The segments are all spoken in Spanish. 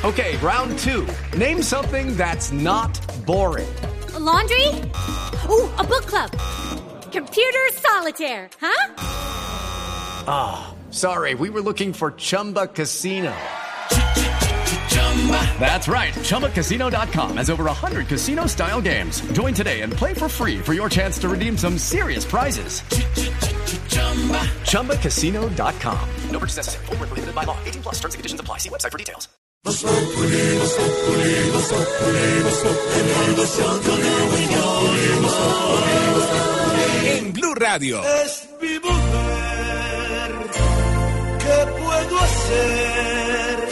Okay, round two. Name something that's not boring. A laundry? Ooh, a book club. Computer solitaire, huh? Ah, sorry, we were looking for Chumba Casino. That's right, ChumbaCasino.com has over 100 casino-style games. Join today and play for free for your chance to redeem some serious prizes. ChumbaCasino.com. No purchase necessary. Void where prohibited by law. 18+ terms and conditions apply. See website for details. En Blue Radio. Es mi mujer. ¿Qué puedo hacer?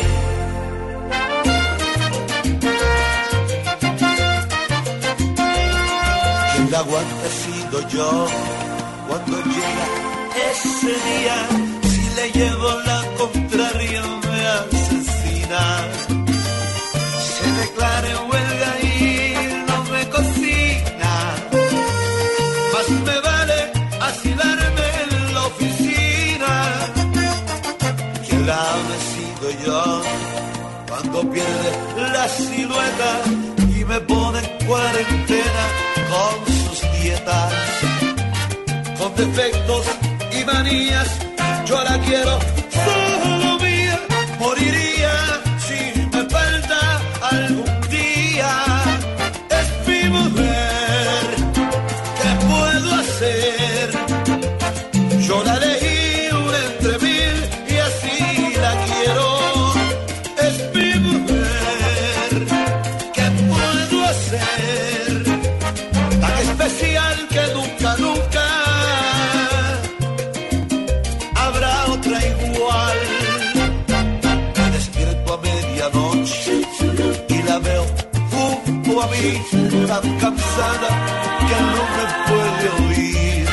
Quien la aguanta he sido yo. Cuando llega ese día, si le llevo la contraria me asesina. Se declara en huelga y no me cocina. Más me vale asilarme en la oficina. Quien la ame he sido yo. Cuando pierde la silueta y me pone en cuarentena con sus dietas. Con defectos y manías, yo la quiero solo mía. Moriría si me falta algún día. Es mi mujer, ¿qué puedo hacer? Yo la elegí una entre mil y así la quiero. Es mi mujer, ¿qué puedo hacer? Tan especial que nunca, nunca otra igual. Me despierto a medianoche y la veo junto a mí, tan cansada que no me puede oír.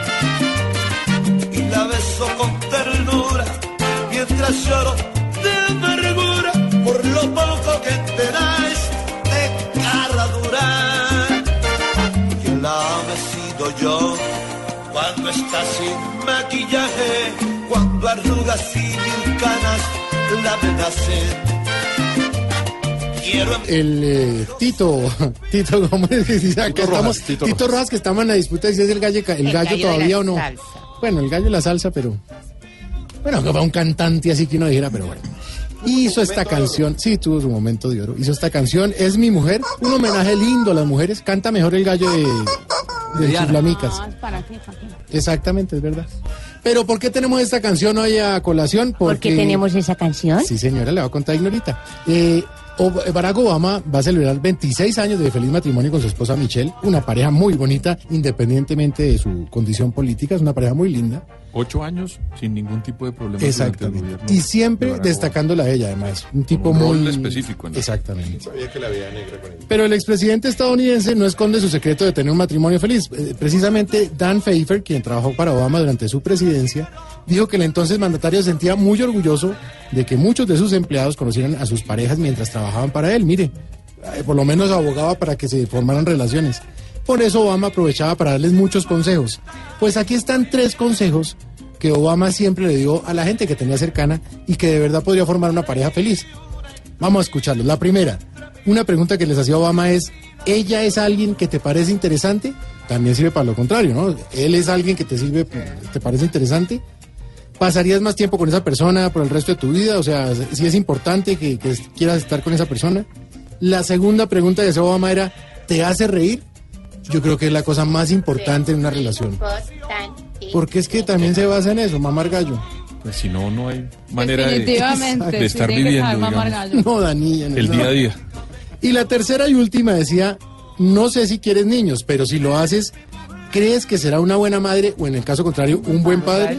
Y la beso con ternura mientras lloro de amargura por lo poco que te das de cara dura. Quien la ame he sido yo. Cuando está sin maquillaje, cuando arrugas y mil canas la amenacen. El Tito, ¿cómo es que dice? Tito Rojas, que estamos en la disputa de si es el gallo todavía o no. Salsa. Bueno, el gallo de la salsa, pero... Bueno, que va un cantante así que uno dijera, pero bueno. Hizo esta canción, sí, tuvo su momento de oro. Hizo esta canción, Es mi mujer, un homenaje lindo a las mujeres. Canta mejor el gallo de Chiflamicas. No, es para qué. Exactamente, es verdad. Pero ¿por qué tenemos esta canción hoy a colación? ¿Por qué tenemos esa canción? Sí, señora, le voy a contar Ignorita. Barack Obama va a celebrar 26 años de feliz matrimonio con su esposa Michelle, una pareja muy bonita, independientemente de su condición política, es una pareja muy linda. 8 años sin ningún tipo de problema. Exactamente. Y siempre destacándola a ella, además. Un tipo un muy... rol específico, ¿no? Exactamente. Sabía que la vida negra con él. Pero el expresidente estadounidense no esconde su secreto de tener un matrimonio feliz. Precisamente Dan Pfeiffer, quien trabajó para Obama durante su presidencia, dijo que el entonces mandatario se sentía muy orgulloso de que muchos de sus empleados conocieran a sus parejas mientras trabajaban para él. Mire, por lo menos abogaba para que se formaran relaciones. Por eso Obama aprovechaba para darles muchos consejos. Pues aquí están 3 consejos que Obama siempre le dio a la gente que tenía cercana y que de verdad podría formar una pareja feliz. Vamos a escucharlos. La primera, una pregunta que les hacía Obama es, ¿ella es alguien que te parece interesante? También sirve para lo contrario, ¿no? ¿Él es alguien que te parece interesante? ¿Pasarías más tiempo con esa persona por el resto de tu vida? O sea, si es importante que quieras estar con esa persona. La segunda pregunta que hacía Obama era, ¿te hace reír? Yo creo que es la cosa más importante en una relación. Porque es que también se basa en eso, mamar gallo. Pues si no, no hay manera de Definitivamente, estar tiene que viviendo, saber mamar digamos, gallo. No, Danilla. el día a día. Y la tercera y última decía, no sé si quieres niños, pero si lo haces, ¿crees que será una buena madre o en el caso contrario, un buen padre?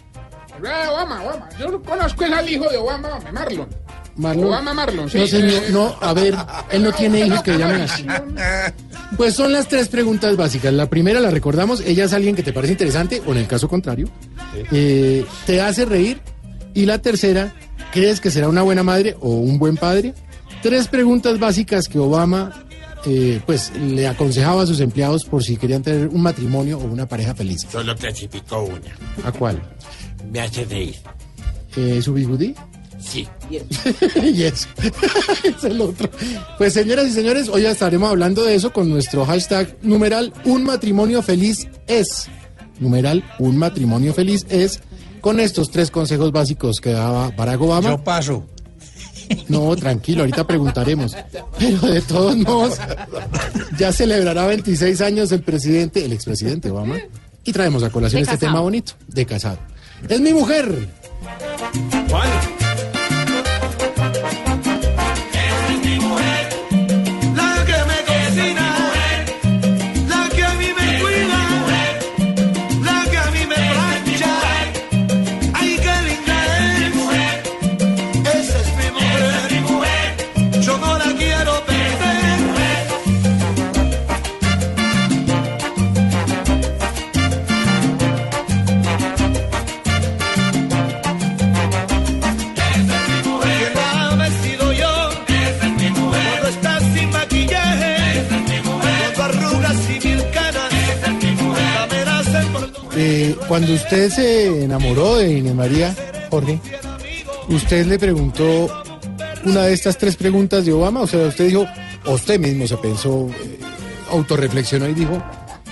Obama. Yo conozco al hijo de Obama, Marlon. Obama Marlon, sí. No, señor, no, a ver, él no tiene hijos que llamen así. Pues son las 3 preguntas básicas. La primera, la recordamos, ella es alguien que te parece interesante, o en el caso contrario, te hace reír. Y la tercera, ¿crees que será una buena madre o un buen padre? 3 preguntas básicas que Obama pues le aconsejaba a sus empleados por si querían tener un matrimonio o una pareja feliz. Solo clasificó una. ¿A cuál? Me hace reír. ¿Su bigudí? Sí. Y eso. Es el otro. Pues señoras y señores, hoy estaremos hablando de eso con nuestro hashtag numeral un matrimonio feliz es. Numeral un matrimonio feliz es. Con estos 3 consejos básicos que daba Barack Obama. Yo paso. No, tranquilo, ahorita preguntaremos. Pero de todos modos, ya celebrará 26 años el expresidente Obama. Y traemos a colación este tema bonito, de casado. Es mi mujer. ¿Cuál? Cuando usted se enamoró de Inés María, Jorge, usted le preguntó una de estas 3 preguntas de Obama, o sea, usted dijo, usted mismo se pensó, autorreflexionó y dijo,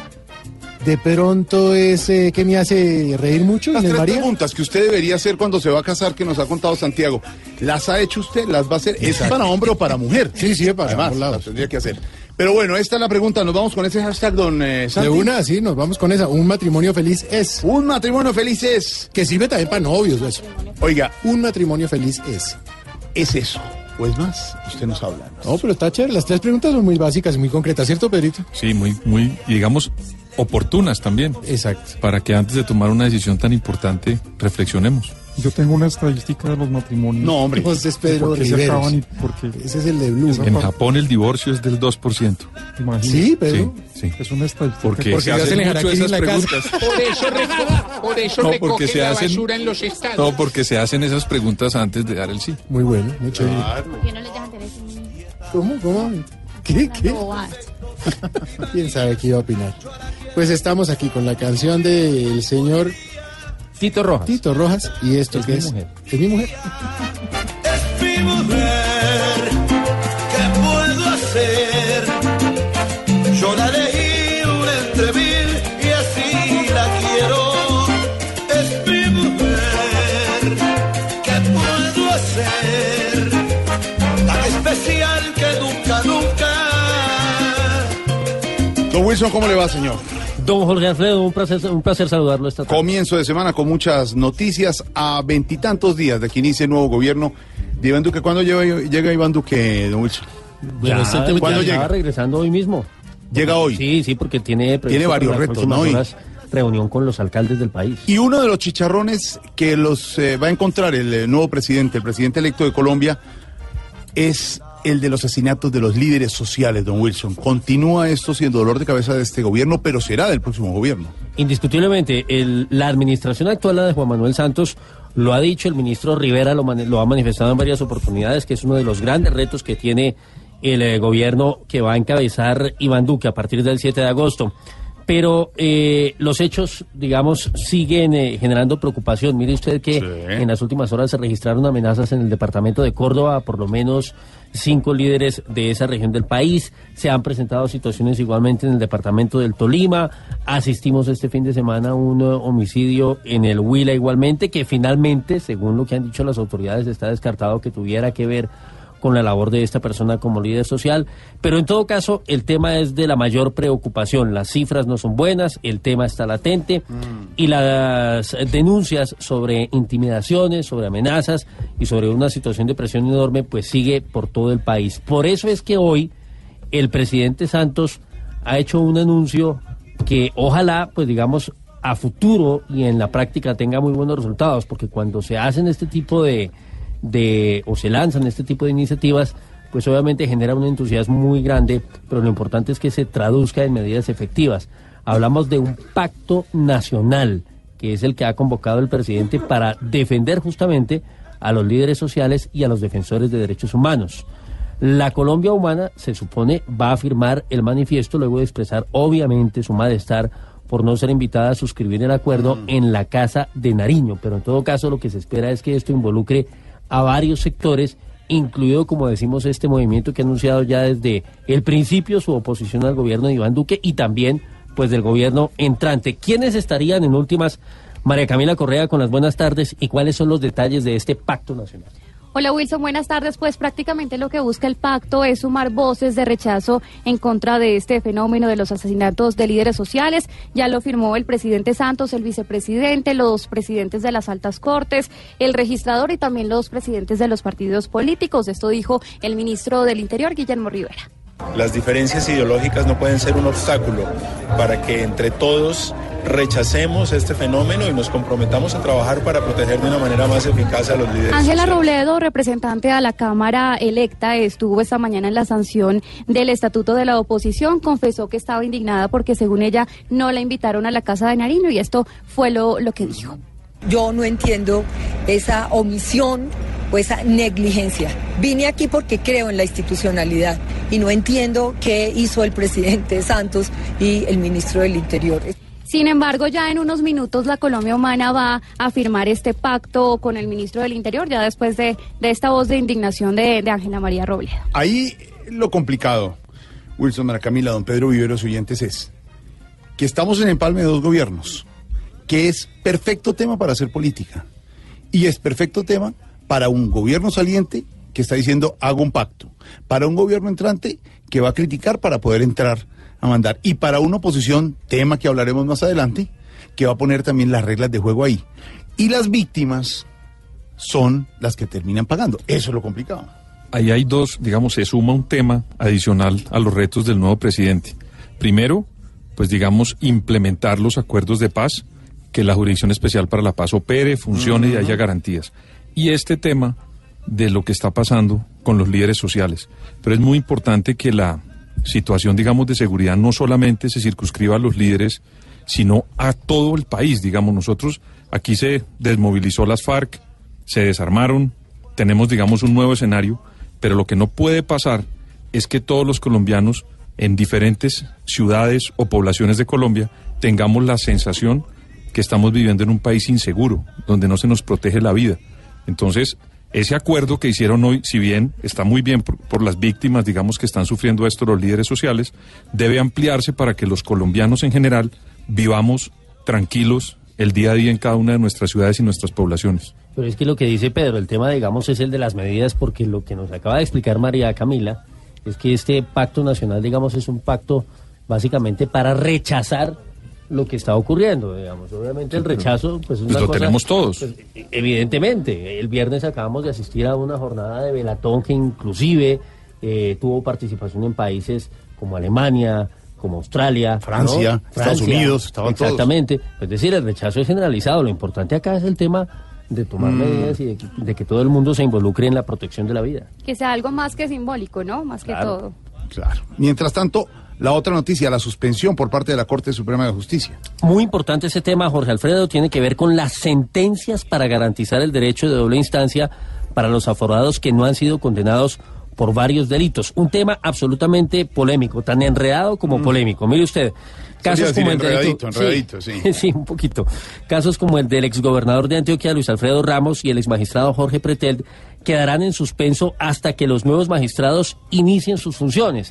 de pronto es que me hace reír mucho, Inés María. Las preguntas que usted debería hacer cuando se va a casar, que nos ha contado Santiago, ¿las ha hecho usted? ¿Las va a hacer? Exacto. ¿Es para hombre o para mujer? Sí, para ambos lados. Tendría que hacer. Pero bueno, esta es la pregunta. Nos vamos con ese hashtag, don Santi. De una, sí, nos vamos con esa. Un matrimonio feliz es. Un matrimonio feliz es. Que sirve también para novios, eso. Oiga. Un matrimonio feliz es. Es eso. ¿O es más? Usted nos habla. No, pero está chévere. Las 3 preguntas son muy básicas y muy concretas, ¿cierto, Pedrito? Sí, muy, digamos, oportunas también. Exacto. Para que antes de tomar una decisión tan importante, reflexionemos. Yo tengo una estadística de los matrimonios. No, hombre. Pues es Pedro Riveros. Ese es el de Blue. En Japón el divorcio es del 2%. Imagínate. ¿Sí, Pedro? Sí. Es una estadística. Porque se hacen mucho esas preguntas. Por eso recogen la basura en los estados. No, porque se hacen esas preguntas antes de dar el sí. Muy bueno, muy chévere. ¿Por qué no les dejan tener ese niño? ¿Cómo? ¿Qué? ¿Quién sabe qué iba a opinar? Pues estamos aquí con la canción del señor Tito Rojas. ¿Y esto qué es? Es mi mujer. Es mi mujer. ¿Qué puedo hacer? Yo la elegí una entre mil y así la quiero. Es mi mujer. ¿Qué puedo hacer? Tan especial que nunca. Don Wilson, ¿cómo le va, señor? Don Jorge Alfredo, un placer saludarlo esta tarde. Comienzo de semana con muchas noticias. A 20 y tantos días de que inicie el nuevo gobierno de Iván Duque. ¿Cuándo llega Iván Duque, don Wilson? ¿Cuándo llega? Regresando hoy mismo. ¿Llega hoy? Sí, porque tiene varios retos, ¿no? Reunión con los alcaldes del país. Y uno de los chicharrones que los va a encontrar el nuevo presidente, el presidente electo de Colombia, es el de los asesinatos de los líderes sociales, don Wilson. Continúa esto siendo dolor de cabeza de este gobierno, pero será del próximo gobierno. Indiscutiblemente, la administración actual, la de Juan Manuel Santos, lo ha dicho, el ministro Rivera lo ha manifestado en varias oportunidades, que es uno de los grandes retos que tiene el gobierno que va a encabezar Iván Duque a partir del 7 de agosto. Pero los hechos, digamos, siguen generando preocupación. Mire usted que en las últimas horas se registraron amenazas en el departamento de Córdoba, por lo menos 5 líderes de esa región del país. Se han presentado situaciones igualmente en el departamento del Tolima. Asistimos este fin de semana a un homicidio en el Huila igualmente, que finalmente, según lo que han dicho las autoridades, está descartado que tuviera que ver con la labor de esta persona como líder social, pero en todo caso el tema es de la mayor preocupación. Las cifras no son buenas, el tema está latente y las denuncias sobre intimidaciones, sobre amenazas y sobre una situación de presión enorme pues sigue por todo el país. Por eso es que hoy el presidente Santos ha hecho un anuncio que ojalá pues digamos a futuro y en la práctica tenga muy buenos resultados, porque cuando se hacen este tipo o se lanzan este tipo de iniciativas, pues obviamente genera un entusiasmo muy grande, pero lo importante es que se traduzca en medidas efectivas. Hablamos de un pacto nacional, que es el que ha convocado el presidente para defender justamente a los líderes sociales y a los defensores de derechos humanos. La Colombia Humana, se supone, va a firmar el manifiesto luego de expresar obviamente su malestar por no ser invitada a suscribir el acuerdo en la Casa de Nariño, pero en todo caso lo que se espera es que esto involucre a varios sectores, incluido, como decimos, este movimiento que ha anunciado ya desde el principio su oposición al gobierno de Iván Duque y también pues del gobierno entrante. ¿Quiénes estarían en últimas, María Camila Correa, con las buenas tardes, y cuáles son los detalles de este pacto nacional? Hola Wilson, buenas tardes. Pues prácticamente lo que busca el pacto es sumar voces de rechazo en contra de este fenómeno de los asesinatos de líderes sociales. Ya lo firmó el presidente Santos, el vicepresidente, los presidentes de las altas cortes, el registrador y también los presidentes de los partidos políticos. Esto dijo el ministro del Interior, Guillermo Rivera. Las diferencias ideológicas no pueden ser un obstáculo para que entre todos rechacemos este fenómeno y nos comprometamos a trabajar para proteger de una manera más eficaz a los líderes. Ángela Robledo, representante a la Cámara electa, estuvo esta mañana en la sanción del Estatuto de la Oposición. Confesó que estaba indignada porque, según ella, no la invitaron a la Casa de Nariño, y esto fue lo que dijo. Yo no entiendo esa omisión o esa negligencia. Vine aquí porque creo en la institucionalidad y no entiendo qué hizo el presidente Santos y el ministro del Interior. Sin embargo, ya en unos minutos la Colombia Humana va a firmar este pacto con el ministro del Interior, ya después de esta voz de indignación de Ángela María Robledo. Ahí lo complicado, Wilson, María Camila, don Pedro Viveros, oyentes, es que estamos en empalme de dos gobiernos, que es perfecto tema para hacer política y es perfecto tema para un gobierno saliente que está diciendo hago un pacto, para un gobierno entrante que va a criticar para poder entrar a mandar, y para una oposición, tema que hablaremos más adelante, que va a poner también las reglas de juego ahí. Y las víctimas son las que terminan pagando. Eso es lo complicado. Ahí hay dos, digamos, se suma un tema adicional a los retos del nuevo presidente. Primero, pues digamos, implementar los acuerdos de paz, que la Jurisdicción Especial para la Paz opere, funcione y haya garantías. Y este tema de lo que está pasando con los líderes sociales. Pero es muy importante que la situación, digamos, de seguridad no solamente se circunscriba a los líderes, sino a todo el país. Digamos, nosotros aquí se desmovilizó las FARC, se desarmaron, tenemos, digamos, un nuevo escenario, pero lo que no puede pasar es que todos los colombianos en diferentes ciudades o poblaciones de Colombia tengamos la sensación que estamos viviendo en un país inseguro, donde no se nos protege la vida. Entonces, ese acuerdo que hicieron hoy, si bien está muy bien por las víctimas, digamos, que están sufriendo esto los líderes sociales, debe ampliarse para que los colombianos en general vivamos tranquilos el día a día en cada una de nuestras ciudades y nuestras poblaciones. Pero es que lo que dice Pedro, el tema, digamos, es el de las medidas, porque lo que nos acaba de explicar María Camila es que este pacto nacional, digamos, es un pacto básicamente para rechazar lo que está ocurriendo, digamos. Obviamente el rechazo, pues es una lo cosa, tenemos todos. Pues, evidentemente, el viernes acabamos de asistir a una jornada de velatón que inclusive tuvo participación en países como Alemania, como Australia, Francia, ¿no? Estados Unidos, estaban todos. Exactamente. Es decir, el rechazo es generalizado. Lo importante acá es el tema de tomar medidas y de que todo el mundo se involucre en la protección de la vida. Que sea algo más que simbólico, ¿no? Más que todo. Claro. Mientras tanto, la otra noticia, la suspensión por parte de la Corte Suprema de Justicia. Muy importante ese tema, Jorge Alfredo, tiene que ver con las sentencias para garantizar el derecho de doble instancia para los aforados que no han sido condenados por varios delitos. Un tema absolutamente polémico, tan enredado como polémico. Mire usted, casos como el enredadito, sí. Sí, un poquito. Casos como el del exgobernador de Antioquia, Luis Alfredo Ramos, y el exmagistrado Jorge Pretel quedarán en suspenso hasta que los nuevos magistrados inicien sus funciones.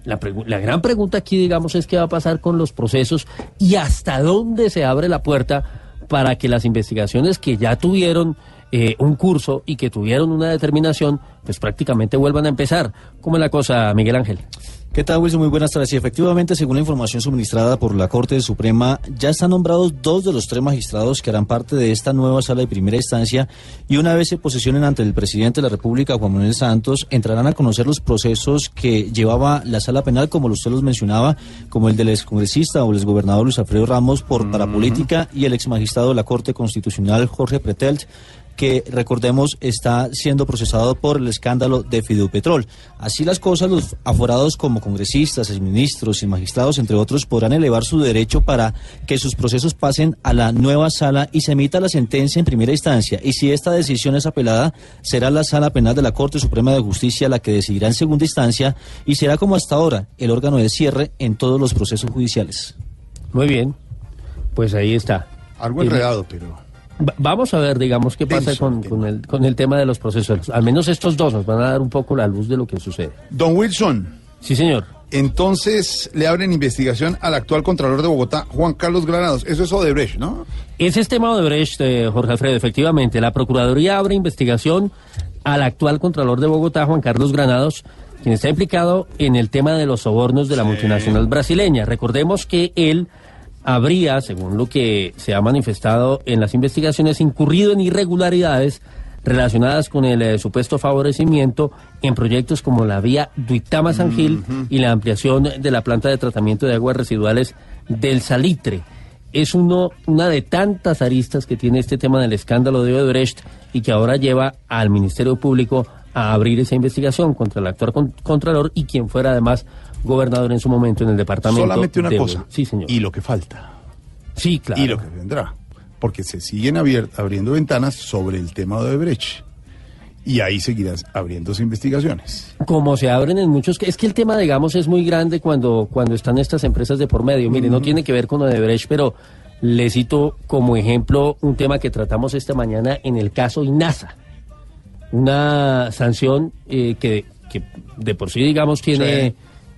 La gran pregunta aquí, digamos, es qué va a pasar con los procesos y hasta dónde se abre la puerta para que las investigaciones que ya tuvieron un curso y que tuvieron una determinación, pues prácticamente vuelvan a empezar. ¿Cómo es la cosa, Miguel Ángel? ¿Qué tal, Wilson? Muy buenas tardes. Y efectivamente, según la información suministrada por la Corte Suprema, ya están nombrados 2 de los 3 magistrados que harán parte de esta nueva sala de primera instancia, y una vez se posesionen ante el presidente de la República, Juan Manuel Santos, entrarán a conocer los procesos que llevaba la sala penal, como usted los mencionaba, como el del excongresista o el exgobernador Luis Alfredo Ramos por parapolítica, y el exmagistrado de la Corte Constitucional, Jorge Pretel, que, recordemos, está siendo procesado por el escándalo de Fideopetrol. Así las cosas, los aforados como congresistas, exministros y magistrados, entre otros, podrán elevar su derecho para que sus procesos pasen a la nueva sala y se emita la sentencia en primera instancia. Y si esta decisión es apelada, será la Sala Penal de la Corte Suprema de Justicia la que decidirá en segunda instancia y será, como hasta ahora, el órgano de cierre en todos los procesos judiciales. Muy bien, pues ahí está. Algo enredado, pero Vamos a ver, digamos, qué pasa con el tema de los procesos. Al menos estos dos nos van a dar un poco la luz de lo que sucede. Don Wilson. Sí, señor. Entonces le abren investigación al actual Contralor de Bogotá, Juan Carlos Granados. Eso es Odebrecht, ¿no? Ese es tema Odebrecht, Jorge Alfredo, efectivamente. La Procuraduría abre investigación al actual Contralor de Bogotá, Juan Carlos Granados, quien está implicado en el tema de los sobornos de la multinacional brasileña. Recordemos que él habría, según lo que se ha manifestado en las investigaciones, incurrido en irregularidades relacionadas con el supuesto favorecimiento en proyectos como la vía Duitama-San Gil y la ampliación de la planta de tratamiento de aguas residuales del Salitre. Es una de tantas aristas que tiene este tema del escándalo de Odebrecht y que ahora lleva al Ministerio Público a abrir esa investigación contra el actual Contralor y quien fuera además gobernador en su momento en el departamento. Solamente una cosa. Sí, señor. Y lo que falta. Sí, claro. Y lo que vendrá. Porque se siguen abriendo ventanas sobre el tema de Odebrecht. Y ahí seguirás abriéndose investigaciones. Como se abren en muchos... Es que el tema, digamos, es muy grande cuando están estas empresas de por medio. Mire, no tiene que ver con Odebrecht, pero le cito como ejemplo un tema que tratamos esta mañana en el caso INASA. Una sanción que de por sí, digamos, tiene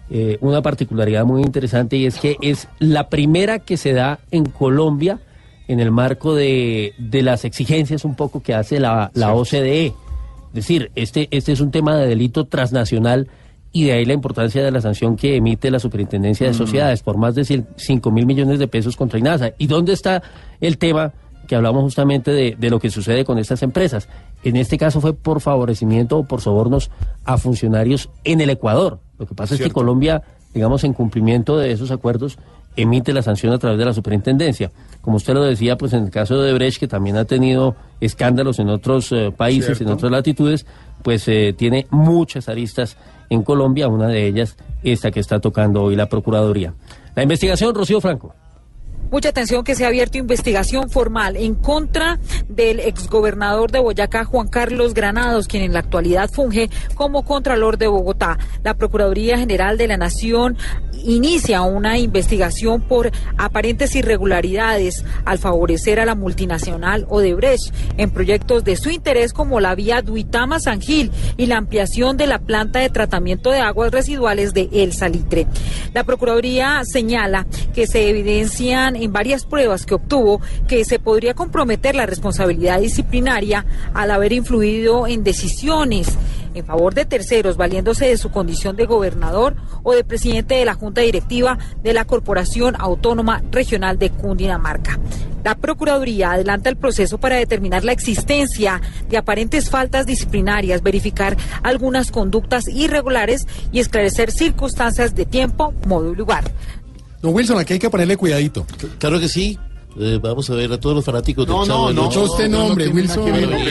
una particularidad muy interesante, y es que es la primera que se da en Colombia en el marco de las exigencias un poco que hace la OCDE. Es decir, este es un tema de delito transnacional, y de ahí la importancia de la sanción que emite la Superintendencia de Sociedades por más de 5.000 millones de pesos contra INASA. ¿Y dónde está el tema que hablamos justamente de lo que sucede con estas empresas? En este caso fue por favorecimiento o por sobornos a funcionarios en el Ecuador. Lo que pasa es que Colombia, digamos, en cumplimiento de esos acuerdos, emite la sanción a través de la superintendencia. Como usted lo decía, pues en el caso de Odebrecht, que también ha tenido escándalos en otros países, en otras latitudes, pues tiene muchas aristas en Colombia, una de ellas esta que está tocando hoy la Procuraduría. La investigación, Rocío Franco. Mucha atención, que se ha abierto investigación formal en contra del exgobernador de Boyacá, Juan Carlos Granados, quien en la actualidad funge como Contralor de Bogotá. La Procuraduría General de la Nación inicia una investigación por aparentes irregularidades al favorecer a la multinacional Odebrecht en proyectos de su interés, como la vía Duitama-San Gil y la ampliación de la planta de tratamiento de aguas residuales de El Salitre. La Procuraduría señala que se evidencian en varias pruebas que obtuvo que se podría comprometer la responsabilidad disciplinaria al haber influido en decisiones en favor de terceros, valiéndose de su condición de gobernador o de presidente de la Junta Directiva de la Corporación Autónoma Regional de Cundinamarca. La Procuraduría adelanta el proceso para determinar la existencia de aparentes faltas disciplinarias, verificar algunas conductas irregulares y esclarecer circunstancias de tiempo, modo y lugar. Don Wilson, aquí hay que ponerle cuidadito. Claro que sí. Vamos a ver a todos los fanáticos del Chavo. No, usted no, hombre, Wilson.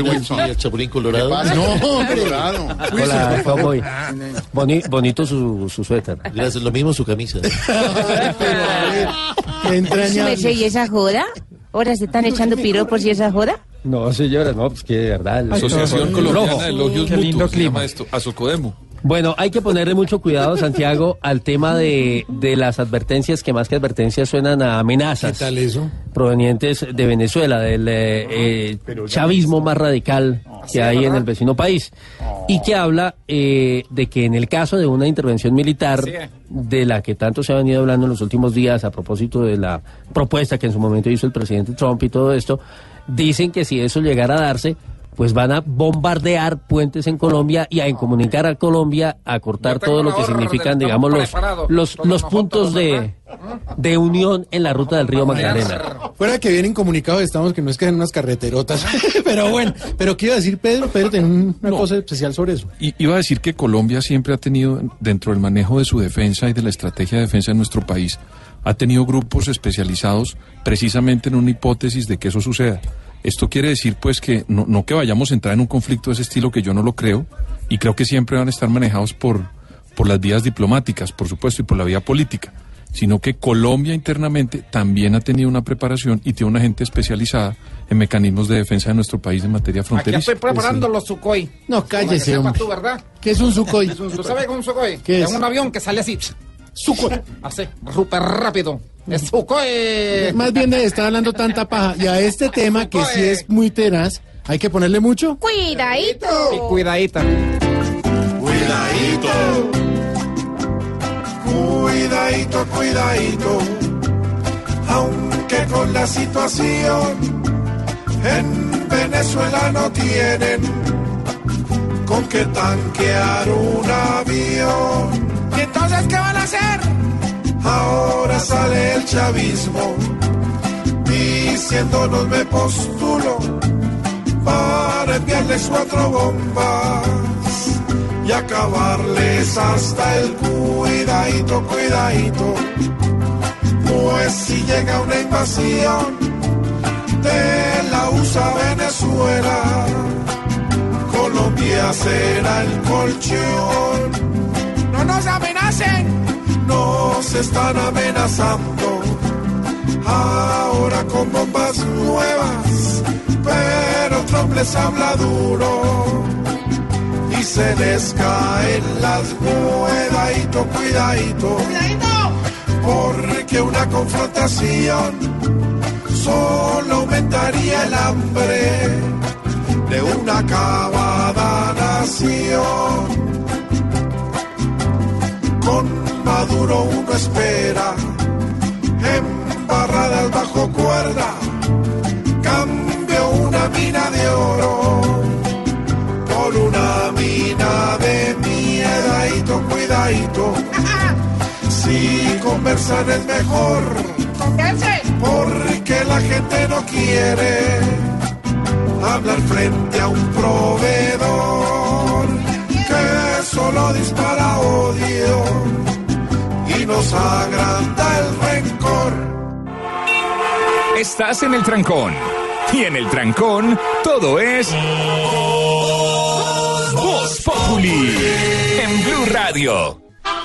El Chapulín Colorado. No, Colorado. Hola, cowboy. Bonito su suéter. Gracias, lo mismo su camisa. ¿Y esa joda? ¿Ahora se están echando piropos y esa joda? No, señora, no, pues que de verdad. Asociación Colombiana de Elogios Mutuos se llama esto, Asocodemo. Bueno, hay que ponerle mucho cuidado, Santiago, al tema de las advertencias, que más que advertencias suenan a amenazas. ¿Qué tal eso? Provenientes de Venezuela, del chavismo más radical que hay en el vecino país. Y que habla de que en el caso de una intervención militar, de la que tanto se ha venido hablando en los últimos días a propósito de la propuesta que en su momento hizo el presidente Trump y todo esto, dicen que si eso llegara a darse, pues van a bombardear puentes en Colombia y a incomunicar a Colombia, a cortar todo lo que significan, digamos, los puntos de unión en la ruta del río Magdalena. Fuera que vienen comunicados estamos, que no es que sean unas carreterotas, pero bueno, pero ¿qué iba a decir Pedro? Pedro tiene una cosa especial sobre eso. Iba a decir que Colombia siempre ha tenido, dentro del manejo de su defensa y de la estrategia de defensa de nuestro país, ha tenido grupos especializados precisamente en una hipótesis de que eso suceda. Esto quiere decir, pues, que no que vayamos a entrar en un conflicto de ese estilo, que yo no lo creo, y creo que siempre van a estar manejados por las vías diplomáticas, por supuesto, y por la vía política, sino que Colombia internamente también ha tenido una preparación y tiene una gente especializada en mecanismos de defensa de nuestro país en materia fronteriza. Aquí estoy preparando los Sukhoi. No, cállese, hombre. Tú, ¿verdad? ¿Qué es un Sukhoi? ¿Tú sabes qué es un Sukhoi? ¿Qué es? Es un avión que sale así. Sukhoi. Así, súper rápido. Estuco Más bien de estar hablando tanta paja. Y a este tema, que sí es muy tenaz, hay que ponerle mucho Cuidadito. y cuidadita. Cuidadito, cuidadito, cuidadito, aunque con la situación en Venezuela no tienen con qué tanquear un avión. ¿Y entonces qué van a hacer? Ahora sale el chavismo diciéndonos me postulo para enviarles 4 bombas y acabarles hasta el cuidadito, cuidadito. Pues si llega una invasión de la USA Venezuela, Colombia será el colchón. ¡No nos amenacen! Nos están amenazando ahora con bombas nuevas, pero Trump les habla duro y se les caen las cuidadito, cuidadito, porque una confrontación solo aumentaría el hambre de una acabada nación. Con Maduro uno espera embarradas bajo cuerda, cambio una mina de oro por una mina de miedadito, cuidadito. Si conversan es mejor, porque la gente no quiere hablar frente a un proveedor que solo dispara odio y nos agranda el rencor. Estás en el trancón. Y en el trancón todo es Voz Populi en Blue Radio.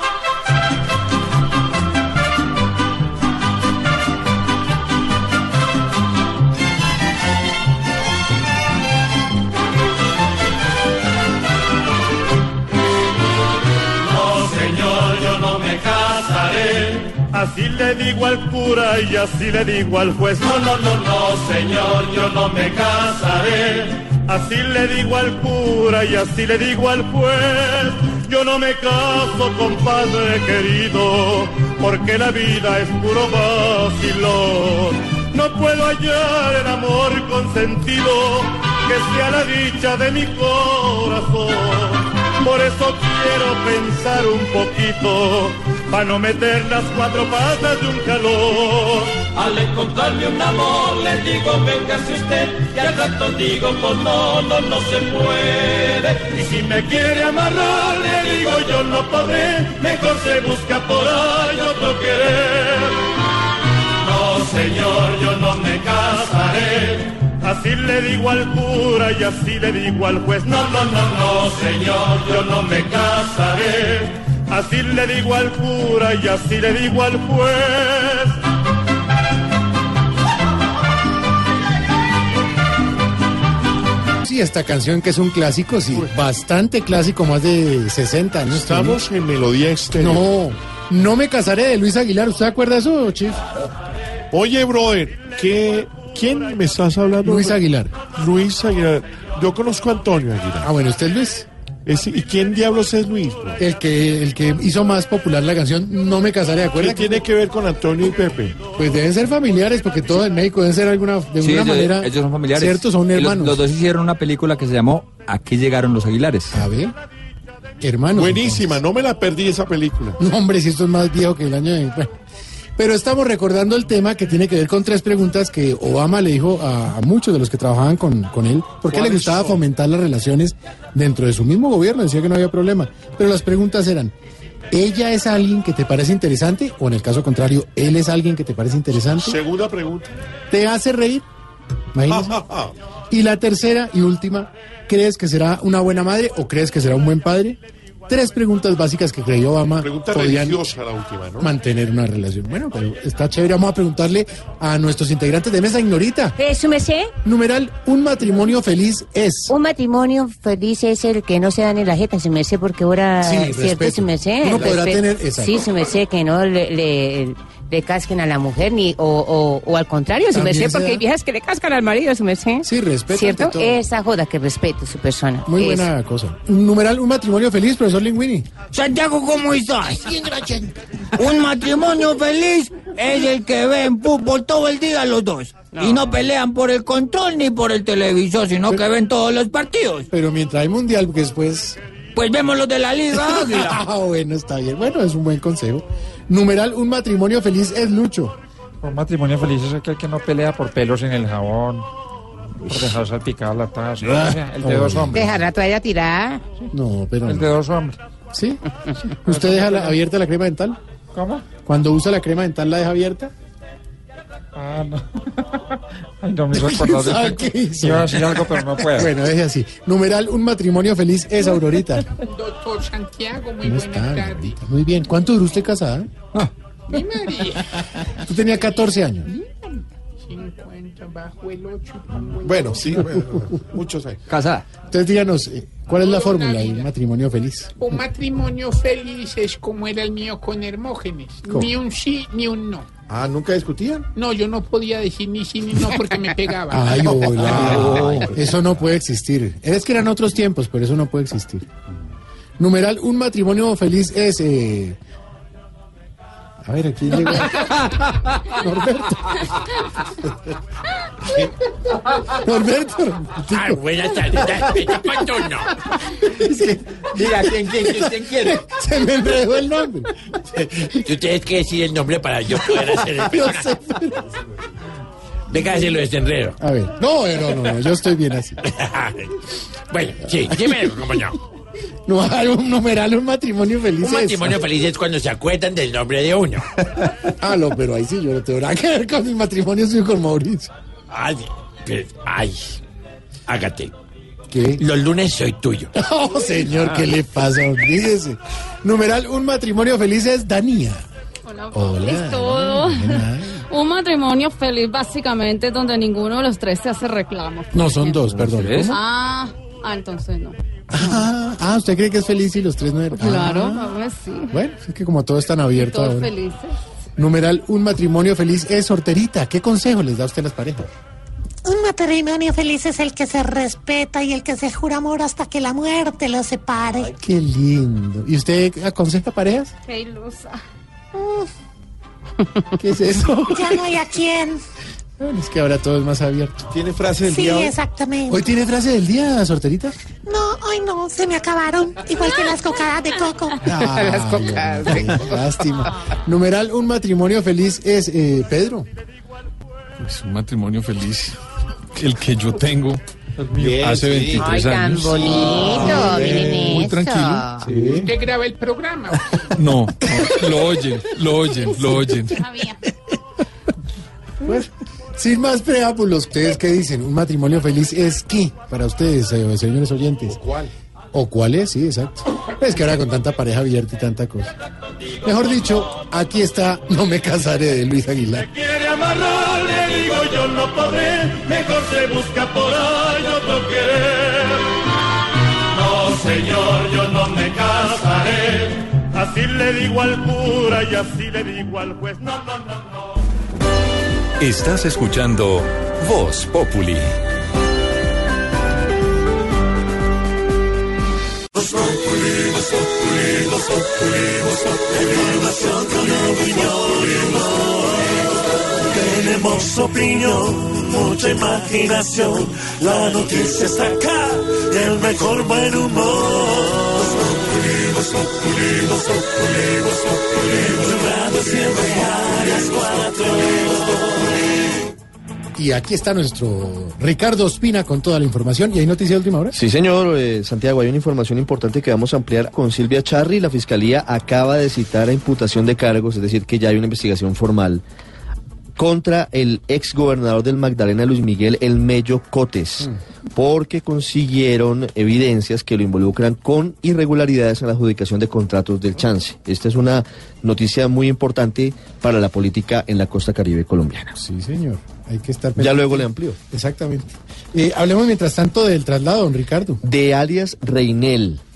Así le digo al cura y así le digo al juez. No, no, no, no, señor, yo no me casaré. Así le digo al cura y así le digo al juez. Yo no me caso, compadre querido, porque la vida es puro vacilón. No puedo hallar el amor consentido que sea la dicha de mi corazón. Por eso quiero pensar un poquito, para no meter las 4 patas de un calor. Al encontrarme un amor le digo véngase usted, y al rato digo pues no, no, no se puede. Y si me quiere amarrar le digo yo no podré, mejor se busca por ahí otro querer. No señor, yo no me casaré. Así le digo al cura y así le digo al juez. No, no, no, no, señor, yo no me casaré. Así le digo al cura y así le digo al juez. Sí, esta canción que es un clásico, sí, bastante clásico, más de 60 años. Estamos en Melodía Estéreo. No me casaré, de Luis Aguilar. ¿Usted acuerda de eso, Chief? Oye, brother, ¿quién me estás hablando? Luis Aguilar. Luis Aguilar. Yo conozco a Antonio Aguilar. Ah, bueno, ¿usted es Luis? ¿Y quién diablos es Luis? Bro? El que hizo más popular la canción No me casaré, ¿de acuerdo? ¿Qué tiene que ver con Antonio y Pepe? Pues deben ser familiares, porque todos en México deben ser de alguna manera. Ellos son familiares. Cierto, son hermanos. Los dos hicieron una película que se llamó Aquí llegaron los Aguilares. A ver, hermanos. Buenísima, entonces. No me la perdí esa película. No, hombre, si esto es más viejo que el año de... Pero estamos recordando el tema que tiene que ver con 3 preguntas que Obama le dijo a muchos de los que trabajaban con él, porque le gustaba fomentar las relaciones dentro de su mismo gobierno, decía que no había problema. Pero las preguntas eran, ¿ella es alguien que te parece interesante? O en el caso contrario, ¿él es alguien que te parece interesante? Segunda pregunta. ¿Te hace reír? Imagínese. Y la tercera y última, ¿crees que será una buena madre o crees que será un buen padre? 3 preguntas básicas que creyó Obama podían religiosa la última, ¿no? mantener una relación. Bueno, pero está chévere. Vamos a preguntarle a nuestros integrantes de mesa, Ignorita. ¿Su merced? Numeral, un matrimonio feliz es. Un matrimonio feliz es el que no se dan en la jeta, su merced, porque ahora, sí, cierto, su merced. Uno podrá tener, exacto. Sí, su merced, que no le le casquen a la mujer, o al contrario, su También merced, se porque da. hay viejas que le cascan al marido, su merced. Sí, respeta ¿Cierto? ante todo. Esa joda que respete su persona. Muy Eso. buena cosa. Numeral, un matrimonio feliz, profesor Linguini. Santiago, ¿cómo estás? Un matrimonio feliz es el que ven fútbol todo el día los dos. Y no pelean por el control ni por el televisor, sino que ven todos los partidos. Pero mientras hay mundial, porque después... Pues vemos los de la Liga Águila. Ah, bueno, está bien. Bueno, es un buen consejo. Numeral, un matrimonio feliz es Lucho. Un matrimonio feliz es aquel que no pelea por pelos en el jabón, por dejar salpicada la taza. O sea, el de dos hombres. Dejar la toalla tirada. No, pero... El de dos hombres. ¿Sí? ¿Usted deja abierta la crema dental? ¿Cómo? Cuando usa la crema dental, ¿la deja abierta? Ah, no. Ay, no me hizo acordar ¿Sabe de qué hizo? Iba a decir algo, pero no puedo. Bueno, deje así. Numeral, un matrimonio feliz es Aurorita. Doctor Santiago, muy ¿Cómo buenas está, tardes. Aurorita? Muy bien. ¿Cuánto duró usted casada? Mi María. Tú tenías 14 años. 50 bajo el 8. pongo el Bueno, 8. sí, muchos hay. Casada. Entonces díganos, ¿cuál es la fórmula de un matrimonio feliz? Un matrimonio feliz es como era el mío con Hermógenes. ¿Cómo? Ni un sí ni un no. Ah, ¿nunca discutían? No, yo no podía decir ni sí ni no porque me pegaba. Ay, hola. Eso no puede existir. Es que eran otros tiempos, pero eso no puede existir. Numeral, un matrimonio feliz es... A ver, aquí llegó Norberto. Norberto. Ah, buenas tardes. ¿Qué pasó, no? Es que Diga, ¿quién quiere? se me enredó el nombre. Tú tienes que decir el nombre para yo poder hacer el Yo sé, Venga, se lo desenredo. A ver, no, yo estoy bien así. Bueno, sí, dime, ¿cómo no? No hay un numeral, un matrimonio feliz. Un matrimonio feliz es cuando se acuerdan del nombre de uno. Ah, no, pero ahí sí yo no tengo nada que ver con mi matrimonio suyo con Mauricio. Ay, hágate. ¿Qué? Los lunes soy tuyo. Oh, señor, ¿qué le pasa? Olvídese. Numeral, un matrimonio feliz es Dania. Hola. Es todo. Un matrimonio feliz básicamente donde ninguno de los tres se hace reclamo. No, son dos, perdón. ¿Cómo? Entonces no. ¿Usted cree que es feliz y los tres no eran? Claro, ahora sí. Bueno, es que como todo es tan abierto Todos ahora. felices. Numeral, un matrimonio feliz es Horterita. ¿Qué consejo les da a usted a las parejas? Un matrimonio feliz es el que se respeta y el que se jura amor hasta que la muerte los separe. Qué lindo. ¿Y usted aconseja parejas? Qué ilusa. ¿Qué es eso? Ya no hay a quién. Bueno, es que ahora todo es más abierto. ¿Tiene frase del Sí, día hoy? exactamente. ¿Hoy tiene frase del día, Sorterita? No, hoy no, se me acabaron. Igual que las cocadas de coco. Las cocadas. Lástima. Numeral, un matrimonio feliz es Pedro. Pues un matrimonio feliz. El que yo tengo Bien, hace 23 Ay, tan años. bonito, miren Muy eso. tranquilo. Sí. ¿Usted graba el programa? No, lo oyen. Bueno, sin más preámbulos, ¿ustedes qué dicen? ¿Un matrimonio feliz es qué para ustedes, señores oyentes? ¿Cuál? ¿O cuál es? Sí, exacto. Es que ahora con tanta pareja abierta y tanta cosa. Mejor dicho, aquí está No me casaré de Luis Aguilar. Quiere amarrar, le digo yo no podré, mejor se busca por ahí otro querer. No señor, yo no me casaré, así le digo al cura y así le digo al juez, no. Estás escuchando Voz Populi. Tenemos opinión, mucha imaginación, la noticia está acá y el mejor buen humor. Jugando siempre a las 4. Y aquí está nuestro Ricardo Ospina con toda la información. ¿Y hay noticia de última hora? Sí, señor, Santiago, hay una información importante que vamos a ampliar con Silvia Charri. La Fiscalía acaba de citar a imputación de cargos, es decir, que ya hay una investigación formal contra el exgobernador del Magdalena, Luis Miguel El Mello Cotes, porque consiguieron evidencias que lo involucran con irregularidades en la adjudicación de contratos del Chance. Esta es una noticia muy importante para la política en la costa caribe colombiana. Sí, señor. Hay que estar Ya luego le amplío. Exactamente. Hablemos mientras tanto del traslado, don Ricardo. De alias Reinel.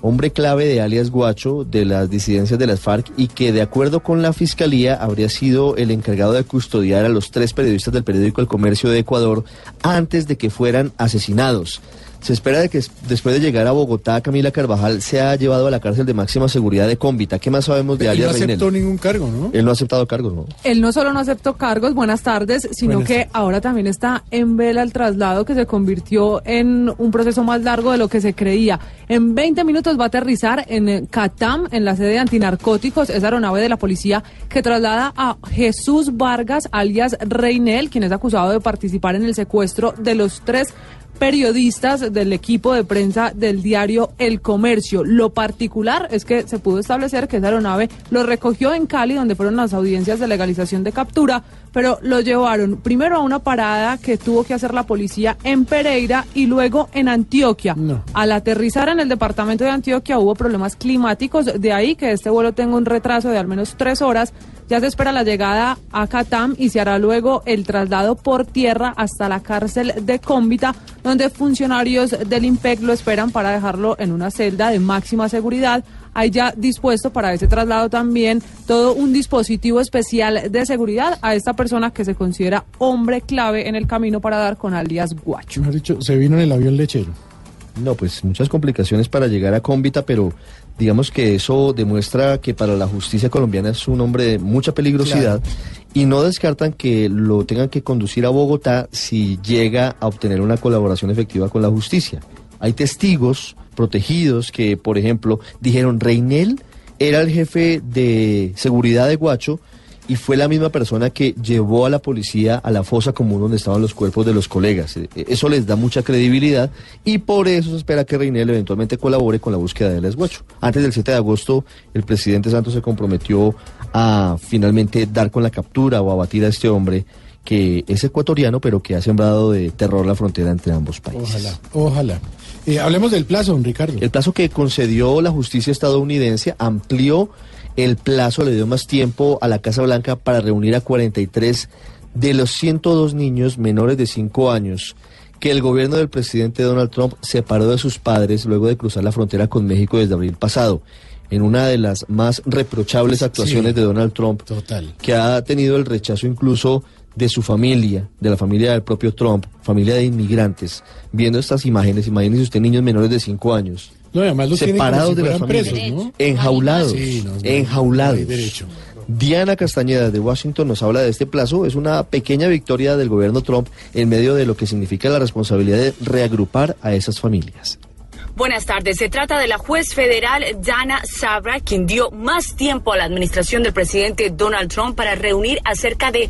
hombre clave de alias Guacho de las disidencias de las FARC y que de acuerdo con la Fiscalía habría sido el encargado de custodiar a los 3 periodistas del periódico El Comercio de Ecuador antes de que fueran asesinados. Se espera de que después de llegar a Bogotá, Camila Carvajal sea llevado a la cárcel de máxima seguridad de Cómbita. ¿Qué más sabemos de alias Reinel? Él no aceptó ningún cargo, ¿no? Él no ha aceptado cargos, ¿no? Él no solo no aceptó cargos, buenas tardes, sino Buenas que ahora también está en vela el traslado, que se convirtió en un proceso más largo de lo que se creía. En 20 minutos va a aterrizar en Catam, en la sede de antinarcóticos, esa aeronave de la policía que traslada a Jesús Vargas, alias Reinel, quien es acusado de participar en el secuestro de los 3 periodistas del equipo de prensa del diario El Comercio. Lo particular es que se pudo establecer que esa aeronave lo recogió en Cali, donde fueron las audiencias de legalización de captura, pero lo llevaron primero a una parada que tuvo que hacer la policía en Pereira y luego en Antioquia. Al aterrizar en el departamento de Antioquia hubo problemas climáticos, de ahí que este vuelo tenga un retraso de al menos 3 horas. Ya se espera la llegada a Catam y se hará luego el traslado por tierra hasta la cárcel de Cómbita, donde funcionarios del IMPEC lo esperan para dejarlo en una celda de máxima seguridad. Hay ya dispuesto para ese traslado también todo un dispositivo especial de seguridad a esta persona que se considera hombre clave en el camino para dar con alias Guacho. Mejor dicho, se vino en el avión lechero. No, pues muchas complicaciones para llegar a Cómbita, pero digamos que eso demuestra que para la justicia colombiana es un hombre de mucha peligrosidad, y no descartan que lo tengan que conducir a Bogotá si llega a obtener una colaboración efectiva con la justicia. Hay testigos protegidos que, por ejemplo, dijeron Reinel era el jefe de seguridad de Guacho y fue la misma persona que llevó a la policía a la fosa común donde estaban los cuerpos de los colegas. Eso les da mucha credibilidad y por eso se espera que Reinel eventualmente colabore con la búsqueda de alias Guacho. Antes del 7 de agosto, el presidente Santos se comprometió a finalmente dar con la captura o abatir a este hombre que es ecuatoriano, pero que ha sembrado de terror la frontera entre ambos países. Ojalá. Hablemos del plazo, don Ricardo. El plazo que concedió la justicia estadounidense amplió el plazo, le dio más tiempo a la Casa Blanca para reunir a 43 de los 102 niños menores de 5 años que el gobierno del presidente Donald Trump separó de sus padres luego de cruzar la frontera con México desde abril pasado, en una de las más reprochables actuaciones de Donald Trump, que ha tenido el rechazo incluso de su familia, de la familia del propio Trump, familia de inmigrantes, viendo estas imágenes. Imagínese usted niños menores de 5 años. No, además los separados de las familias, presos, ¿no? enjaulados, enjaulados. No hay derecho. Diana Castañeda de Washington nos habla de este plazo. Es una pequeña victoria del gobierno Trump en medio de lo que significa la responsabilidad de reagrupar a esas familias. Buenas tardes. Se trata de la juez federal Dana Sabra, quien dio más tiempo a la administración del presidente Donald Trump para reunir a cerca de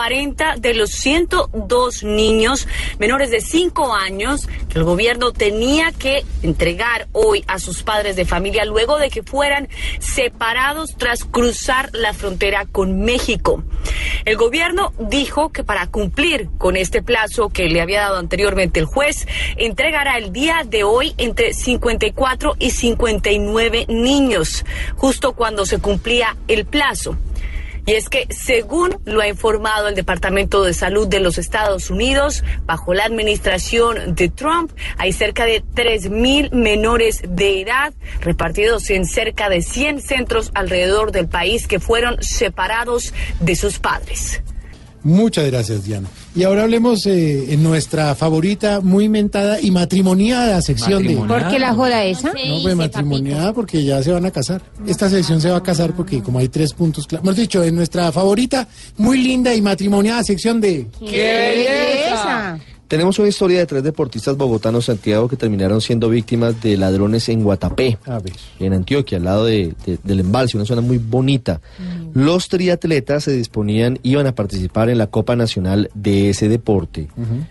40 de los 102 niños menores de 5 años que el gobierno tenía que entregar hoy a sus padres de familia luego de que fueran separados tras cruzar la frontera con México. El gobierno dijo que para cumplir con este plazo que le había dado anteriormente el juez, entregará el día de hoy entre 54 y 59 niños, justo cuando se cumplía el plazo. Y es que, según lo ha informado el Departamento de Salud de los Estados Unidos, bajo la administración de Trump, hay cerca de 3,000 menores de edad repartidos en cerca de 100 centros alrededor del país que fueron separados de sus padres. Muchas gracias, Diana. Y ahora hablemos en nuestra favorita, muy mentada y matrimoniada sección de... ¿Por qué la joda esa? No, pues matrimoniada porque ya se van a casar. Esta sección se va a casar porque como hay 3 puntos claros. Hemos dicho, en nuestra favorita, muy linda y matrimoniada sección de... ¡Qué belleza! Tenemos una historia de 3 deportistas bogotanos, Santiago, que terminaron siendo víctimas de ladrones en Guatapé, en Antioquia, al lado del embalse, una zona muy bonita. Los triatletas iban a participar en la Copa Nacional de ese deporte,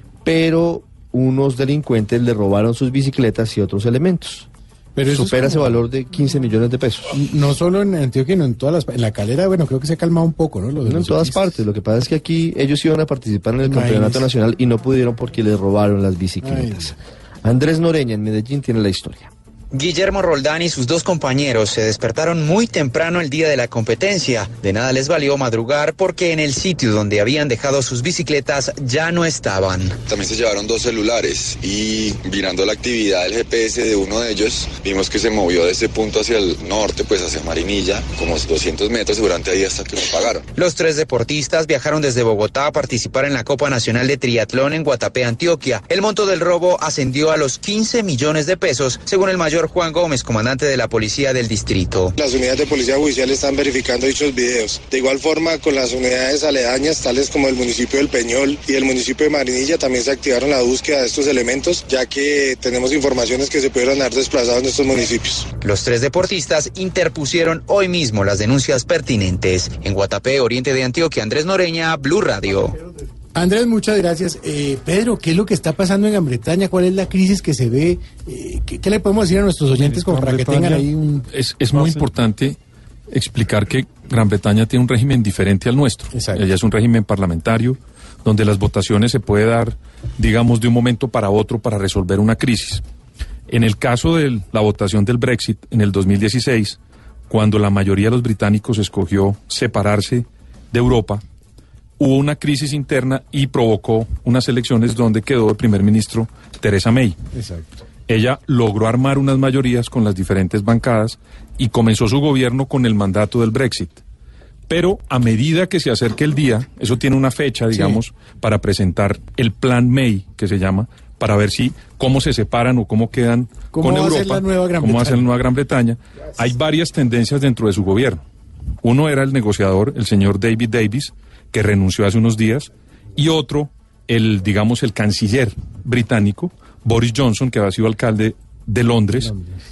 pero unos delincuentes le robaron sus bicicletas y otros elementos. Pero eso supera ese valor de 15 millones de pesos. No solo en Antioquia, sino en todas en la Calera, bueno, creo que se ha calmado un poco, ¿no? No en todas partes. Lo que pasa es que aquí ellos iban a participar en el campeonato nacional y no pudieron porque les robaron las bicicletas. Andrés Noreña en Medellín tiene la historia. Guillermo Roldán y sus dos compañeros se despertaron muy temprano el día de la competencia. De nada les valió madrugar porque en el sitio donde habían dejado sus bicicletas ya no estaban. También se llevaron 2 celulares y mirando la actividad del GPS de uno de ellos, vimos que se movió de ese punto hacia el norte, pues hacia Marinilla, como 200 metros, durante ahí hasta que lo pagaron. Los 3 deportistas viajaron desde Bogotá a participar en la Copa Nacional de Triatlón en Guatapé, Antioquia. El monto del robo ascendió a los 15 millones de pesos, según el mayor Juan Gómez, comandante de la policía del distrito. Las unidades de policía judicial están verificando dichos videos. De igual forma, con las unidades aledañas, tales como el municipio del Peñol y el municipio de Marinilla, también se activaron la búsqueda de estos elementos, ya que tenemos informaciones que se pudieron haber desplazado en estos municipios. Los 3 deportistas interpusieron hoy mismo las denuncias pertinentes. En Guatapé, oriente de Antioquia, Andrés Noreña, Blue Radio. Andrés, muchas gracias. Pedro, ¿qué es lo que está pasando en Gran Bretaña? ¿Cuál es la crisis que se ve? ¿Qué le podemos decir a nuestros oyentes como para que tengan ahí un... Es muy importante explicar que Gran Bretaña tiene un régimen diferente al nuestro. Exacto. Ella es un régimen parlamentario donde las votaciones se puede dar, digamos, de un momento para otro para resolver una crisis. En el caso de la votación del Brexit en el 2016, cuando la mayoría de los británicos escogió separarse de Europa, hubo una crisis interna y provocó unas elecciones donde quedó el primer ministro Theresa May. Exacto. Ella logró armar unas mayorías con las diferentes bancadas y comenzó su gobierno con el mandato del Brexit. Pero a medida que se acerque el día, eso tiene una fecha, digamos, para presentar el plan May, que se llama, para ver si cómo se separan o cómo quedan con Europa, cómo va a ser la nueva Gran Bretaña. Hay varias tendencias dentro de su gobierno. Uno era el negociador, el señor David Davis, que renunció hace unos días, y otro, el canciller británico, Boris Johnson, que ha sido alcalde de Londres,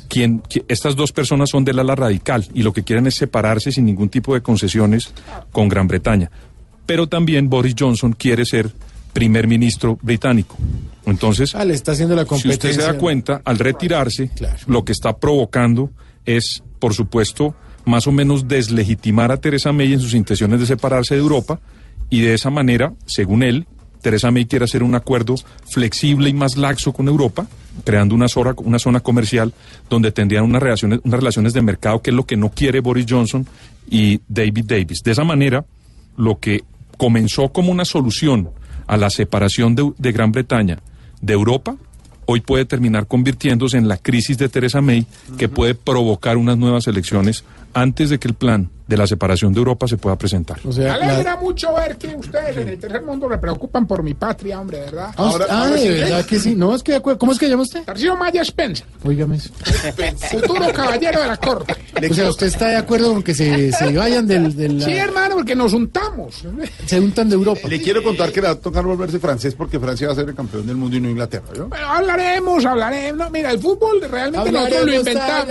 estas 2 personas son del ala radical y lo que quieren es separarse sin ningún tipo de concesiones con Gran Bretaña. Pero también Boris Johnson quiere ser primer ministro británico. Entonces, le está haciendo la competencia. Si usted se da cuenta, al retirarse, lo que está provocando es, por supuesto, más o menos deslegitimar a Theresa May en sus intenciones de separarse de Europa, y de esa manera, según él, Theresa May quiere hacer un acuerdo flexible y más laxo con Europa, creando una zona comercial donde tendrían unas relaciones de mercado, que es lo que no quiere Boris Johnson y David Davis. De esa manera, lo que comenzó como una solución a la separación de Gran Bretaña de Europa, hoy puede terminar convirtiéndose en la crisis de Theresa May, que puede provocar unas nuevas elecciones antes de que el plan de la separación de Europa se pueda presentar. O sea, me alegra mucho ver que ustedes en el tercer mundo se preocupan por mi patria, hombre, ¿verdad? De verdad que sí. No, es que ¿cómo es que llama usted? Tarcísio Maya Spencer. Óigame eso. Futuro caballero de la corte. O sea, ¿usted está de acuerdo con que se vayan del Sí, hermano, porque nos untamos. Se untan de Europa. Le quiero contar que le va a tocar volverse francés porque Francia va a ser el campeón del mundo y no Inglaterra, ¿no? Pero hablaremos. No, mira, el fútbol realmente nosotros lo inventamos.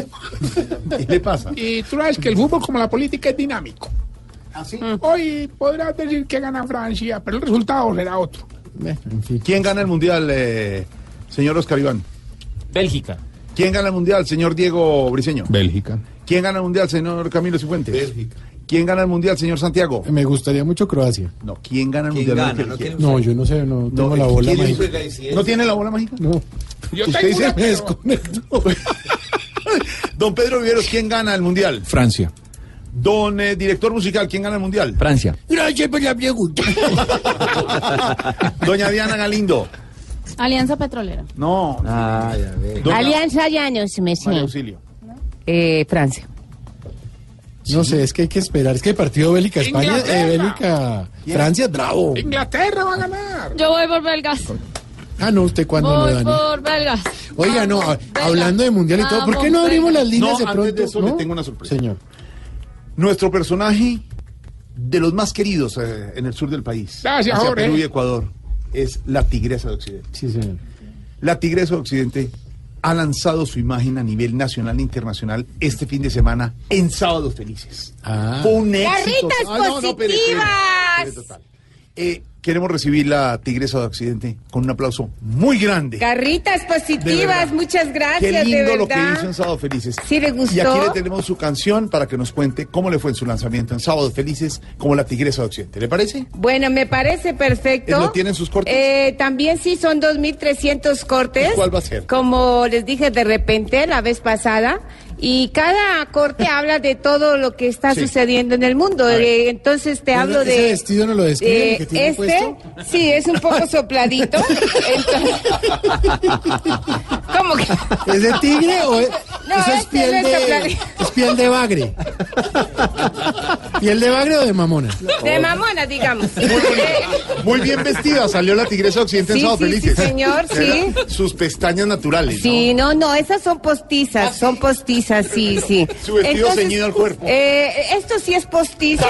¿Qué le pasa? Y tú sabes que el fútbol, como la política, es dinámico. ¿Ah, sí? Hoy podrás decir que gana Francia, pero el resultado será otro. En fin. ¿Quién gana el mundial, señor Oscar Iván? Bélgica. ¿Quién gana el mundial, señor Diego Briceño? Bélgica. ¿Quién gana el mundial, señor Camilo Cifuentes? Bélgica. ¿Quién gana el mundial, señor Santiago? Me gustaría mucho Croacia. No, ¿quién gana el mundial? No, yo no sé, no tengo la bola mágica. ¿No tiene la bola mágica? No. Yo ¿Usted tengo dice? una, Me desconecto. Don Pedro Viveros, ¿quién gana el mundial? Francia. Don director musical, ¿quién gana el mundial? Francia. Gracias por la pregunta. Doña Diana Galindo. Alianza Petrolera. No. Alianza Llanos, me María Auxilio. Francia. No sé, es que hay que esperar. Es que el partido Bélgica España, Bélgica Francia, bravo. Inglaterra va a ganar. Yo voy por belgas. Ah, no, ¿usted cuándo no, Voy Dani? por belgas. Oiga, no, hablando de mundial y todo, ¿por qué no abrimos las líneas de pronto? Antes de eso ¿no? le tengo una sorpresa. Señor. Nuestro personaje de los más queridos en el sur del país, Gracias, hacia Jorge. Perú y Ecuador, es la Tigresa de Occidente. Sí, señor. La Tigresa de Occidente ha lanzado su imagen a nivel nacional e internacional este fin de semana en Sábados Felices. Fue un éxito. ¡Carritas positivas! Total. queremos recibir la Tigresa de Occidente con un aplauso muy grande. Garritas positivas, muchas gracias, Qué lindo de verdad. lo que hizo en Sábado Felices. Sí, le gustó. Y aquí le tenemos su canción para que nos cuente cómo le fue en su lanzamiento en Sábado Felices como la Tigresa de Occidente. ¿Le parece? Bueno, me parece perfecto. ¿Lo tienen sus cortes? También sí, son 2.300 cortes. ¿Cuál va a ser? Como les dije de repente la vez pasada. Y cada corte habla de todo lo que está sucediendo en el mundo. Entonces te hablo ¿Ese de... vestido no lo describe, el que tiene puesto? Sí, es un poco sopladito. Entonces, ¿cómo que? ¿Es de tigre o es, No, eso es piel no es de... sopladito. Es piel de bagre? ¿Piel de bagre o de mamona? De mamona, digamos. Muy bien vestida, salió la Tigresa de Occidente en Sí, Sábado sí, Felices. sí, señor, sí. Sus pestañas naturales, Sí, no, esas son postizas, sí. Su vestido ceñido al cuerpo. Esto sí es postizo,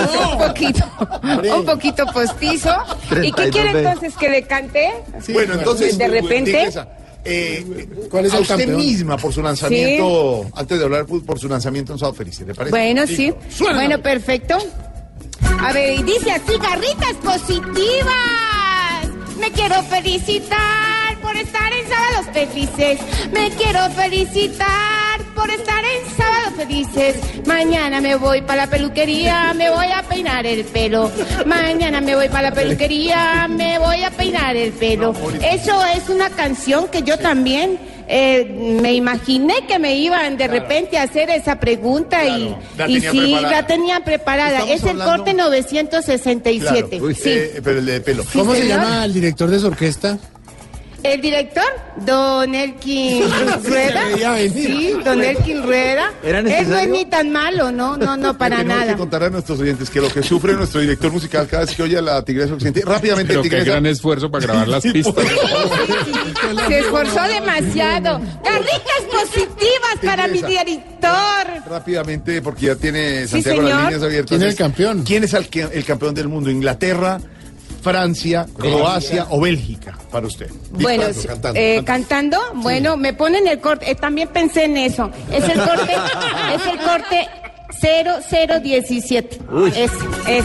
un poquito postizo. ¿Y qué quiere entonces que le cante? Sí, bueno, entonces, de repente. Tigresa, ¿cuál es a el usted campeón? misma por su lanzamiento, antes de hablar por su lanzamiento en Sábado Felices, ¿le parece? Bueno, sí. Suena. Bueno, perfecto. A ver, y dice así, garritas positivas. Me quiero felicitar por estar en Sábados Felices. Me quiero felicitar por estar en Sábados Felices. Mañana me voy para la peluquería, me voy a peinar el pelo. Mañana me voy para la peluquería, me voy a peinar el pelo. Eso es una canción que yo también me imaginé que me iban de repente a hacer esa pregunta y sí, la tenía preparada. Es el corte 967. Claro, Sí. pero el de pelo. ¿Cómo se señor. llama el director de su orquesta? El director, Don Elkin Rueda. Sí, Don Elkin Rueda. ¿Era Él no es necesario? ni tan malo, no, para Tenemos que nada. contar a nuestros oyentes que lo que sufre nuestro director musical cada vez que oye a la Tigresa Occidente, rápidamente Pero qué Tigresa. gran esfuerzo para grabar las pistas. Se esforzó demasiado. Garritas positivas para mi director. Rápidamente, porque ya tiene Sí, Santiago las señor. líneas abiertas. ¿Quién es el campeón? ¿Quién es el campeón del mundo? ¿Inglaterra, Francia, Croacia o Bélgica? Para usted. Bueno, cantando, bueno, me ponen el corte, también pensé en eso. Es el corte 0017. Es.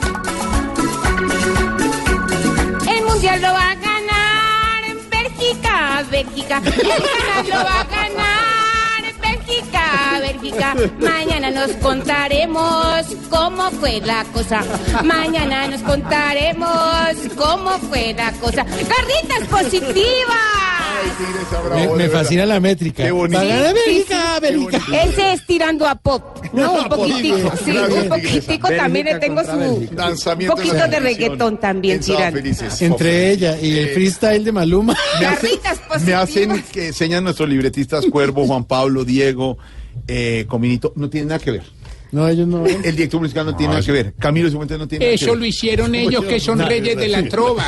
El mundial lo va a ganar Bélgica. El canal lo va a ganar Bélgica. Mañana nos contaremos cómo fue la cosa. Garritas positivas. Me fascina la métrica. Qué bonito. Va a ganar Bélgica. Ese es tirando a pop, ¿no? Un poquitico, sí, Gracias, un poquitico Tigresa. también le tengo su Lanzamiento poquito la de canción reggaetón también en Sábado tirando. Felices. Entre ella y el freestyle de Maluma. Garritas Me positivas. hacen que enseñan nuestros libretistas Cuervo, Juan Pablo, Diego, Cominito. No tiene nada que ver. No, ellos no. El director musical no tiene nada que ver. Camilo Cifuentes no tiene nada que Eso ver. lo hicieron ellos que son reyes de la trova.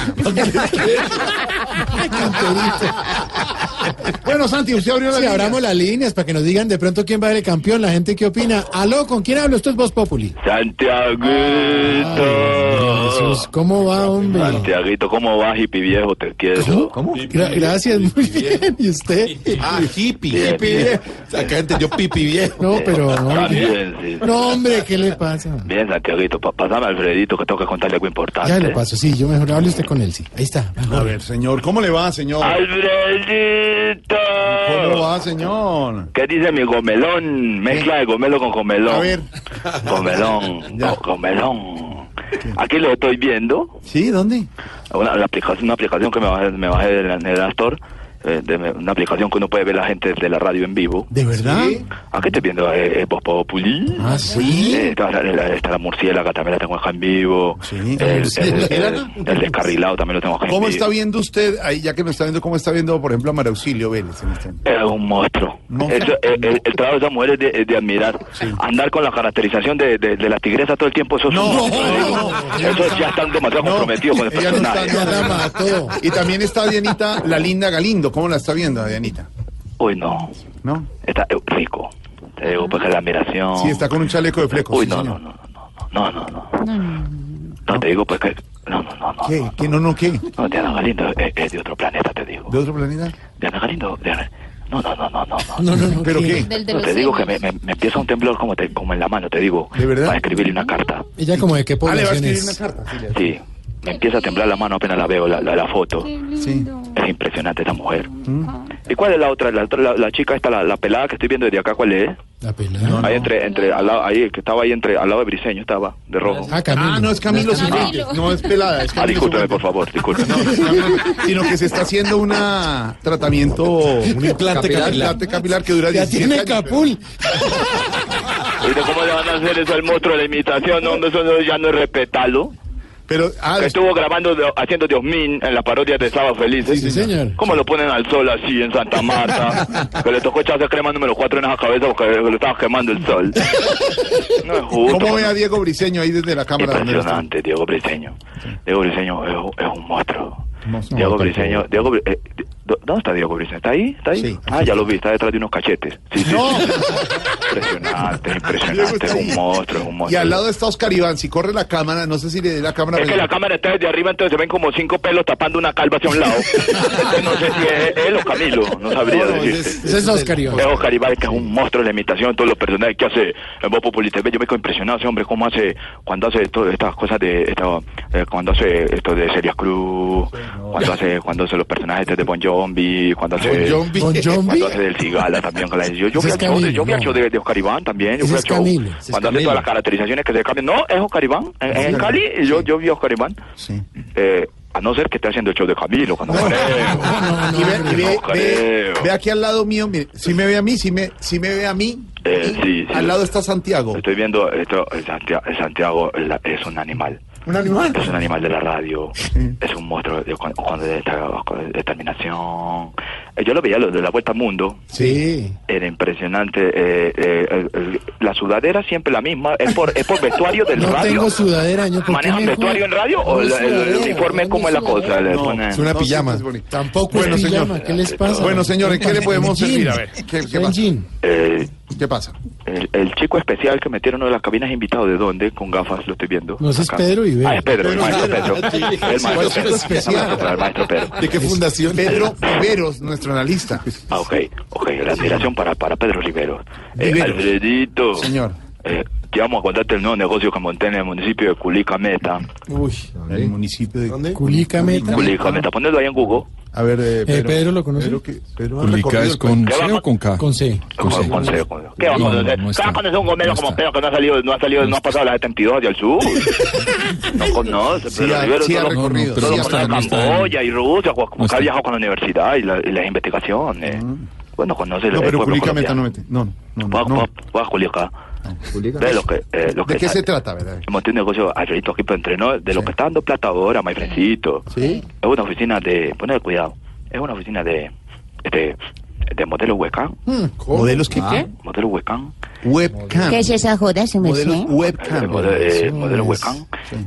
Bueno, Santi, usted abrió la Sí, línea. abramos las líneas para que nos digan de pronto quién va a ser el campeón, la gente qué opina. Aló, ¿con quién hablo? Esto es Voz Populi. Santiaguito. Jesús, ¿cómo va, hombre? Santiaguito, ¿cómo vas, hippie viejo? Te quiero. ¿Cómo? Gracias, muy bien. ¿Y usted? Ah, hippie. Bien, Hippie bien. viejo. Acá entendió pipi viejo. No, pero no. También, sí. No, hombre, ¿qué le pasa? Bien, Santiaguito, pásame a Alfredito que tengo que contarle algo importante. Ya le paso, sí, yo mejor hable usted con él, sí. Ahí está. A ver, señor, ¿cómo le va, señor? ¡Alfredito! ¿Cómo va, señor? ¿Qué dice mi gomelón? Mezcla de gomelo con gomelón. A ver. Gomelón, Ya. gomelón. Aquí lo estoy viendo. ¿Sí? ¿Dónde? Una aplicación que me bajé de la Store. Una aplicación que uno puede ver la gente desde la radio en vivo. ¿De verdad? Aquí estoy viendo Voz Populi. Ah, ¿sí? Está la murciélaga, también la tengo acá en vivo. Sí. El descarrilado también lo tengo acá en vivo. ¿Cómo está viendo usted, ahí ya que nos está viendo, cómo está viendo, por ejemplo, a María Auxilio Vélez en este momento? Es un monstruo. El trabajo de esa mujer es de admirar. Andar con la caracterización de la tigresa todo el tiempo, eso es eso ya están demasiado comprometidos con el Ella no está, personaje. ya la mató. Y también está Dianita, la linda Galindo. ¿Cómo la está viendo, Dianita? Uy, no. ¿No? Está rico. Te digo, porque la admiración. Sí, está con un chaleco de flecos. Uy, sí, no, señor. No, te digo, pues que. No. ¿Qué? ¿Qué? No, ¿qué? No, Diana Galindo es de otro planeta, te digo. ¿De otro planeta? Diana Galindo. No. No, ¿pero qué? No, te digo que me empieza un temblor como en la mano, te digo. ¿De verdad? Para escribirle una carta. ¿Ella como de qué Ah, le va a población escribir es? una carta. Sí. me empieza a temblar la mano apenas la veo, la foto. Sí. Es impresionante esa mujer. ¿Y cuál es la otra? La chica esta, la pelada que estoy viendo desde acá, ¿cuál es? La pelada. Ahí al lado, ahí, que estaba ahí al lado de Briseño, estaba, de rojo. Camilo. No es Camilo Cifuentes, no es pelada. Es Camilo discúlpeme, por favor, discúlpeme. Sino que se está haciendo un tratamiento, un implante capilar que dura 17 años. Ya tiene Capul. Oye, ¿cómo le van a hacer eso al monstruo de la imitación? Hombre, eso ya no es respetarlo. Pero, que estuvo grabando, haciendo Diosmín en las parodias de Sábado Felices. Sí, señor. ¿Cómo lo ponen al sol así en Santa Marta? Que le tocó echarse crema número 4 en esa cabeza porque le estaba quemando el sol. No es justo. ¿Cómo ve a Diego Briseño ahí desde la cámara? Impresionante, Diego Briseño. Diego Briseño es un monstruo. Diego Briseño, ¿dónde está Diego Briseño? ¿Está ahí? ¿Está ahí? Sí. Ya lo vi, está detrás de unos cachetes. Sí. Impresionante, es un monstruo. Y al lado está Oscar Iván, si corre la cámara, no sé si le dé la cámara. Es que la cámara está desde arriba, entonces se ven como 5 pelos tapando una calva hacia un lado. Entonces no sé si es él o Camilo, no sabría decirte. Ese es Oscar Iván. Es Oscar Iván, que es un monstruo de la imitación, todos los personajes que hace en Voz Populi TV. Yo me quedo impresionado ese hombre, cómo hace, cuando hace todas estas cosas cuando hace esto de Celia Cruz, cuando hace los personajes de Bon Jovi, cuando hace del Cigala también. Yo vi al show de Oscar Iván también, yo fui al show, cuando hace todas las caracterizaciones que se cambian. No, es Oscar Iván, en Cali, yo vi a Oscar Iván. Sí. A no ser que esté haciendo el show de Camilo, cuando ve aquí al lado mío, mire, si me ve a mí, sí. Sí. Al lado está Santiago. Estoy viendo esto, Santiago es un animal. ¿Un animal? Es un animal de la radio. Sí. Es un monstruo con determinación. Yo lo veía de la Vuelta al Mundo. Sí. Era impresionante. La sudadera siempre la misma. ¿Es por vestuario del radio? No tengo sudadera. ¿Manejan vestuario en radio o el uniforme como es la cosa? Es una pijama. Tampoco es pijama. Señor. ¿Qué les pasa? Bueno, señor, ¿en qué le podemos servir? A ver, ¿qué pasa? El chico especial que metieron en las cabinas invitado, ¿de dónde? Con gafas, lo estoy viendo. No, ese es Pedro Ibero. Es Pedro, el maestro Pedro. El maestro Pedro. ¿De qué fundación? Pedro Riveros, nuestro analista. Ok, la admiración para Pedro Riveros. Alfredito. Señor. Te vamos a contarte el nuevo negocio que monté en el municipio de Culicameta. Uy, ¿el municipio de dónde? Culicameta. Ponedlo ahí en Google. A ver, Pedro lo conoce. Culica es con C o con K. Con C. Con C. ¿Qué va a conocer? ¿Qué va a conocer un gomero como Pedro que no ha pasado la 72 hacia el sur? No conoce, Pedro Rivero. Sí, ha recorrido. Todo Camboya y Rusia, como que ha viajado con la universidad y las investigaciones. Bueno, conoce el pero pueblo Culicameta no colombiano. mete. No. Va a Culica. ¿De qué se trata, verdad? Monté un negocio Alfredito aquí para entrenar de lo que está dando plata ahora, maifrecito. Sí. Es una oficina de, poner cuidado, es una oficina de modelos webcam. ¿Modelos qué? Modelos webcam. Webcam. ¿Qué es esa joda, se me Modelos webcam. Modelos webcam.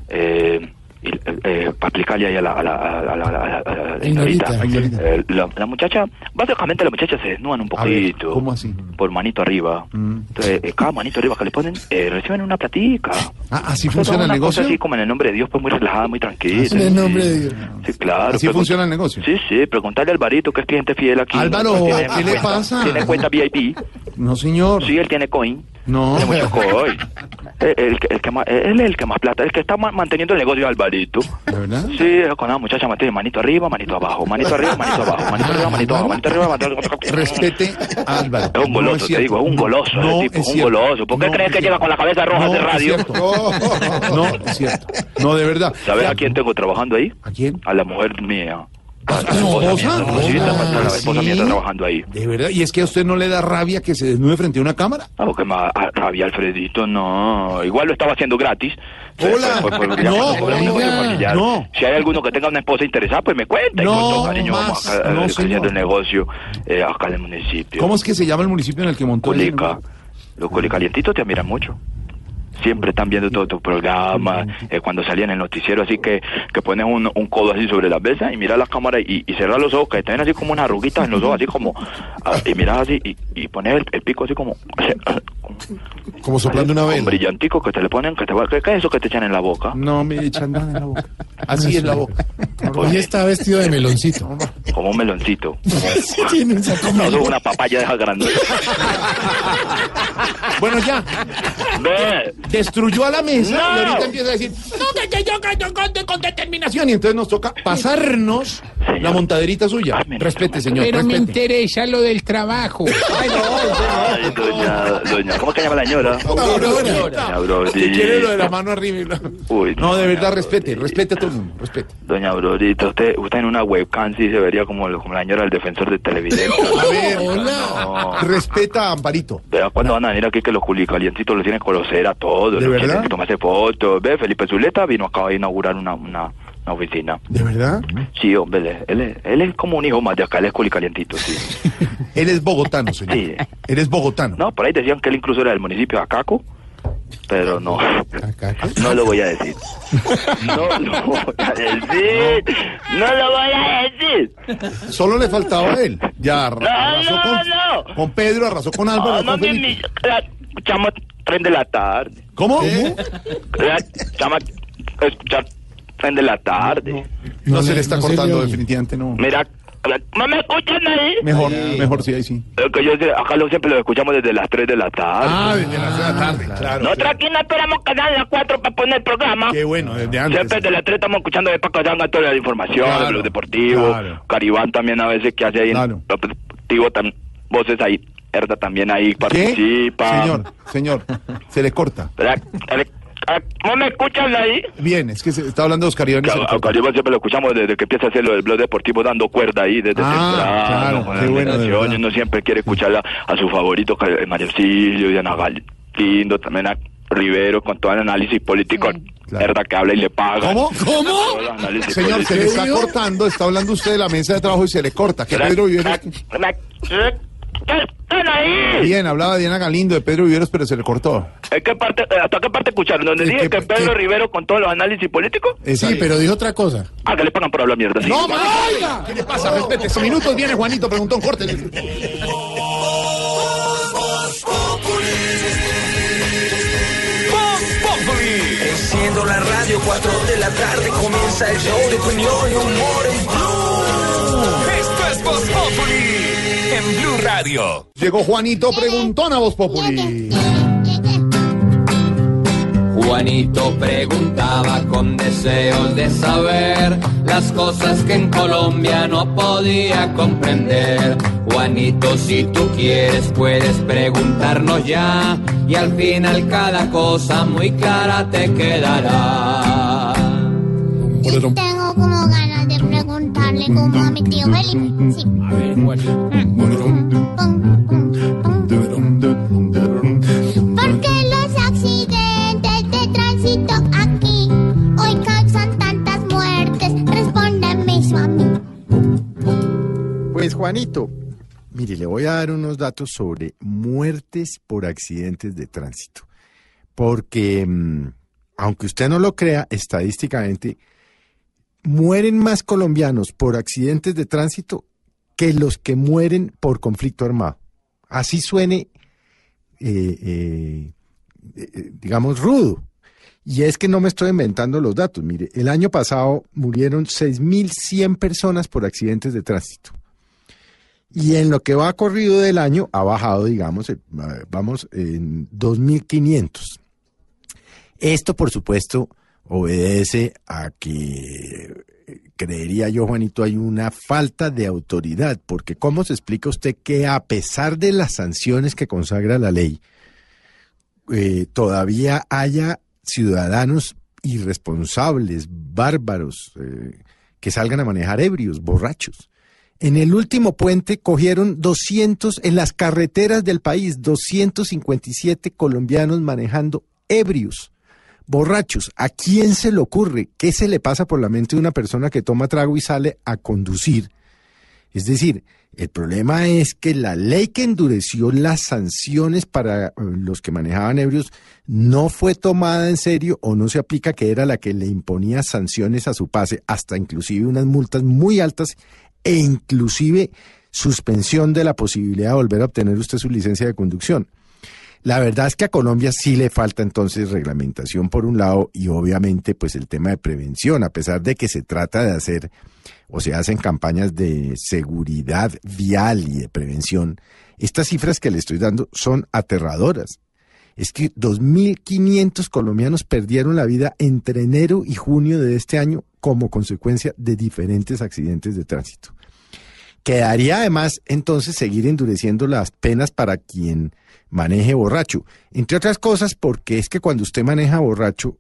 Para explicarle ahí a la señorita. La muchacha, básicamente la muchacha se desnudan un poquito. ¿Cómo así? Por manito arriba. Entonces, cada manito arriba que le ponen, reciben una platica. ¿Así funciona el negocio? Así como en el nombre de Dios, pues muy relajada, muy tranquila. En el nombre de Dios. Sí, claro. ¿Así funciona el negocio? Sí, preguntarle a Alvarito, que es cliente fiel aquí. Álvaro, ¿qué le pasa? Tiene cuenta VIP. No, señor. Sí, él tiene coin. No. Tiene mucho coin. Él es el que más plata, el que está manteniendo el negocio de Alvarito. ¿De verdad? Sí, con la muchacha mantiene manito arriba, manito abajo, manito arriba, manito abajo, manito arriba, manito abajo, manito arriba, manito abajo. Respete a Álvaro. Es un goloso, te digo, es un goloso ese tipo, un goloso. ¿Por qué crees que llega con la cabeza roja de radio? No, es cierto. No, de verdad. ¿Sabes a quién tengo trabajando ahí? ¿A quién? A la mujer mía. ¿A su esposa? La esposa mía está trabajando ahí. ¿De verdad? ¿Y es que a usted no le da rabia que se desnude frente a una cámara? No, que más rabia, Alfredito, no. Igual lo estaba haciendo gratis. Hola. No. Si hay alguno que tenga una esposa interesada, pues me cuenta. Y con todo cariño vamos creciendo el negocio acá en el municipio. ¿Cómo es que se llama el municipio en el que montó? Culica. Los culicalientitos te admiran mucho. Siempre están viendo todo tu programa, cuando salían en el noticiero, así que pones un codo así sobre la mesa y miras la cámara y cerras los ojos, que te ven así como unas arruguitas en los ojos, así como, y miras así y pones el pico así como soplando una vela. Un brillantico que te le ponen, ¿qué es eso que te echan en la boca? No me echan nada en la boca. Así es la boca. Hoy está vestido de meloncito. Como un meloncito. Tiene un saco no, una papaya de esa grande. Bueno, ya. Ve. destruyó a la mesa No. y ahorita empieza a decir, no, que yo con determinación. Y entonces nos toca pasarnos la montaderita suya. Respete, señor, Pero me respete. interesa lo del trabajo. Ay, doña, ¿cómo que llama la señora? Doña Aurorita. Que quiere lo de la mano arriba. Y Uy, no, de verdad, respete a todo el mundo, respete. Doña Aurorita, usted en una webcam sí se vería como la señora del defensor de televidente. A ver, No. respeta a Amparito. Vea, ¿cuándo van a venir aquí que los culicalientitos los tienen que conocer a todos? ¿De los verdad? tienen que tomarse fotos. Ve, Felipe Zuleta vino acá a inaugurar una oficina. ¿De verdad? Sí, hombre, él es como un hijo más de acá, él es culicalientito, sí. Él es bogotano, señor. Sí. Él es bogotano. No, por ahí decían que él incluso era del municipio de Acaco, pero no. No lo voy a decir. No lo voy a decir. No lo voy a decir. Solo le faltaba a él. Ya arrasó con Pedro, arrasó con Álvaro. No, con Felipe. Escuchamos Tren de la Tarde. ¿Cómo? Escuchar Tren de la Tarde. No se le está cortando, definitivamente no. Mira, ¿no me escuchan ahí? Mejor sí, ahí sí. Que yo acá siempre lo escuchamos desde las 3 de la tarde. Desde las 3 de la tarde, claro. Nosotros aquí no esperamos que sean las 4 para poner el programa. Qué bueno, desde antes. Siempre desde las 3 estamos escuchando de Paco Yanga toda la información, de los deportivos. Caribán también a veces que hace ahí en lo deportivo, voces ahí. Herda también ahí participa. Señor, se le corta. ¿No me escuchan ahí? Bien, es que se está hablando de Oscar Iván. A Caribán siempre lo escuchamos desde que empieza a hacer lo del blog deportivo, dando cuerda ahí desde temprano, con las meditaciones. Uno siempre quiere escucharla a su favorito, Mario Silvio, Diana Galindo, también a Rivero, con todo el análisis político. Herda que habla y le paga. ¿Cómo? Señor, se le está cortando, está hablando usted de la mesa de trabajo y se le corta. Que Pedro Viveros... ¿Están ahí? Bien, hablaba Diana Galindo de Pedro Viveros, pero se le cortó. ¿Hasta qué parte escucharon? ¿Donde dije que Pedro Rivero con todos los análisis políticos? Sí, pero dijo otra cosa. Que le pagan por hablar mierda. Sí. ¡No, oiga! ¿Qué le pasa? Respete, esos minutos viene Juanito, preguntó un corte. Enciendo la radio, 4 de la tarde comienza el show de opinión y humor en Blue. Esto es Voz Populi en Blue Radio. Llegó Juanito Preguntón a Voz Populi. Juanito preguntaba con deseos de saber las cosas que en Colombia no podía comprender. Juanito, si tú quieres puedes preguntarnos ya y al final cada cosa muy clara te quedará. Tengo como ganas de preguntarle como a mi tío Felipe. Sí. A ver, Juanito. ¿Por qué los accidentes de tránsito aquí hoy causan tantas muertes? Respóndeme eso a mí. Pues Juanito, mire, le voy a dar unos datos sobre muertes por accidentes de tránsito. Porque, aunque usted no lo crea, estadísticamente, mueren más colombianos por accidentes de tránsito que los que mueren por conflicto armado. Así suene, digamos, rudo. Y es que no me estoy inventando los datos. Mire, el año pasado murieron 6.100 personas por accidentes de tránsito. Y en lo que va corrido del año ha bajado, digamos, vamos en 2.500. Esto, por supuesto, obedece a que, creería yo, Juanito, hay una falta de autoridad, porque ¿cómo se explica usted que a pesar de las sanciones que consagra la ley, todavía haya ciudadanos irresponsables, bárbaros, que salgan a manejar ebrios, borrachos? En el último puente cogieron 200, en las carreteras del país, 257 colombianos manejando ebrios, borrachos. ¿A quién se le ocurre? ¿Qué se le pasa por la mente de una persona que toma trago y sale a conducir? Es decir, el problema es que la ley que endureció las sanciones para los que manejaban ebrios no fue tomada en serio o no se aplica, que era la que le imponía sanciones a su pase, hasta inclusive unas multas muy altas e inclusive suspensión de la posibilidad de volver a obtener usted su licencia de conducción. La verdad es que a Colombia sí le falta entonces reglamentación por un lado y obviamente pues el tema de prevención, a pesar de que se trata de hacer o se hacen campañas de seguridad vial y de prevención. Estas cifras que le estoy dando son aterradoras. es que 2.500 colombianos perdieron la vida entre enero y junio de este año como consecuencia de diferentes accidentes de tránsito. Quedaría además entonces seguir endureciendo las penas para quien maneje borracho, entre otras cosas porque es que cuando usted maneja borracho,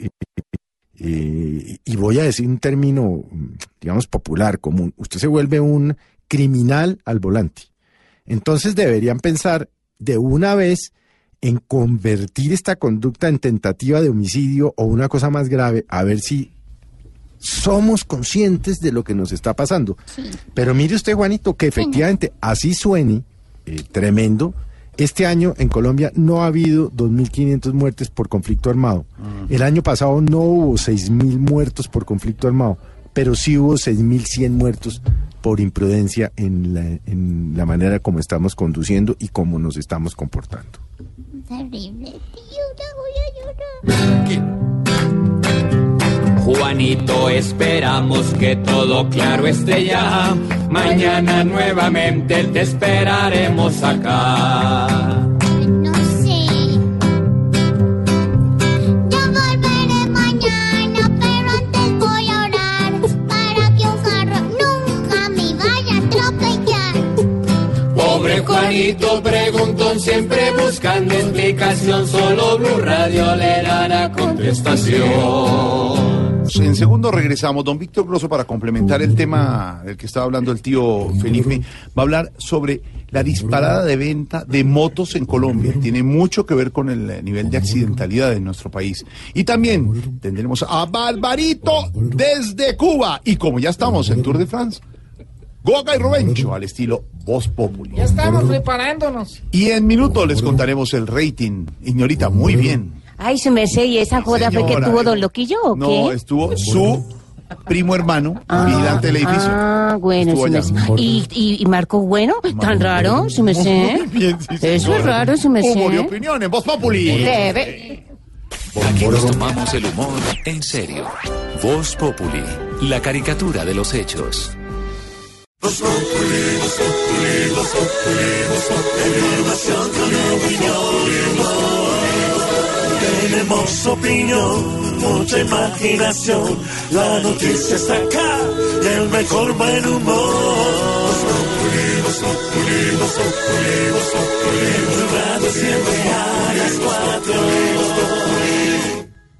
y voy a decir un término, digamos, popular, común, usted se vuelve un criminal al volante. Entonces deberían pensar de una vez en convertir esta conducta en tentativa de homicidio o una cosa más grave, a ver si somos conscientes de lo que nos está pasando. Sí. Pero mire usted, Juanito, que efectivamente así suene tremendo. Este año en Colombia no ha habido 2.500 muertes por conflicto armado. El año pasado no hubo 6.000 muertos por conflicto armado, pero sí hubo 6.100 muertos por imprudencia en la manera como estamos conduciendo y cómo nos estamos comportando. Terrible, voy a llorar. Juanito, esperamos que todo claro esté ya. Mañana nuevamente te esperaremos acá. No sé. Yo volveré mañana, pero antes voy a orar para que un carro nunca me vaya a atropellar. Pobre Juanito preguntón, siempre buscando explicación. Solo Blue Radio le dará contestación. En segundo regresamos. Don Víctor Grosso, para complementar el tema del que estaba hablando el tío Felipe, va a hablar sobre la disparada de venta de motos en Colombia. Tiene mucho que ver con el nivel de accidentalidad en nuestro país. Y también tendremos a Barbarito desde Cuba. Y como ya estamos en Tour de France, Goga y Robencho al estilo Voz Populi. Ya estamos preparándonos. Y en minutos les contaremos el rating. Ignorita, muy bien. Ay, su merced, ¿y esa joda fue que tuvo Don Loquillo o qué? No, estuvo su primo hermano, vigilante del edificio. Ah, bueno, su merced. ¿Y Marco Bueno? ¿Tan raro, su merced? Bien, sí, eso es raro, su merced. Humor y opinión en Voz Populi. Aquí nos tomamos el humor en serio. Voz Populi, la caricatura de los hechos. Voz Populi, Voz Populi, Voz Populi, Voz Populi, información con opinión. Tenemos opinión, mucha imaginación, la noticia está acá y el mejor buen humor. Voz Populi, Voz Populi, Voz Populi, Voz Populi, Radio siempre a las 4. Voz Populi.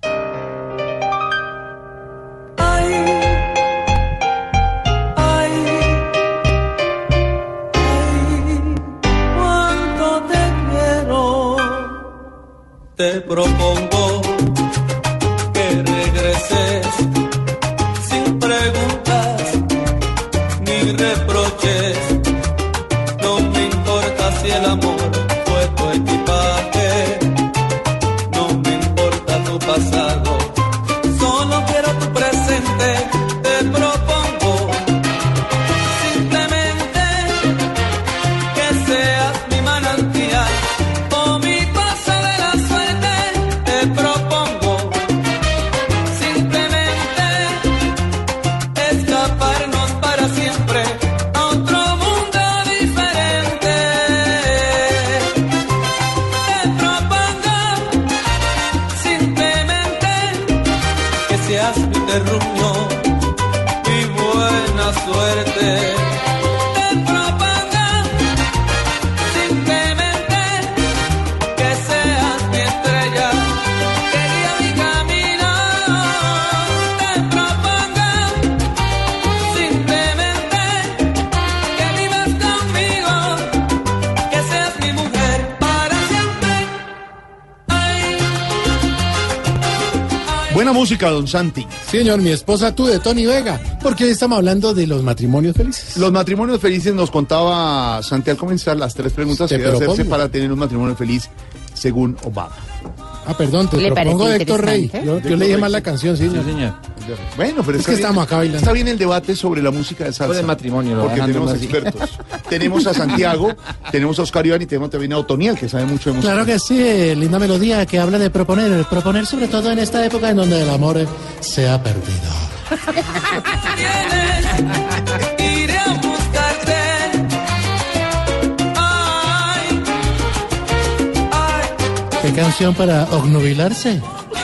Te propongo que regreses sin preguntas ni reproches. No me importa si el amor fue tu equipaje, no me importa tu pasado, solo quiero tu presente. Te propongo simplemente que seas mi manantial o mi paso de la suerte. Te propongo simplemente escaparnos para siempre a otro mundo diferente. Te propongo simplemente que seas mi terruño y buena suerte. Te propongo simplemente que seas mi estrella, que guía mi camino. Te propongo simplemente que vivas conmigo, que seas mi mujer para siempre. Buena música, don Santi. Señor, mi esposa tú de Tony Vega, porque hoy estamos hablando de los matrimonios felices. Los matrimonios felices nos contaba Santi al comenzar las 3 preguntas que debe hacerse para tener un matrimonio feliz según Obama. Ah, perdón, te propongo de Héctor Rey. Yo le dije mal la canción, sí, señor. Bueno, pero es que estamos acá bailando. Está bien el debate sobre la música de salsa. Sobre el matrimonio, porque tenemos expertos. Tenemos a Santiago, tenemos a Oscar Iván y tenemos también a Otoniel, que sabe mucho de música. Claro que sí, linda melodía que habla de proponer sobre todo en esta época en donde el amor se ha perdido. Iré a buscarte. canción para obnubilarse.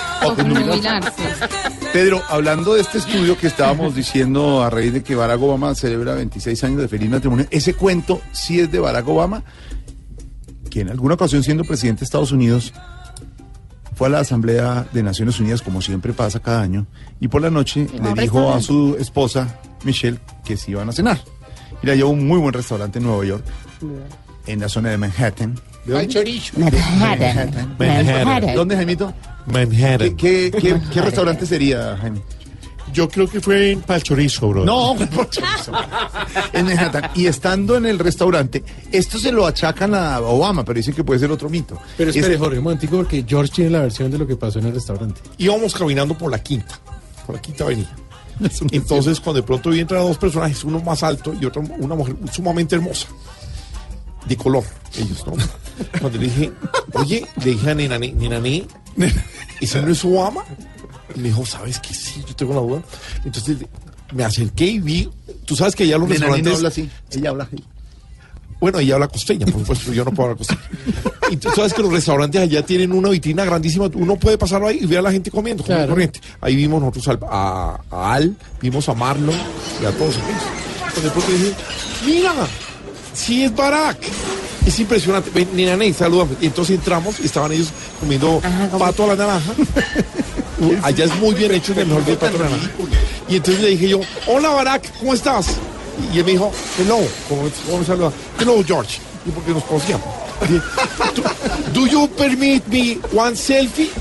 Pedro, hablando de este estudio que estábamos diciendo a raíz de que Barack Obama celebra 26 años de feliz matrimonio, ese cuento sí es de Barack Obama, que en alguna ocasión, siendo presidente de Estados Unidos, fue a la Asamblea de Naciones Unidas, como siempre pasa cada año, y por la noche le dijo a su esposa, Michelle, que se iban a cenar. Y la llevó a un muy buen restaurante en Nueva York, en la zona de Manhattan. Al chorizo. Manhattan. ¿Dónde, Jaimito? Manhattan. ¿Qué restaurante sería, Jaime? Yo creo que fue para el chorizo, bro. No, por chorizo. En Manhattan. Y estando en el restaurante, esto se lo achacan a Obama, pero dicen que puede ser otro mito. Pero espere, Jorge, un momentico, porque George tiene la versión de lo que pasó en el restaurante. Íbamos caminando por la quinta avenida. Entonces, cuando de pronto vi entrar dos personajes, uno más alto y otro, una mujer sumamente hermosa, de color, ellos, ¿no? Cuando le dije, oye, le dije a Nenané, ¿ese no es Obama? Y me dijo, ¿sabes qué? Sí, yo tengo una duda. Entonces me acerqué y vi, tú sabes que allá los restaurantes... no habla así, ella habla así. Bueno, ella habla costeña, por supuesto, yo no puedo hablar costeña. Y tú sabes que los restaurantes allá tienen una vitrina grandísima, uno puede pasarlo ahí y ver a la gente comiendo, como corriente. Ahí vimos nosotros a Al, vimos a Marlon y a todos ellos. Entonces de pronto dije, mira, sí es Barack. Es impresionante. Ven, Nenané, saludame. Y entonces entramos y estaban ellos comiendo pato a la naranja. Allá es muy bien hecho, es el mejor del pato a la naranja. Y entonces le dije yo, hola Barack, ¿cómo estás? Y él me dijo, hello, ¿cómo me saluda? Hello, George. Y porque nos conocíamos. Dije, do you permit me one selfie?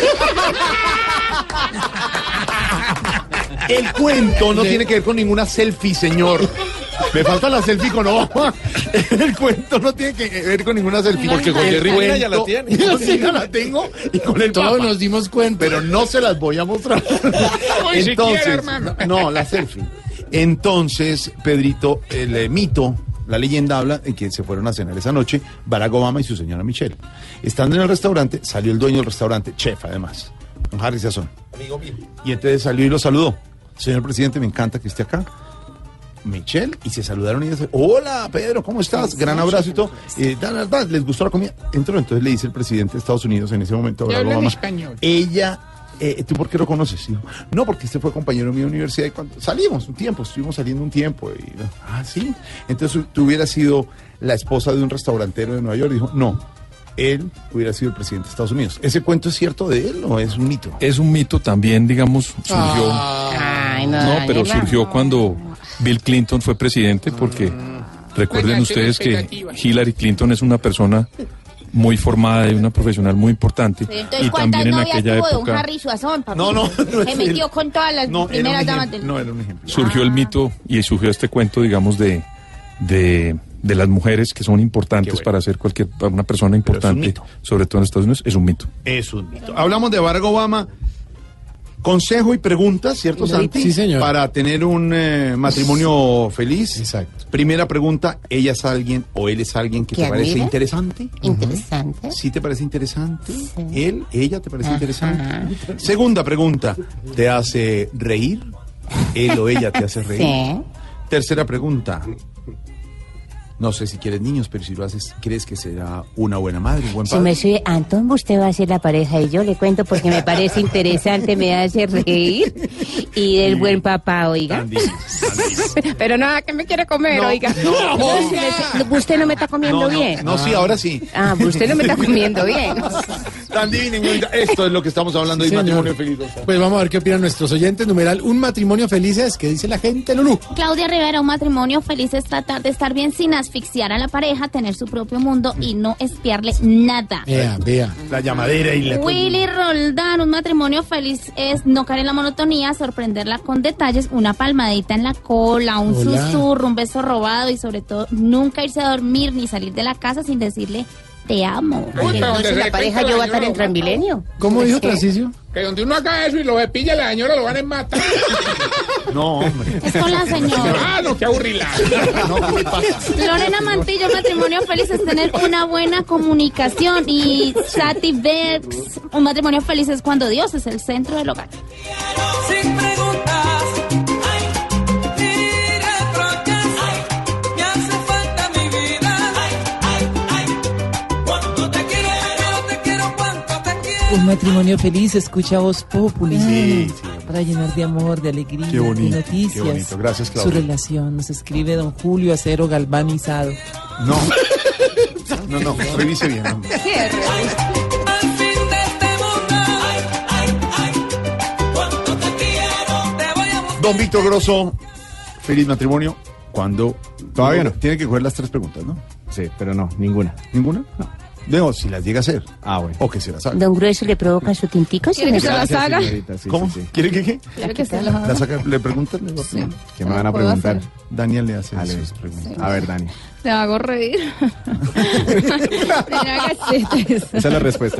El cuento no tiene que ver con ninguna selfie, señor. Me falta la selfie con Obama. El cuento no tiene que ver con ninguna selfie. Porque con Jerry Buena ya la tiene. Yo sí ya la tengo. Y con el Todos Papa. nos dimos cuenta. Pero no se las voy a mostrar. Entonces, no, la selfie. Entonces, Pedrito, el mito, la leyenda habla de que se fueron a cenar esa noche Barack Obama y su señora Michelle. Estando en el restaurante, salió el dueño del restaurante, chef además, don Harry Sazón. Amigo mío. Y entonces salió y lo saludó. Señor presidente, me encanta que esté acá. Michelle, y se saludaron y dice, hola Pedro, ¿cómo estás? Gran abrazo y todo. ¿Les gustó la comida? Entró, entonces le dice el presidente de Estados Unidos en ese momento, Barack Obama, ella... ¿tú por qué lo conoces? Digo, no, porque este fue compañero mío de universidad y cuando salimos un tiempo, estuvimos saliendo un tiempo. Y, sí. Entonces tú hubieras sido la esposa de un restaurantero de Nueva York. Dijo, no, él hubiera sido el presidente de Estados Unidos. ¿Ese cuento es cierto de él o es un mito? Es un mito también, digamos, surgió. Pero surgió cuando Bill Clinton fue presidente, porque recuerden ustedes que Hillary Clinton es una persona muy formada y una profesional muy importante. Entonces, y también en aquella tuvo época don Harry Suazón, papi? No, se metió con todas las primeras damas del... No, era un ejemplo. Surgió el mito y surgió este cuento, digamos, de las mujeres que son importantes para ser una persona importante, sobre todo en Estados Unidos, es un mito. Es un mito. Hablamos de Barack Obama. Consejo y preguntas, ¿cierto, Santi? Sí, señor. Para tener un matrimonio feliz. Exacto. Primera pregunta, ¿ella es alguien o él es alguien que te parece admira? interesante? Interesante. ¿Sí te parece interesante? ¿Él, ella te parece interesante? Segunda pregunta, ¿te hace reír? ¿Él o ella te hace reír? Sí. Tercera pregunta, no sé si quieres niños, pero si lo haces, ¿crees que será una buena madre, un buen Si padre? me sube, Antón, usted va a ser la pareja y yo le cuento porque me parece interesante, me hace reír y el buen papá, oiga. Pero nada, que me quiere comer, No, oiga. Usted no me está comiendo bien. No, sí, ahora sí. Ah, usted no me está comiendo bien. Tan divina, esto es lo que estamos hablando de Señor. matrimonio feliz. Pues vamos a ver qué opinan nuestros oyentes. Numeral, un matrimonio feliz es, ¿qué dice la gente, Lulú? Claudia Rivera, un matrimonio feliz es tratar de estar bien sin asfixiar a la pareja, tener su propio mundo y no espiarle nada. Vea. La llamadera y la... Willy Roldán, un matrimonio feliz es no caer en la monotonía, sorprenderla con detalles, una palmadita en la cola, un Hola. susurro, un beso robado y sobre todo nunca irse a dormir ni salir de la casa sin decirle te amo. Ay, entonces la pareja yo va a estar en Transmilenio. ¿Cómo dijo Tarcisio? Que donde uno haga eso y lo pilla la señora lo van a matar. No, hombre. Es con la señora. Ah, no, qué aburrila. No, ¿qué pasa? Lorena Mantillo, matrimonio feliz es tener una buena comunicación. Y Sati Bex, un matrimonio feliz es cuando Dios es el centro del hogar. Sin preguntas, ni reproches, me hace falta mi vida. Cuánto te quiero, cuánto Un matrimonio feliz, escucha Voz Populi. Sí, sí. Para llenar de amor, de alegría, Qué bonito, de noticias. qué bonito. Gracias, Su Claudia. relación nos escribe don Julio Acero Galvanizado. No. No, revise bien. hombre. Don Víctor Grosso, feliz matrimonio. ¿Cuándo? Todavía no. Tiene que coger las 3 preguntas, ¿no? Sí, pero no, ninguna. ¿Ninguna? No. Si las llega a hacer. Ah, bueno. O que se las haga. Don Grueso le provoca su tintico. ¿Quiere que se las haga? ¿Cómo? ¿Quiere que qué? Quiero que se lo ¿La saca? ¿Le preguntan? ¿Qué me van a puedo preguntar? hacer. Daniel le hace Dale, sus preguntas. a ver, Dani. Te hago reír. Mira, gachetes. Esa es la respuesta.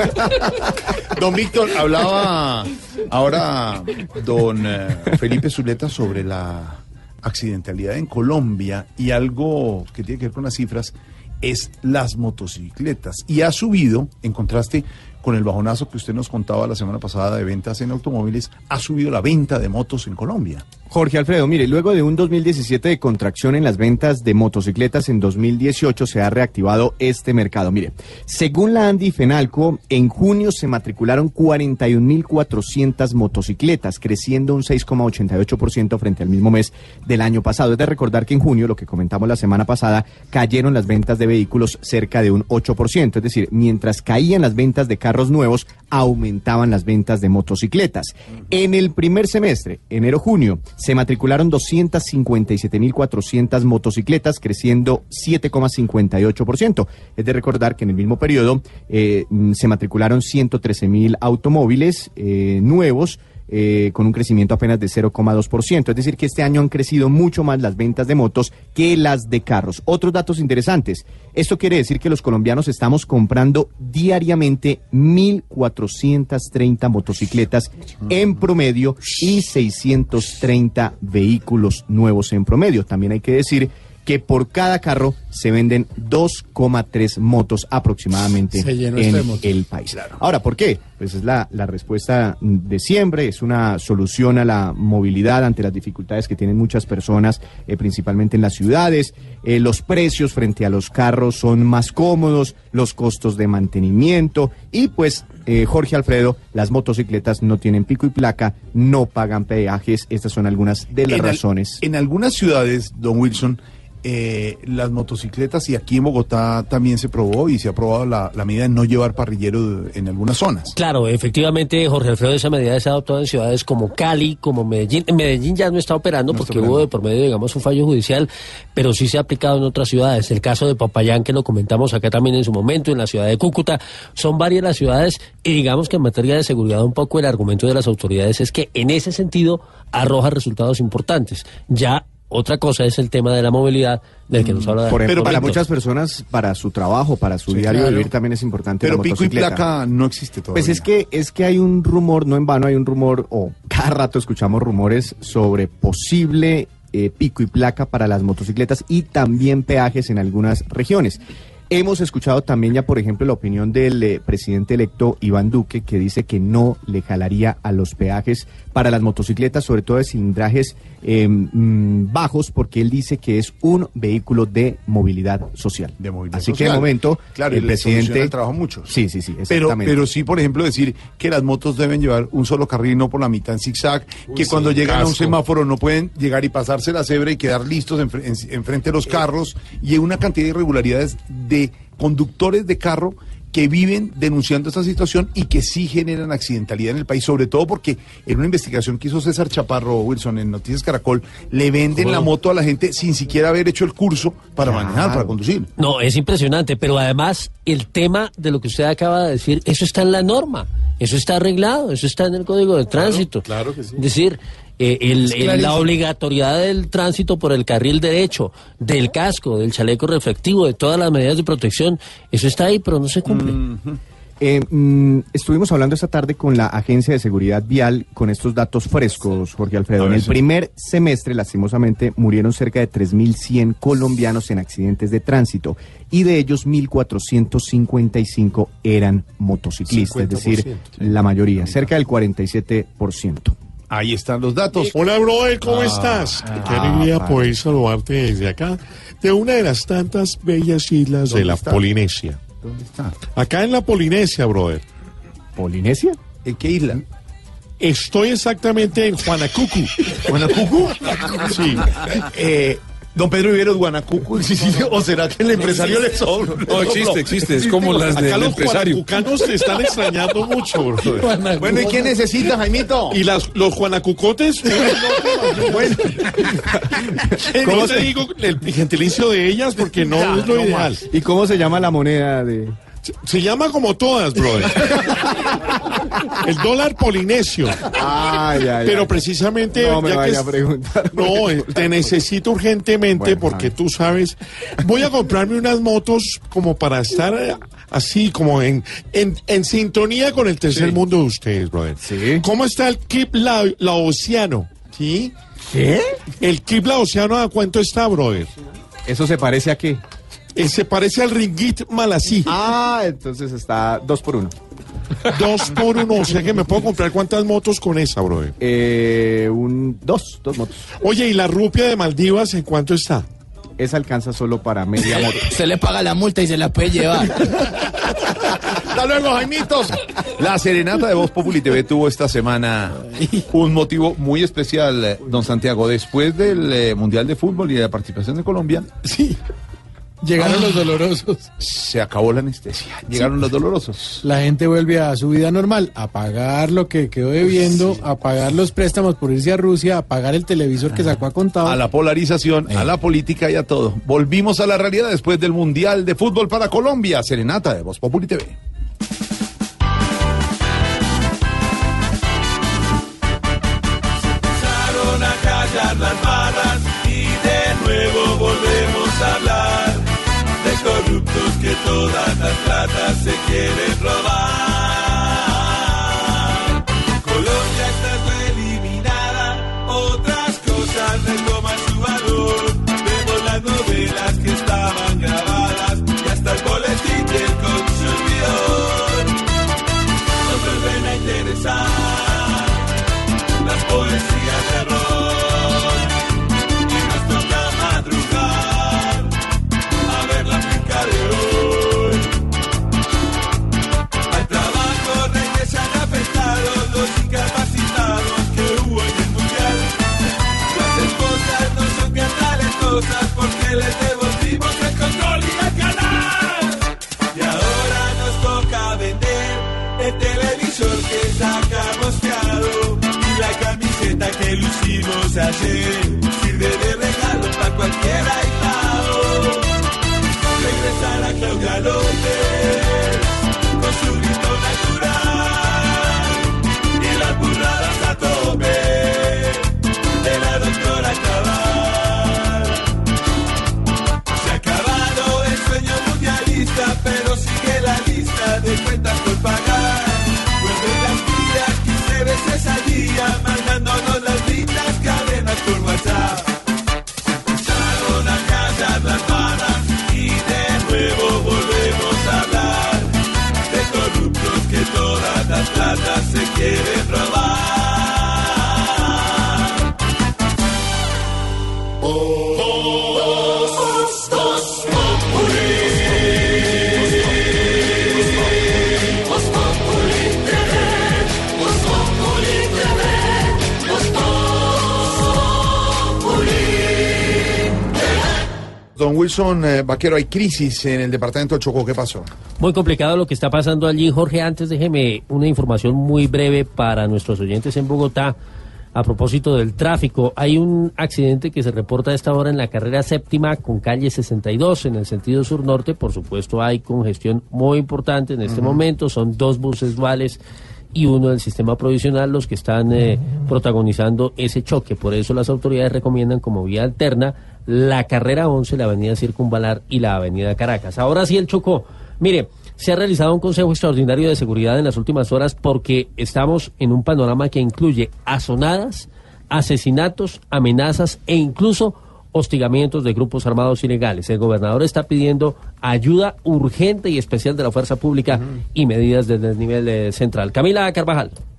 Don Víctor, hablaba ahora don Felipe Zuleta sobre la accidentalidad en Colombia y algo que tiene que ver con las cifras es las motocicletas. Y ha subido, en contraste con el bajonazo que usted nos contaba la semana pasada de ventas en automóviles, ha subido la venta de motos en Colombia. Jorge Alfredo, mire, luego de un 2017 de contracción en las ventas de motocicletas, en 2018 se ha reactivado este mercado. Mire, según la Andy Fenalco, en junio se matricularon 41.400 motocicletas, creciendo un 6,88% frente al mismo mes del año pasado. Es de recordar que en junio, lo que comentamos la semana pasada, cayeron las ventas de vehículos cerca de un 8%, es decir, mientras caían las ventas de carros nuevos, aumentaban las ventas de motocicletas. En el primer semestre, enero-junio, se matricularon 257.400 motocicletas, creciendo 7,58%. Es de recordar que en el mismo periodo se matricularon 113.000 automóviles nuevos, con un crecimiento apenas de 0,2%. Es decir, que este año han crecido mucho más las ventas de motos que las de carros. Otros datos interesantes. Esto quiere decir que los colombianos estamos comprando diariamente 1.430 motocicletas en promedio y 630 vehículos nuevos en promedio. También hay que decir que por cada carro se venden 2,3 motos aproximadamente en el país. Claro. Ahora, ¿por qué? Pues es la respuesta de siempre, es una solución a la movilidad ante las dificultades que tienen muchas personas, principalmente en las ciudades. Los precios frente a los carros son más cómodos, los costos de mantenimiento y pues, Jorge Alfredo, las motocicletas no tienen pico y placa, no pagan peajes. Estas son algunas de las razones. En algunas ciudades, don Wilson, las motocicletas, y aquí en Bogotá también se probó y se ha probado la medida de no llevar parrillero en algunas zonas. Claro, efectivamente, Jorge Alfredo, esa medida se ha adoptado en ciudades como Cali, como Medellín. En Medellín ya no está operando porque hubo de por medio, digamos, un fallo judicial, pero sí se ha aplicado en otras ciudades. El caso de Popayán, que lo comentamos acá también en su momento, en la ciudad de Cúcuta, son varias las ciudades, y digamos que en materia de seguridad un poco el argumento de las autoridades es que en ese sentido arroja resultados importantes. Ya otra cosa es el tema de la movilidad del que nos habla. Por ejemplo, para muchas personas, para su trabajo, para su diario vivir también es importante la motocicleta. Pero pico y placa no existe todavía. Pues es que hay un rumor, no en vano hay un rumor, o cada rato escuchamos rumores sobre posible pico y placa para las motocicletas y también peajes en algunas regiones. Hemos escuchado también ya, por ejemplo, la opinión del presidente electo Iván Duque, que dice que no le jalaría a los peajes para las motocicletas, sobre todo de cilindrajes bajos, porque él dice que es un vehículo de movilidad social. Así social. Que de momento, claro, el presidente... el trabajo mucho. Sí, exactamente. Pero sí, por ejemplo, decir que las motos deben llevar un solo carril, no por la mitad en zigzag, que cuando llegan a un semáforo no pueden llegar y pasarse la cebra y quedar listos enfrente de los carros, y hay una cantidad de irregularidades de conductores de carro que viven denunciando esta situación y que sí generan accidentalidad en el país, sobre todo porque en una investigación que hizo César Chaparro, Wilson, en Noticias Caracol, le venden la moto a la gente sin siquiera haber hecho el curso para manejar, para conducir. No, es impresionante, pero además el tema de lo que usted acaba de decir, eso está en la norma, eso está arreglado, eso está en el Código de Tránsito. Claro que sí. Es decir, la obligatoriedad del tránsito por el carril derecho, del casco, del chaleco reflectivo, de todas las medidas de protección, eso está ahí, pero no se cumple. Estuvimos hablando esta tarde con la Agencia de Seguridad Vial con estos datos frescos, Jorge Alfredo. En el primer semestre, lastimosamente, murieron cerca de 3.100 colombianos en accidentes de tránsito y de ellos 1.455 eran motociclistas, 50%, es decir, la mayoría, cerca del 47%. Ahí están los datos. Hola, brother, ¿cómo estás? Qué alegría poder saludarte desde acá, de una de las tantas bellas islas de la Polinesia. ¿Dónde está? Acá en la Polinesia, brother. ¿Polinesia? ¿En qué isla? Estoy exactamente en Juanacucu. ¿Guanacucu? Sí. Don Pedro Viveros, Guanacucu, sí, ¿o será que el empresario le sobra? No, existe, es como las Acá del los empresario. guanacucanos te están extrañando mucho, bro. Bueno, ¿y qué necesita, Jaimito? ¿Y los guanacucotes? Bueno. No te digo el gentilicio de ellas porque no es lo ideal. ¿Y cómo se llama la moneda de...? Se llama como todas, brother. El dólar polinesio. Pero precisamente... No me ya vaya que a preguntar. No, te necesito urgentemente porque tú sabes... Voy a comprarme unas motos como para estar así, como en sintonía con el tercer mundo de ustedes, brother. Sí. ¿Cómo está el Kip Laosiano? ¿Sí? ¿Qué? El Kip Laosiano, ¿a cuánto está, brother? ¿Eso se parece a qué? Se parece al ringgit malasí. Entonces está 2 por 1. 2 por 1, o sea que me puedo comprar ¿cuántas motos con esa, brother? Dos motos. Oye, ¿y la rupia de Maldivas en cuánto está? Esa alcanza solo para media moto. Se le paga la multa y se la puede llevar. Hasta luego, Jaimitos. La serenata de Voz Populi TV tuvo esta semana un motivo muy especial, don Santiago. Después del Mundial de Fútbol y de la participación de Colombia, Sí. Llegaron los dolorosos. se acabó la anestesia. Llegaron los dolorosos. La gente vuelve a su vida normal, a pagar lo que quedó debiendo, a pagar los préstamos por irse a Rusia, a pagar el televisor que sacó a contado. A la polarización, a la política y a todo. Volvimos a la realidad después del Mundial de Fútbol para Colombia. Serenata de Voz Populi TV. Empezaron a callar las balas y de nuevo volvemos a hablar de corruptos que todas las platas se quieren robar. Colombia está eliminada, otras cosas retoman su valor. Vemos las novelas que estaban grabadas y hasta el boletín del consumidor. Nos vuelven a interesar las poesías de rol y nos toca madrugar a ver la finca de hoy. Al trabajo regresan afectados los incapacitados que hubo en el mundial. Las esposas no son tan talentosas porque les devolvimos el control y el canal. Y ahora nos toca vender el televisor que sacamos fiado. La camiseta que lucimos ayer sirve de regalo para cualquier aislado. Regresará Claudia López con su grito natural y las burradas a tope de la doctora Cabal. Se ha acabado el sueño mundialista, pero sigue la lista de cuentas por pagar. Vuelven las vidas 15 veces al día, mandándonos las lindas cadenas por WhatsApp. Empezaron a callar las balas y de nuevo volvemos a hablar de corruptos que todas las platas se quieren robar. Don Wilson Vaquero, hay crisis en el departamento del Chocó. ¿Qué pasó? Muy complicado lo que está pasando allí, Jorge. Antes déjeme una información muy breve para nuestros oyentes en Bogotá. A propósito del tráfico, hay un accidente que se reporta a esta hora en la carrera séptima con calle 62 en el sentido sur-norte. Por supuesto, hay congestión muy importante en este momento. Son 2 buses duales y uno del sistema provisional los que están protagonizando ese choque. Por eso las autoridades recomiendan como vía alterna la carrera 11, la avenida Circunvalar y la avenida Caracas. Ahora sí el Chocó. Mire, se ha realizado un consejo extraordinario de seguridad en las últimas horas porque estamos en un panorama que incluye azonadas, asesinatos, amenazas e incluso hostigamientos de grupos armados ilegales. El gobernador está pidiendo ayuda urgente y especial de la fuerza pública y medidas desde el nivel central. Camila Carvajal.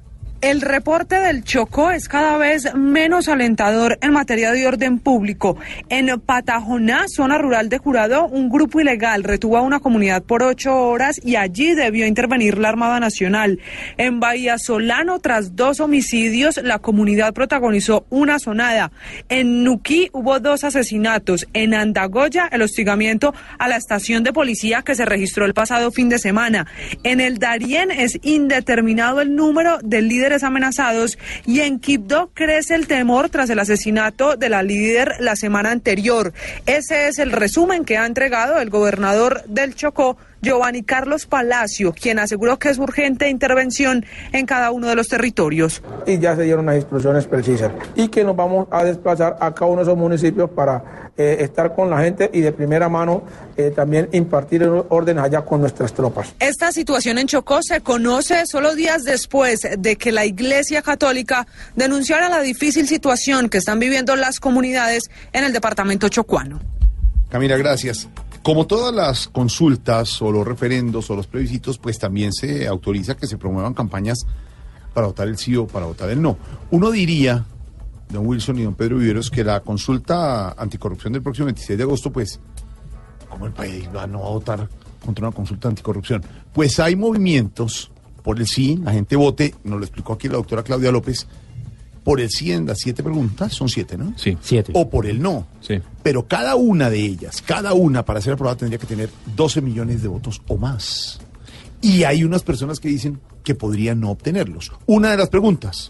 El reporte del Chocó es cada vez menos alentador en materia de orden público. En Patajoná, zona rural de Jurado, un grupo ilegal retuvo a una comunidad por 8 horas y allí debió intervenir la Armada Nacional. En Bahía Solano, tras 2 homicidios, la comunidad protagonizó una sonada. En Nuquí hubo 2 asesinatos. En Andagoya, el hostigamiento a la estación de policía que se registró el pasado fin de semana. En el Darién es indeterminado el número de líderes amenazados y en Quibdó crece el temor tras el asesinato de la líder la semana anterior. Ese es el resumen que ha entregado el gobernador del Chocó, Giovanni Carlos Palacio, quien aseguró que es urgente intervención en cada uno de los territorios. Y ya se dieron las instrucciones precisas y que nos vamos a desplazar a cada uno de esos municipios para estar con la gente y de primera mano también impartir órdenes allá con nuestras tropas. Esta situación en Chocó se conoce solo días después de que la Iglesia Católica denunciara la difícil situación que están viviendo las comunidades en el departamento chocuano. Camila, gracias. Como todas las consultas o los referendos o los plebiscitos, pues también se autoriza que se promuevan campañas para votar el sí o para votar el no. Uno diría, don Wilson y don Pedro Viveros, que la consulta anticorrupción del próximo 26 de agosto, pues, ¿cómo el país no va a votar contra una consulta anticorrupción? Pues hay movimientos por el sí, la gente vote, nos lo explicó aquí la doctora Claudia López, por el sí en las 7 preguntas, son 7, ¿no? Sí, 7. O por el no. Sí. Pero cada una de ellas, cada una para ser aprobada tendría que tener 12 millones de votos o más. Y hay unas personas que dicen que podrían no obtenerlos. Una de las preguntas,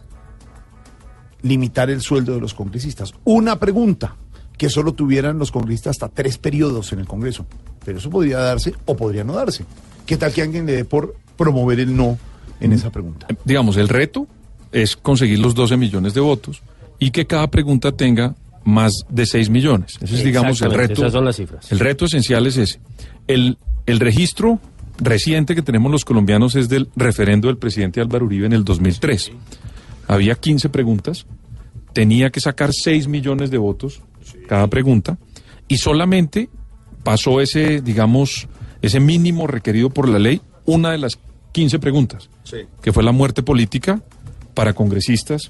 limitar el sueldo de los congresistas. Una pregunta, que solo tuvieran los congresistas hasta 3 periodos en el Congreso. Pero eso podría darse o podría no darse. ¿Qué tal que alguien le dé por promover el no en esa pregunta? Digamos, el reto es conseguir los 12 millones de votos y que cada pregunta tenga más de 6 millones. Ese es, digamos, el reto. Esas son las cifras. El reto esencial es ese. El registro reciente que tenemos los colombianos es del referendo del presidente Álvaro Uribe en el 2003. Había 15 preguntas, tenía que sacar 6 millones de votos cada pregunta y solamente pasó ese, digamos, ese mínimo requerido por la ley, una de las 15 preguntas, que fue la muerte política para congresistas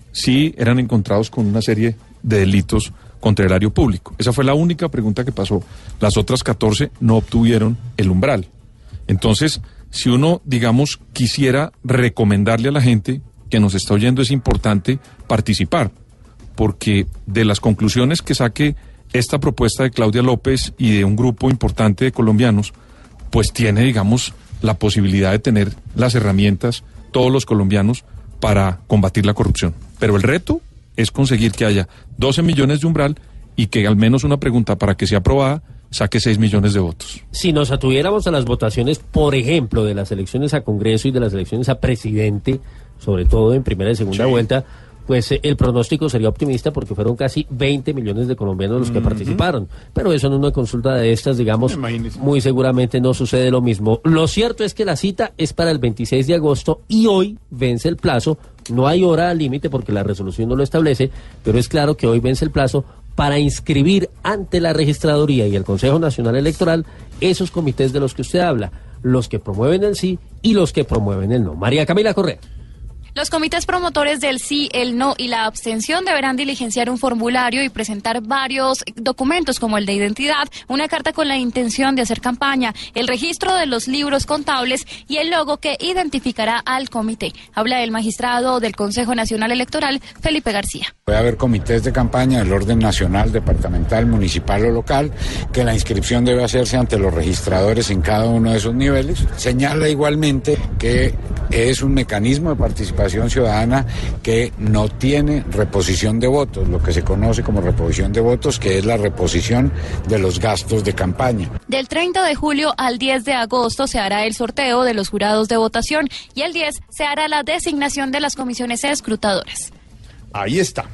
si eran encontrados con una serie de delitos contra el erario público. Esa fue la única pregunta que pasó. Las otras 14 no obtuvieron el umbral. Entonces, si uno, digamos, quisiera recomendarle a la gente que nos está oyendo, es importante participar, porque de las conclusiones que saque esta propuesta de Claudia López y de un grupo importante de colombianos, pues tiene, digamos, la posibilidad de tener las herramientas, todos los colombianos, para combatir la corrupción. Pero el reto es conseguir que haya 12 millones de umbral y que al menos una pregunta para que sea aprobada saque 6 millones de votos. Si nos atuviéramos a las votaciones, por ejemplo, de las elecciones a Congreso y de las elecciones a presidente, sobre todo en primera y segunda vuelta, pues el pronóstico sería optimista porque fueron casi 20 millones de colombianos los que participaron. Pero eso en una consulta de estas, digamos, muy seguramente no sucede lo mismo. Lo cierto es que la cita es para el 26 de agosto y hoy vence el plazo. No hay hora límite porque la resolución no lo establece, pero es claro que hoy vence el plazo para inscribir ante la registraduría y el Consejo Nacional Electoral esos comités de los que usted habla, los que promueven el sí y los que promueven el no. María Camila Correa. Los comités promotores del sí, el no y la abstención deberán diligenciar un formulario y presentar varios documentos como el de identidad, una carta con la intención de hacer campaña, el registro de los libros contables y el logo que identificará al comité. Habla el magistrado del Consejo Nacional Electoral, Felipe García. Puede haber comités de campaña del orden nacional, departamental, municipal o local, que la inscripción debe hacerse ante los registradores en cada uno de esos niveles. Señala igualmente que es un mecanismo de participación ciudadana que no tiene reposición de votos, lo que se conoce como reposición de votos, que es la reposición de los gastos de campaña. Del 30 de julio al 10 de agosto se hará el sorteo de los jurados de votación y el 10 se hará la designación de las comisiones escrutadoras. Ahí está.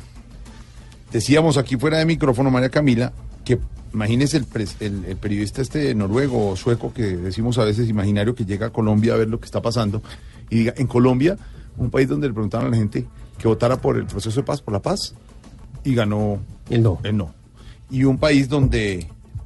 Decíamos aquí fuera de micrófono, María Camila, que imagínese el periodista noruego o sueco que decimos a veces imaginario, que llega a Colombia a ver lo que está pasando y diga, en Colombia, un país donde le preguntaban a la gente que votara por el proceso de paz, por la paz, y ganó el no. Y un país donde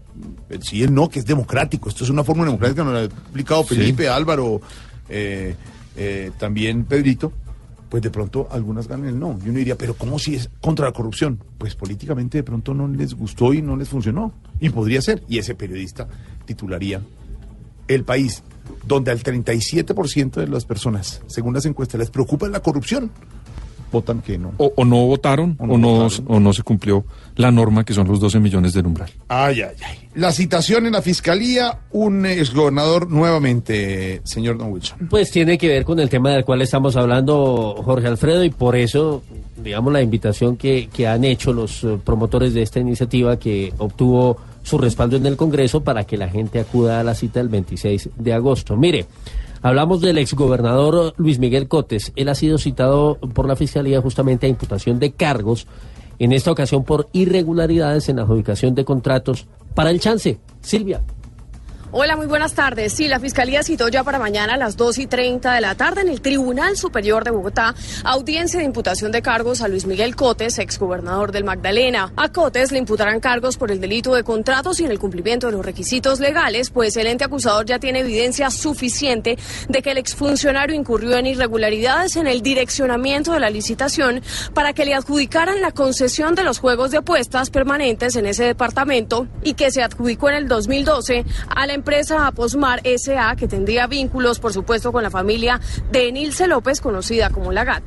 el sí, el no, que es democrático. Esto es una fórmula democrática, nos lo ha explicado Felipe, Álvaro, también Pedrito, pues de pronto algunas ganan el no. Y uno diría, pero ¿cómo si es contra la corrupción? Pues políticamente de pronto no les gustó y no les funcionó. Y podría ser. Y ese periodista titularía El País, donde al 37% de las personas, según las encuestas, les preocupa la corrupción, votan que no. O no votaron, o no se cumplió la norma, que son los 12 millones del umbral. Ay. La citación en la fiscalía, un exgobernador nuevamente, señor Don Wilson. Pues tiene que ver con el tema del cual estamos hablando, Jorge Alfredo, y por eso, digamos, la invitación que han hecho los promotores de esta iniciativa, que obtuvo su respaldo en el Congreso, para que la gente acuda a la cita el 26 de agosto. Mire, hablamos del exgobernador Luis Miguel Cotes. Él ha sido citado por la Fiscalía justamente a imputación de cargos, en esta ocasión por irregularidades en la adjudicación de contratos para el Chance. Silvia. Hola, muy buenas tardes. Sí, la Fiscalía citó ya para mañana a las 2:30 de la tarde en el Tribunal Superior de Bogotá audiencia de imputación de cargos a Luis Miguel Cotes, exgobernador del Magdalena. A Cotes le imputarán cargos por el delito de contratos sin el cumplimiento de los requisitos legales, pues el ente acusador ya tiene evidencia suficiente de que el exfuncionario incurrió en irregularidades en el direccionamiento de la licitación para que le adjudicaran la concesión de los juegos de apuestas permanentes en ese departamento y que se adjudicó en el 2012 a la empresa Aposmar S.A., que tendría vínculos, por supuesto, con la familia de Nilce López, conocida como La Gata.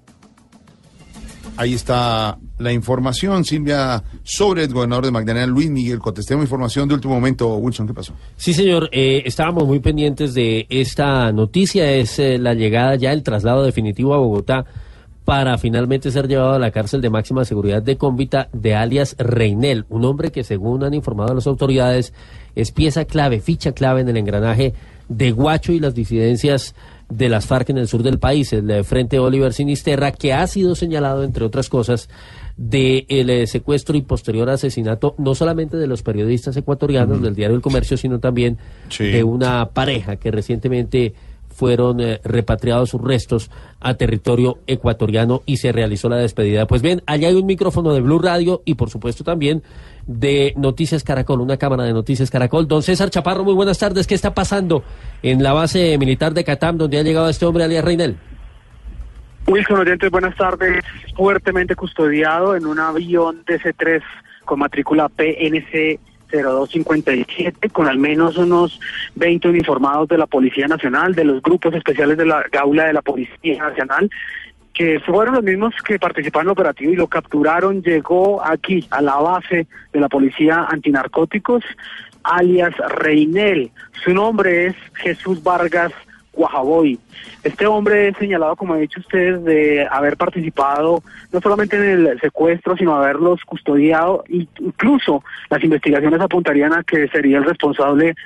Ahí está la información, Silvia, sobre el gobernador de Magdalena, Luis Miguel Cotes. Tenemos información de último momento. Wilson, ¿qué pasó? Sí, señor, estábamos muy pendientes de esta noticia. Es la llegada ya, el traslado definitivo a Bogotá para finalmente ser llevado a la cárcel de máxima seguridad de Cómbita de alias Reinel, un hombre que, según han informado las autoridades, es pieza clave, ficha clave en el engranaje de Guacho y las disidencias de las FARC en el sur del país, el Frente Oliver Sinisterra, que ha sido señalado, entre otras cosas, del secuestro y posterior asesinato, no solamente de los periodistas ecuatorianos del diario El Comercio, sino también de una pareja que recientemente fueron repatriados sus restos a territorio ecuatoriano y se realizó la despedida. Pues bien, allá hay un micrófono de Blue Radio y por supuesto también de Noticias Caracol, una cámara de Noticias Caracol. Don César Chaparro, muy buenas tardes. ¿Qué está pasando en la base militar de Catam, donde ha llegado este hombre alias Reinel? Wilson, oyentes, buenas tardes. Fuertemente custodiado en un avión DC-3 con matrícula PNC 0257, con al menos unos 20 uniformados de la Policía Nacional, de los grupos especiales de la Gaula de la Policía Nacional, que fueron los mismos que participaron en el operativo y lo capturaron. Llegó aquí a la base de la Policía Antinarcóticos, alias Reinel. Su nombre es Jesús Vargas Guajaboy. Este hombre es señalado, como ha dicho usted, de haber participado no solamente en el secuestro, sino haberlos custodiado. Incluso las investigaciones apuntarían a que sería el responsable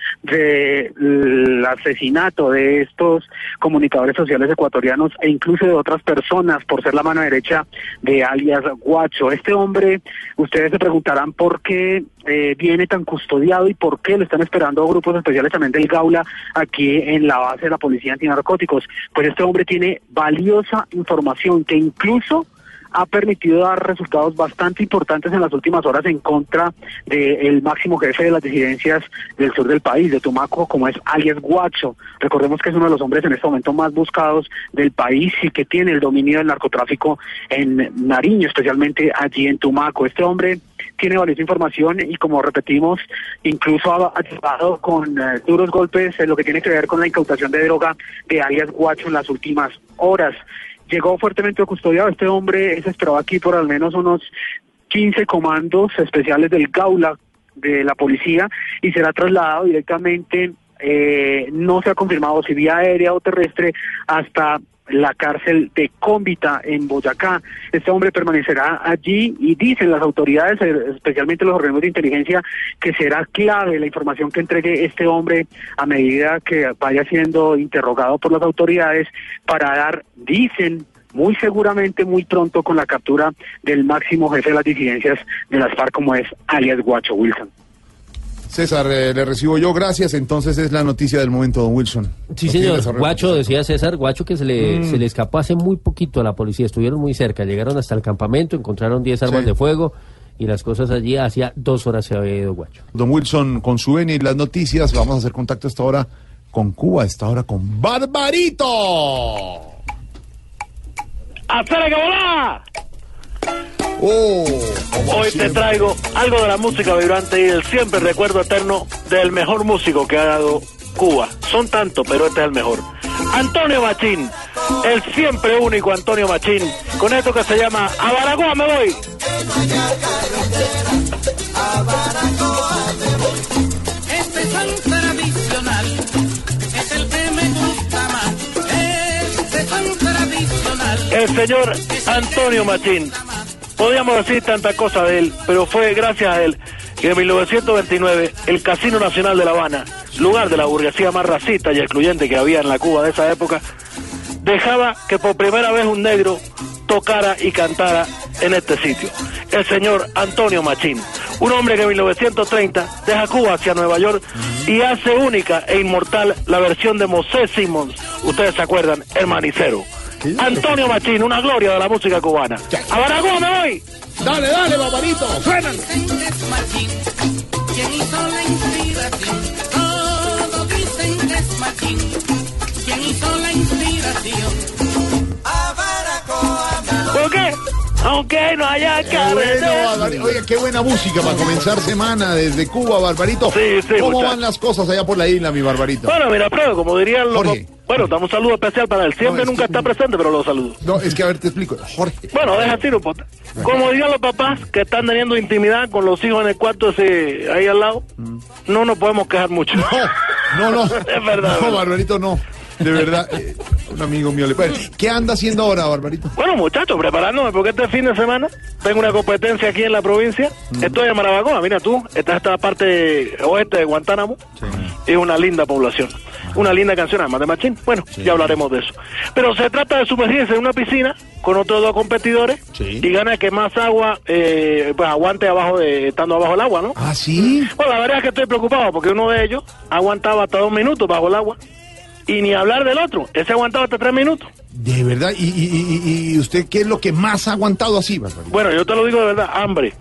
del asesinato de estos comunicadores sociales ecuatorianos e incluso de otras personas, por ser la mano derecha de alias Guacho. Este hombre, ustedes se preguntarán por qué viene tan custodiado y por qué lo están esperando grupos especiales también del Gaula aquí en la base de la Policía Antinarcóticos. Pues este hombre tiene valiosa información que incluso ha permitido dar resultados bastante importantes en las últimas horas en contra del máximo jefe de las disidencias del sur del país, de Tumaco, como es alias Guacho. Recordemos que es uno de los hombres en este momento más buscados del país y que tiene el dominio del narcotráfico en Nariño, especialmente allí en Tumaco. Este hombre tiene valiosa información y, como repetimos, incluso ha ayudado con duros golpes en lo que tiene que ver con la incautación de droga de alias Guacho en las últimas horas. Llegó fuertemente custodiado. Este hombre es esperado aquí por al menos unos 15 comandos especiales del Gaula de la policía y será trasladado directamente, no se ha confirmado si vía aérea o terrestre, hasta la cárcel de Cómbita en Boyacá. Este hombre permanecerá allí y dicen las autoridades, especialmente los organismos de inteligencia, que será clave la información que entregue este hombre a medida que vaya siendo interrogado por las autoridades para dar, dicen, muy seguramente muy pronto con la captura del máximo jefe de las disidencias de las FARC, como es alias Guacho. Wilson. César, le recibo yo, gracias. Entonces es la noticia del momento, don Wilson. Sí, señor. Guacho, decía César, Guacho que se le escapó hace muy poquito a la policía, estuvieron muy cerca, llegaron hasta el campamento, encontraron 10 armas de fuego y las cosas allí, hacía 2 horas se había ido Guacho. Don Wilson, con su venia y las noticias, vamos a hacer contacto a esta hora con Cuba, a esta hora con Barbarito. ¡Hacele que volá! Como Hoy te siempre. traigo algo de la música vibrante y el siempre recuerdo eterno del mejor músico que ha dado Cuba. Son tantos, pero este es el mejor. Antonio Machín, el siempre único Antonio Machín, con esto que se llama A Baracoa me voy. Este son tradicional, es el que me gusta más. Este son tradicional. El señor Antonio Machín. Podríamos decir tantas cosas de él, pero fue gracias a él que en 1929 el Casino Nacional de La Habana, lugar de la burguesía más racista y excluyente que había en la Cuba de esa época, dejaba que por primera vez un negro tocara y cantara en este sitio. El señor Antonio Machín, un hombre que en 1930 deja Cuba hacia Nueva York y hace única e inmortal la versión de Mosé Simons, ustedes se acuerdan, el manicero. Antonio Machín, una gloria de la música cubana. ¡A Baracoa me voy! Dale, dale, Barbarito, suenan. Dicen que es Machín, quien hizo la inspiración. Todos dicen que es Machín, quien hizo la inspiración. A Baracoa me voy. ¿Por qué? Aunque no haya carretera. Bueno, oye, qué buena música para comenzar semana desde Cuba, Barbarito. Sí, ¿Cómo muchacho. van las cosas allá por la isla, mi Barbarito? Bueno, mira, pero como dirían los... Jorge. Bueno, damos un saludo especial para él. Siempre No, es nunca que- está presente, pero lo saludo. No, es que a ver, te explico. Jorge. Bueno, deja tiro, pota. Como dirían los papás que están teniendo intimidad con los hijos en el cuarto ese ahí al lado, no nos podemos quejar mucho. No. Es verdad. No, Barbarito, no. De verdad, un amigo mío le parece. ¿Qué anda haciendo ahora, Barbarito? Bueno, muchachos, preparándome porque este fin de semana tengo una competencia aquí en la provincia. Estoy en Marabacoa, mira tú, esta parte oeste de Guantánamo. Es una linda población. Una linda canción, además de Machín. Bueno, ya hablaremos de eso. Pero se trata de sumergirse en una piscina con otros dos competidores y gana que más agua pues aguante estando abajo del agua, ¿no? ¿Ah, sí? Bueno, la verdad es que estoy preocupado porque uno de ellos aguantaba hasta 2 minutos bajo el agua. Y ni hablar del otro, ese aguantaba hasta 3 minutos. De verdad, ¿y usted qué es lo que más ha aguantado así, Barbarito? Bueno, yo te lo digo de verdad, hambre.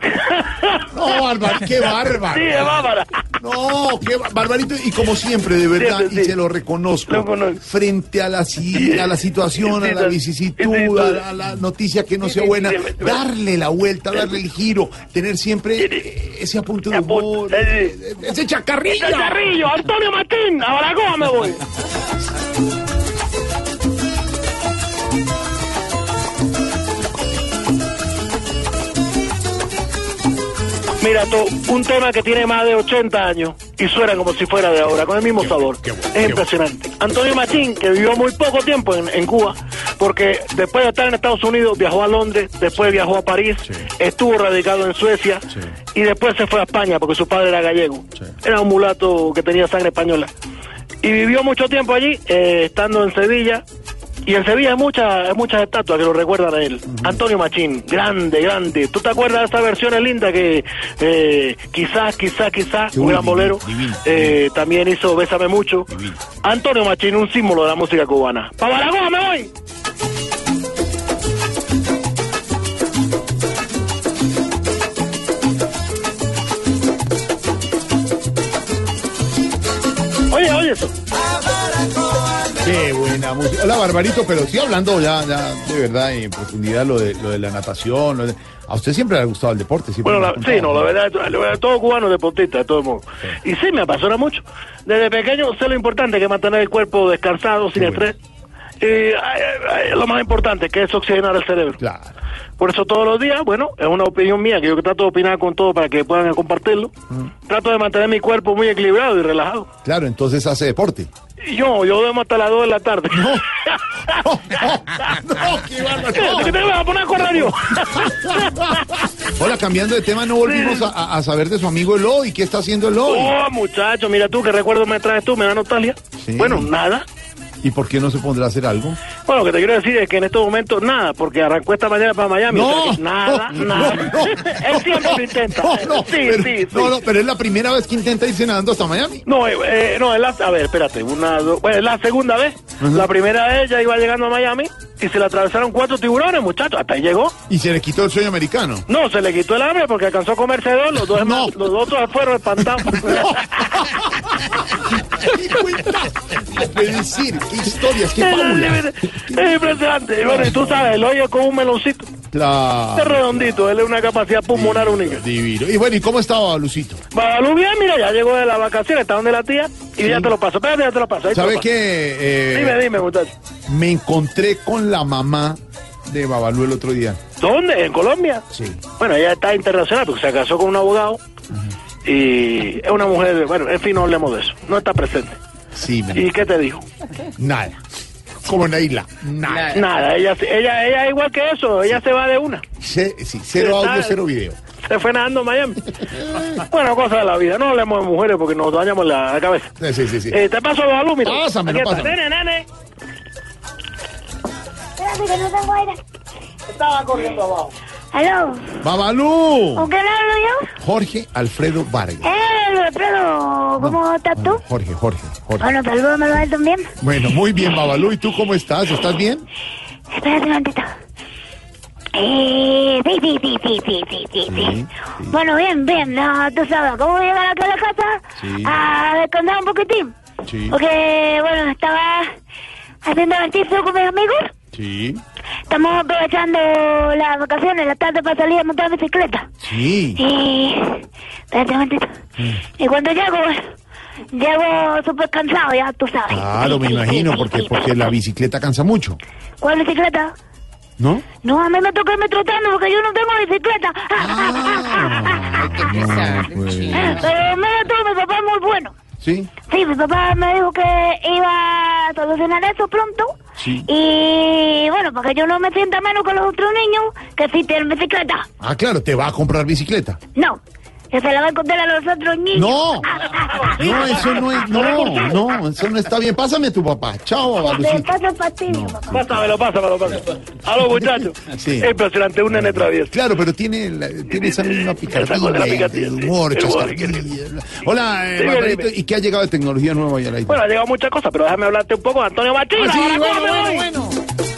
No, Barbarito, qué bárbaro. Sí, es bárbara. No, qué Barbarito, y como siempre, de verdad, Siempre, y sí. se lo reconozco, Lo conozco. frente a la situación, a la vicisitud, a la noticia que no sea buena, darle la vuelta, darle el giro, tener siempre ese apunte de humor, ese chacarrillo. ¡Ese charrillo! ¡Antonio Martín! ¡A Baracoa me voy! Mira tú, un tema que tiene más de 80 años y suena como si fuera de ahora, con el mismo sabor. Es impresionante. Antonio Machín, que vivió muy poco tiempo en Cuba, porque después de estar en Estados Unidos viajó a Londres, después viajó a París, estuvo radicado en Suecia y después se fue a España porque su padre era gallego. Era un mulato que tenía sangre española. Y vivió mucho tiempo allí, estando en Sevilla. Y en Sevilla hay muchas estatuas que lo recuerdan a él. Antonio Machín, grande, grande. ¿Tú te acuerdas de esa versión linda que quizás, un gran bolero? También hizo Bésame Mucho. Antonio Machín, un símbolo de la música cubana. ¡Pa' Baracoa me voy! Oye eso. Qué buena música. Hola, Barbarito, pero sí hablando ya de verdad en profundidad lo de la natación. A usted siempre le ha gustado el deporte. Bueno, la verdad, todo cubano es deportista, de todo modo. Y sí, me apasiona mucho. Desde pequeño sé lo importante que es mantener el cuerpo descansado, sin estrés. Y lo más importante, que es oxigenar el cerebro. Claro. Por eso todos los días, bueno, es una opinión mía, que yo trato de opinar con todo para que puedan compartirlo. Trato de mantener mi cuerpo muy equilibrado y relajado. Claro, entonces hace deporte. Y yo duermo hasta las 2 de la tarde. No, qué bárbaro. ¿Qué te vas a poner a correr yo? Hola, cambiando de tema, no volvimos a saber de su amigo Elo y qué está haciendo Elo. Oh, muchacho, mira tú, qué recuerdo me traes tú, me da nostalgia. Sí. Bueno, nada. ¿Y por qué no se pondrá a hacer algo? Bueno, lo que te quiero decir es que en estos momentos nada, porque arrancó esta mañana para Miami. No, o sea que nada. Él siempre lo intenta. Sí. Pero es la primera vez que intenta irse nadando hasta Miami. No, es a ver, espérate, bueno, es la segunda vez. La primera vez ya iba llegando a Miami y se le atravesaron 4 tiburones, muchachos, hasta ahí llegó. ¿Y se le quitó el sueño americano? No, se le quitó el hambre porque alcanzó a comerse 2, los otros fueron espantados. puede decir, qué historias, qué fábulas. Es impresionante. Y bueno, y tú sabes, él oye con un meloncito. Claro. Es redondito, él es una capacidad pulmonar única. Divino. Y bueno, ¿y cómo estaba Babalucito? Babalú bien, mira, ya llegó de las vacaciones, está donde la tía, y ya te lo paso. Espérate, ya te lo paso. ¿Sabe qué? Dime, muchacho. Me encontré con la mamá de Babalú el otro día. ¿Dónde? ¿En Colombia? Sí. Bueno, ella está internacional porque se casó con un abogado. Y es una mujer, bueno, en fin, no hablemos de eso. No está presente. Sí, ¿Y qué te dijo? Nada. Como en la isla. Nada. Ella es igual que eso. Ella se va de una. Sí, cero audio, cero video. Se fue nadando en Miami. Bueno, cosa de la vida. No hablemos de mujeres porque nos dañamos la cabeza. Sí. Te paso a Babalú, mira. Pásamelo. Nene. Espérate que no tengo aire. Estaba corriendo abajo. ¿Aló? ¡Babalú! ¿Con quién hablo yo? Jorge Alfredo Vargas. Alfredo, ¿cómo estás tú? Jorge. Bueno, salúdamelo a él también. Bueno, muy bien, Babalú. ¿Y tú cómo estás? ¿Estás bien? Espérate un momentito. Sí. Bueno, bien. No, tú sabes, ¿cómo llegar aquí a la casa? Sí. A descansar un poquitín. Sí. Porque, bueno, estaba haciendo ejercicio con mis amigos. Sí. Estamos aprovechando las vacaciones, la tarde para salir a montar bicicleta. Sí. Y... espérate un momentito. Y cuando llego súper cansado, ya tú sabes. Claro, me imagino, porque la bicicleta cansa mucho. ¿Cuál bicicleta? ¿No? No, a mí me toca irme trotando porque yo no tengo bicicleta. Pero me lo tuvo, mi papá es muy bueno. ¿Sí? Sí, mi papá me dijo que iba a solucionar eso pronto. Sí. Y bueno, para que yo no me sienta menos que los otros niños que sí tienen bicicleta. Ah, claro, ¿te va a comprar bicicleta? No, que se la va a encontrar a los otros niños. No, eso no es, no, eso no está bien. Pásame a tu papá. Chao, Babalucito. Te paso para ti, mi papá. Pásamelo. Aló, muchachos. Sí. Es impresionante, un nene travieso. Claro, pero tiene esa misma picardía de humor, chascarrillo. Hola, Barbarito, ¿y qué ha llegado de tecnología nueva ya la isla? Bueno, ha llegado muchas cosas, pero déjame hablarte un poco de Antonio Machín. Sí, bueno.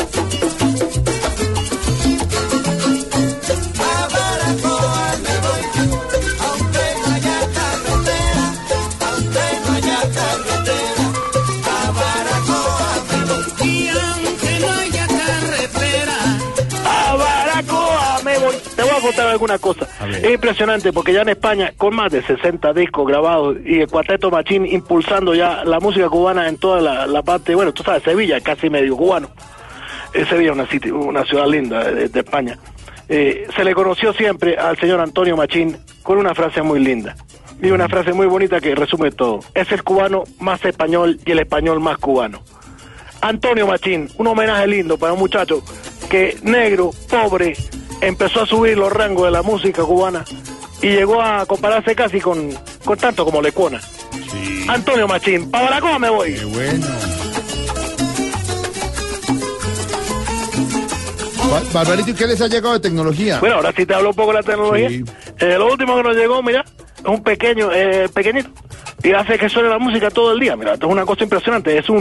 Te voy a contar alguna cosa. Es impresionante porque ya en España, con más de 60 discos grabados y el Cuarteto Machín impulsando ya la música cubana en toda la parte, bueno, tú sabes, Sevilla es casi medio cubano. Sevilla es una ciudad linda de España. Se le conoció siempre al señor Antonio Machín con una frase muy linda. Y una frase muy bonita que resume todo. Es el cubano más español y el español más cubano. Antonio Machín, un homenaje lindo para un muchacho que negro, pobre, empezó a subir los rangos de la música cubana y llegó a compararse casi con tanto como Lecuona. Sí. Antonio Machín, para Baracoa me voy. Qué bueno. Barbarito, ¿y qué les ha llegado de tecnología? Bueno, ahora sí te hablo un poco de la tecnología. Sí. Lo último que nos llegó, mira, es un pequeñito, y hace que suene la música todo el día. Mira, esto es una cosa impresionante. Es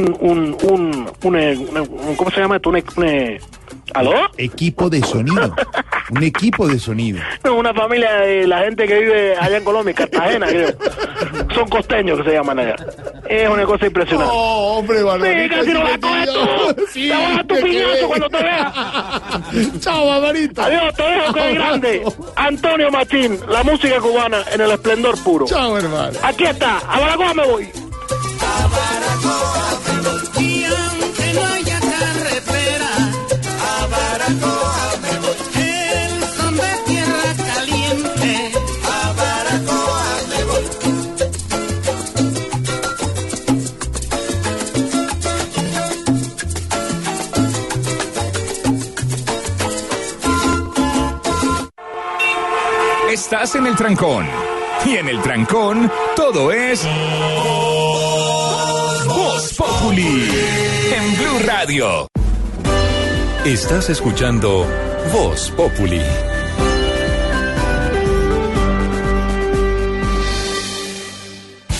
¿cómo se llama esto? ¿Aló? Equipo de sonido. Un equipo de sonido. No, una familia de la gente que vive allá en Colombia, Cartagena, creo. Son costeños que se llaman allá. Es una cosa impresionante. Oh, hombre, Barbarito. Sí, casi no la coges tú. Sí, te vas a tu piñazo cuando te veas. Chao, Barbarito. Adiós, te dejo que es grande. Antonio Machín, la música cubana en el esplendor puro. Chao, hermano. Aquí está. A Baracoa me voy. A Baracoa me voy. Y aunque no haya carretera, a Baracoa me voy. El son de tierra caliente, a Baracoa me voy. Estás en el trancón. Y en el trancón, todo es Voz Populi en Blue Radio. Estás escuchando Voz Populi.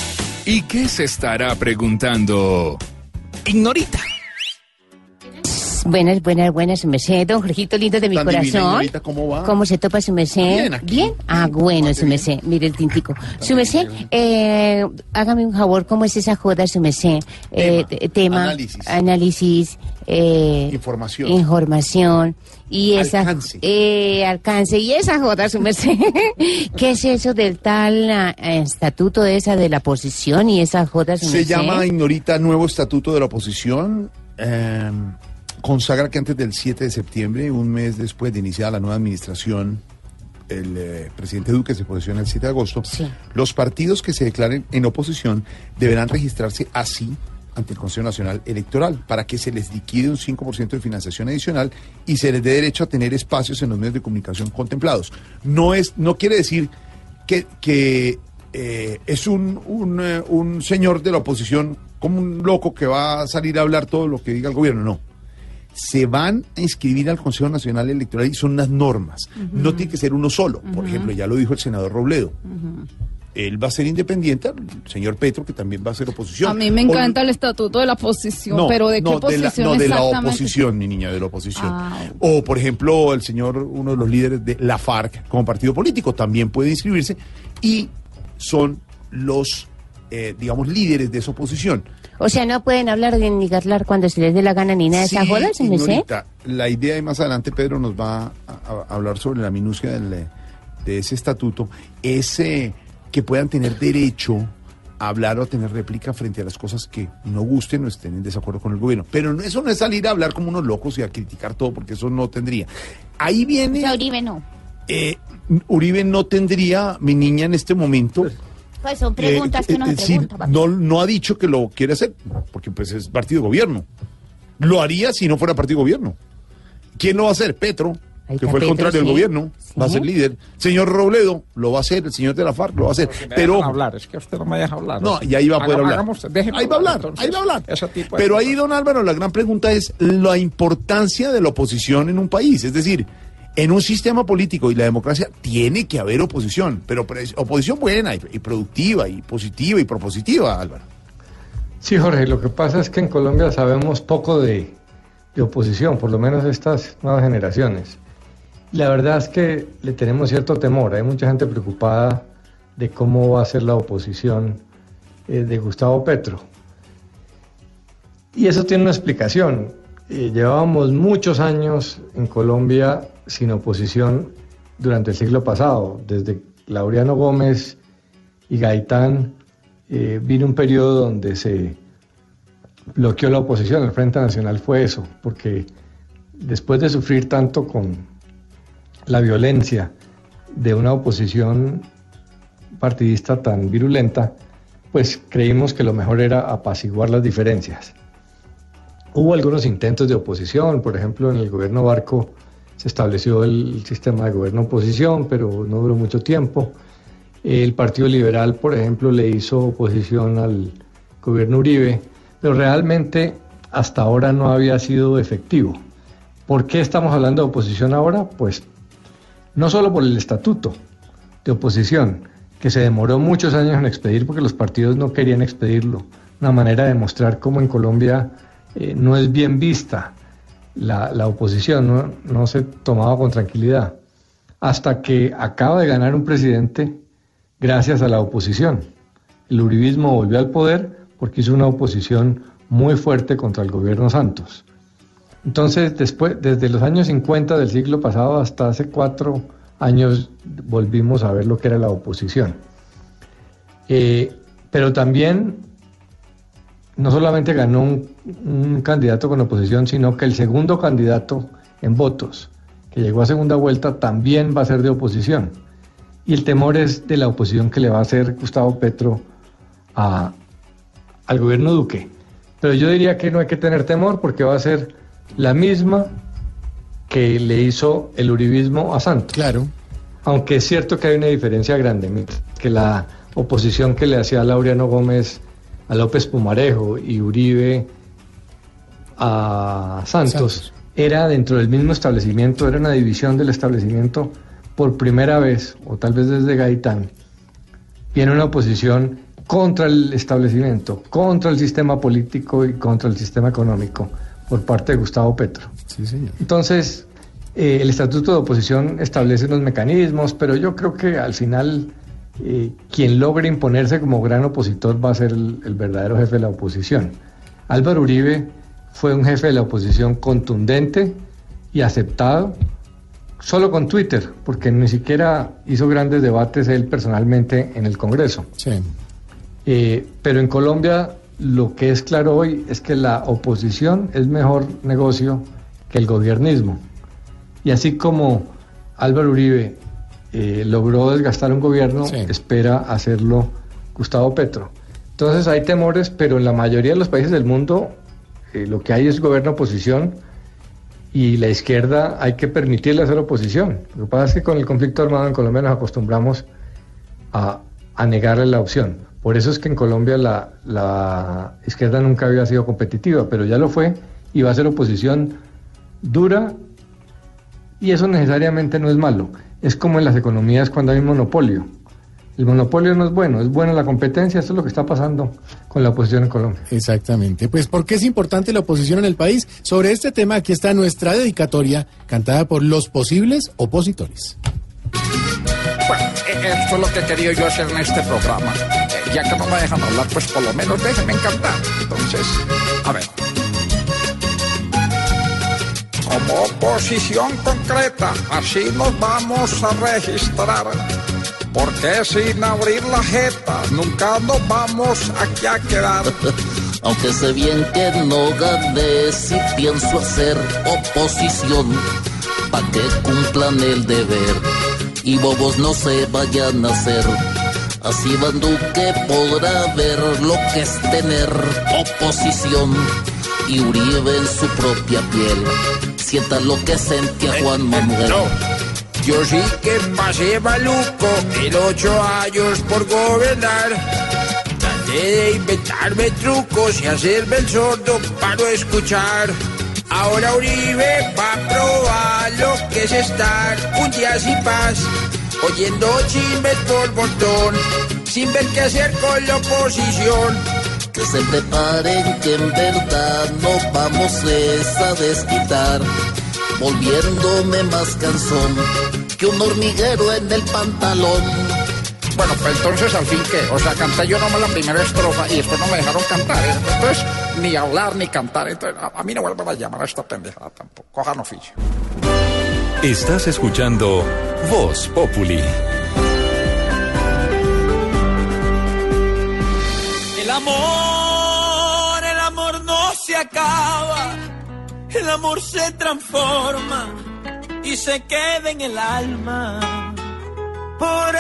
¿Y qué se estará preguntando Ignorita? Buenas, su merced. Don Jorgito lindo de mi Tan divina, corazón. señorita, ¿cómo va? ¿Cómo se topa su merced? Bien, aquí. ¿Bien? Ah, bueno, su merced. Mire el tintico. Su merced, hágame un favor, ¿cómo es esa joda, su merced? Tema. Análisis. Información. Y esa... alcance. Y esa joda, su merced. ¿Qué es eso del tal estatuto esa de la oposición y esa joda, su merced? Se llama, ignorita, nuevo estatuto de la oposición. Consagra que antes del 7 de septiembre, un mes después de iniciar la nueva administración, el presidente Duque se posiciona el 7 de agosto, los partidos que se declaren en oposición deberán registrarse así ante el Consejo Nacional Electoral para que se les liquide un 5% de financiación adicional y se les dé derecho a tener espacios en los medios de comunicación contemplados. No quiere decir que es un señor de la oposición como un loco que va a salir a hablar todo lo que diga el gobierno, no. Se van a inscribir al Consejo Nacional Electoral y son unas normas. No tiene que ser uno solo. Por ejemplo, ya lo dijo el senador Robledo. Él va a ser independiente, el señor Petro, que también va a ser oposición. A mí me encanta el estatuto de la oposición, pero ¿de qué oposición de la exactamente? oposición, mi niña, de la oposición. O, por ejemplo, el señor, uno de los líderes de la FARC como partido político, también puede inscribirse y son los digamos, líderes de esa oposición. O sea, no pueden hablar ni hablar cuando se les dé la gana ni nada de esas bolas, señorita, la idea, y más adelante Pedro nos va a hablar sobre la minucia de ese estatuto, es que puedan tener derecho a hablar o a tener réplica frente a las cosas que no gusten o estén en desacuerdo con el gobierno. Pero eso no es salir a hablar como unos locos y a criticar todo, porque eso no tendría. Ahí viene... O sea, Uribe no. Uribe no tendría, mi niña, en este momento... Pues son preguntas que no se preguntan. No ha dicho que lo quiere hacer, porque pues es partido de gobierno. Lo haría si no fuera partido de gobierno. ¿Quién lo va a hacer? Petro, que fue el contrario del gobierno, va a ser líder. Señor Robledo lo va a hacer, el señor de la FARC lo va a hacer. Pero hablar, es que usted no me deja hablar. No, y ahí va a poder hablar. Ahí va a hablar. Pero ahí, don Álvaro, la gran pregunta es la importancia de la oposición en un país. Es decir, en un sistema político y la democracia tiene que haber oposición, pero oposición buena y productiva y positiva y propositiva, Álvaro. Sí, Jorge, lo que pasa es que en Colombia sabemos poco de oposición, por lo menos estas nuevas generaciones. La verdad es que le tenemos cierto temor. Hay mucha gente preocupada de cómo va a ser la oposición de Gustavo Petro. Y eso tiene una explicación. Llevábamos muchos años en Colombia sin oposición durante el siglo pasado. Desde Laureano Gómez y Gaitán vino un periodo donde se bloqueó la oposición. El Frente Nacional fue eso, porque después de sufrir tanto con la violencia de una oposición partidista tan virulenta, pues creímos que lo mejor era apaciguar las diferencias. Hubo algunos intentos de oposición, por ejemplo, en el gobierno Barco se estableció el sistema de gobierno-oposición, pero no duró mucho tiempo. El Partido Liberal, por ejemplo, le hizo oposición al gobierno Uribe, pero realmente hasta ahora no había sido efectivo. ¿Por qué estamos hablando de oposición ahora? Pues no solo por el estatuto de oposición, que se demoró muchos años en expedir porque los partidos no querían expedirlo, una manera de mostrar cómo en Colombia no es bien vista la oposición, no se tomaba con tranquilidad, hasta que acaba de ganar un presidente gracias a la oposición. El uribismo volvió al poder porque hizo una oposición muy fuerte contra el gobierno Santos. Entonces, desde los años 50 del siglo pasado hasta hace 4 años volvimos a ver lo que era la oposición. Pero también no solamente ganó un candidato con oposición, sino que el segundo candidato en votos, que llegó a segunda vuelta, también va a ser de oposición. Y el temor es de la oposición que le va a hacer Gustavo Petro al gobierno Duque. Pero yo diría que no hay que tener temor porque va a ser la misma que le hizo el uribismo a Santos. Claro. Aunque es cierto que hay una diferencia grande, que la oposición que le hacía Laureano Gómez a López Pumarejo y Uribe a Santos era dentro del mismo establecimiento, era una división del establecimiento. Por primera vez, o tal vez desde Gaitán, viene una oposición contra el establecimiento, contra el sistema político y contra el sistema económico, por parte de Gustavo Petro. Sí, señor. Entonces, el estatuto de oposición establece unos mecanismos, pero yo creo que al final quien logre imponerse como gran opositor va a ser el verdadero jefe de la oposición. Álvaro Uribe fue un jefe de la oposición contundente y aceptado solo con Twitter, porque ni siquiera hizo grandes debates él personalmente en el Congreso. Sí. Pero en Colombia lo que es claro hoy es que la oposición es mejor negocio que el gobiernismo. Y así como Álvaro Uribe logró desgastar un gobierno, espera hacerlo Gustavo Petro. Entonces hay temores, pero en la mayoría de los países del mundo lo que hay es gobierno-oposición, y la izquierda hay que permitirle hacer oposición. Lo que pasa es que con el conflicto armado en Colombia nos acostumbramos a negarle la opción. Por eso es que en Colombia la izquierda nunca había sido competitiva, pero ya lo fue y va a ser oposición dura, y eso necesariamente no es malo. Es como en las economías cuando hay un monopolio. El monopolio no es bueno, es buena la competencia. Eso es lo que está pasando con la oposición en Colombia. Exactamente. Pues, ¿por qué es importante la oposición en el país? Sobre este tema, aquí está nuestra dedicatoria, cantada por los posibles opositores. Bueno, esto es lo que quería yo hacer en este programa. Ya que no me dejan hablar, pues por lo menos déjenme cantar. Entonces, a ver. Como oposición concreta, así nos vamos a registrar. Porque sin abrir la jeta, nunca nos vamos aquí a quedar. Aunque sé bien que no gané, si pienso hacer oposición, pa' que cumplan el deber y bobos no se vayan a hacer. Así Iván Duque podrá ver lo que es tener oposición, y Uribe en su propia piel sienta lo que sentía Juan Manuel. No. Yo sí que pasé maluco en 8 años por gobernar. Traté de inventarme trucos y hacerme el sordo para no escuchar. Ahora Uribe va a probar lo que es estar un día sin paz, oyendo chismes por montón, sin ver qué hacer con la oposición. Que se preparen que en verdad no vamos a desquitar, volviéndome más cansón que un hormiguero en el pantalón. Bueno, pues entonces al fin ¿qué? O sea, canté yo nomás la primera estrofa y después no me dejaron cantar. Entonces, ni hablar ni cantar. Entonces, a mí no vuelvan a llamar a esta pendejada tampoco. Cojan oficio. Estás escuchando Voz Populi. El amor no se acaba. El amor se transforma y se queda en el alma. Por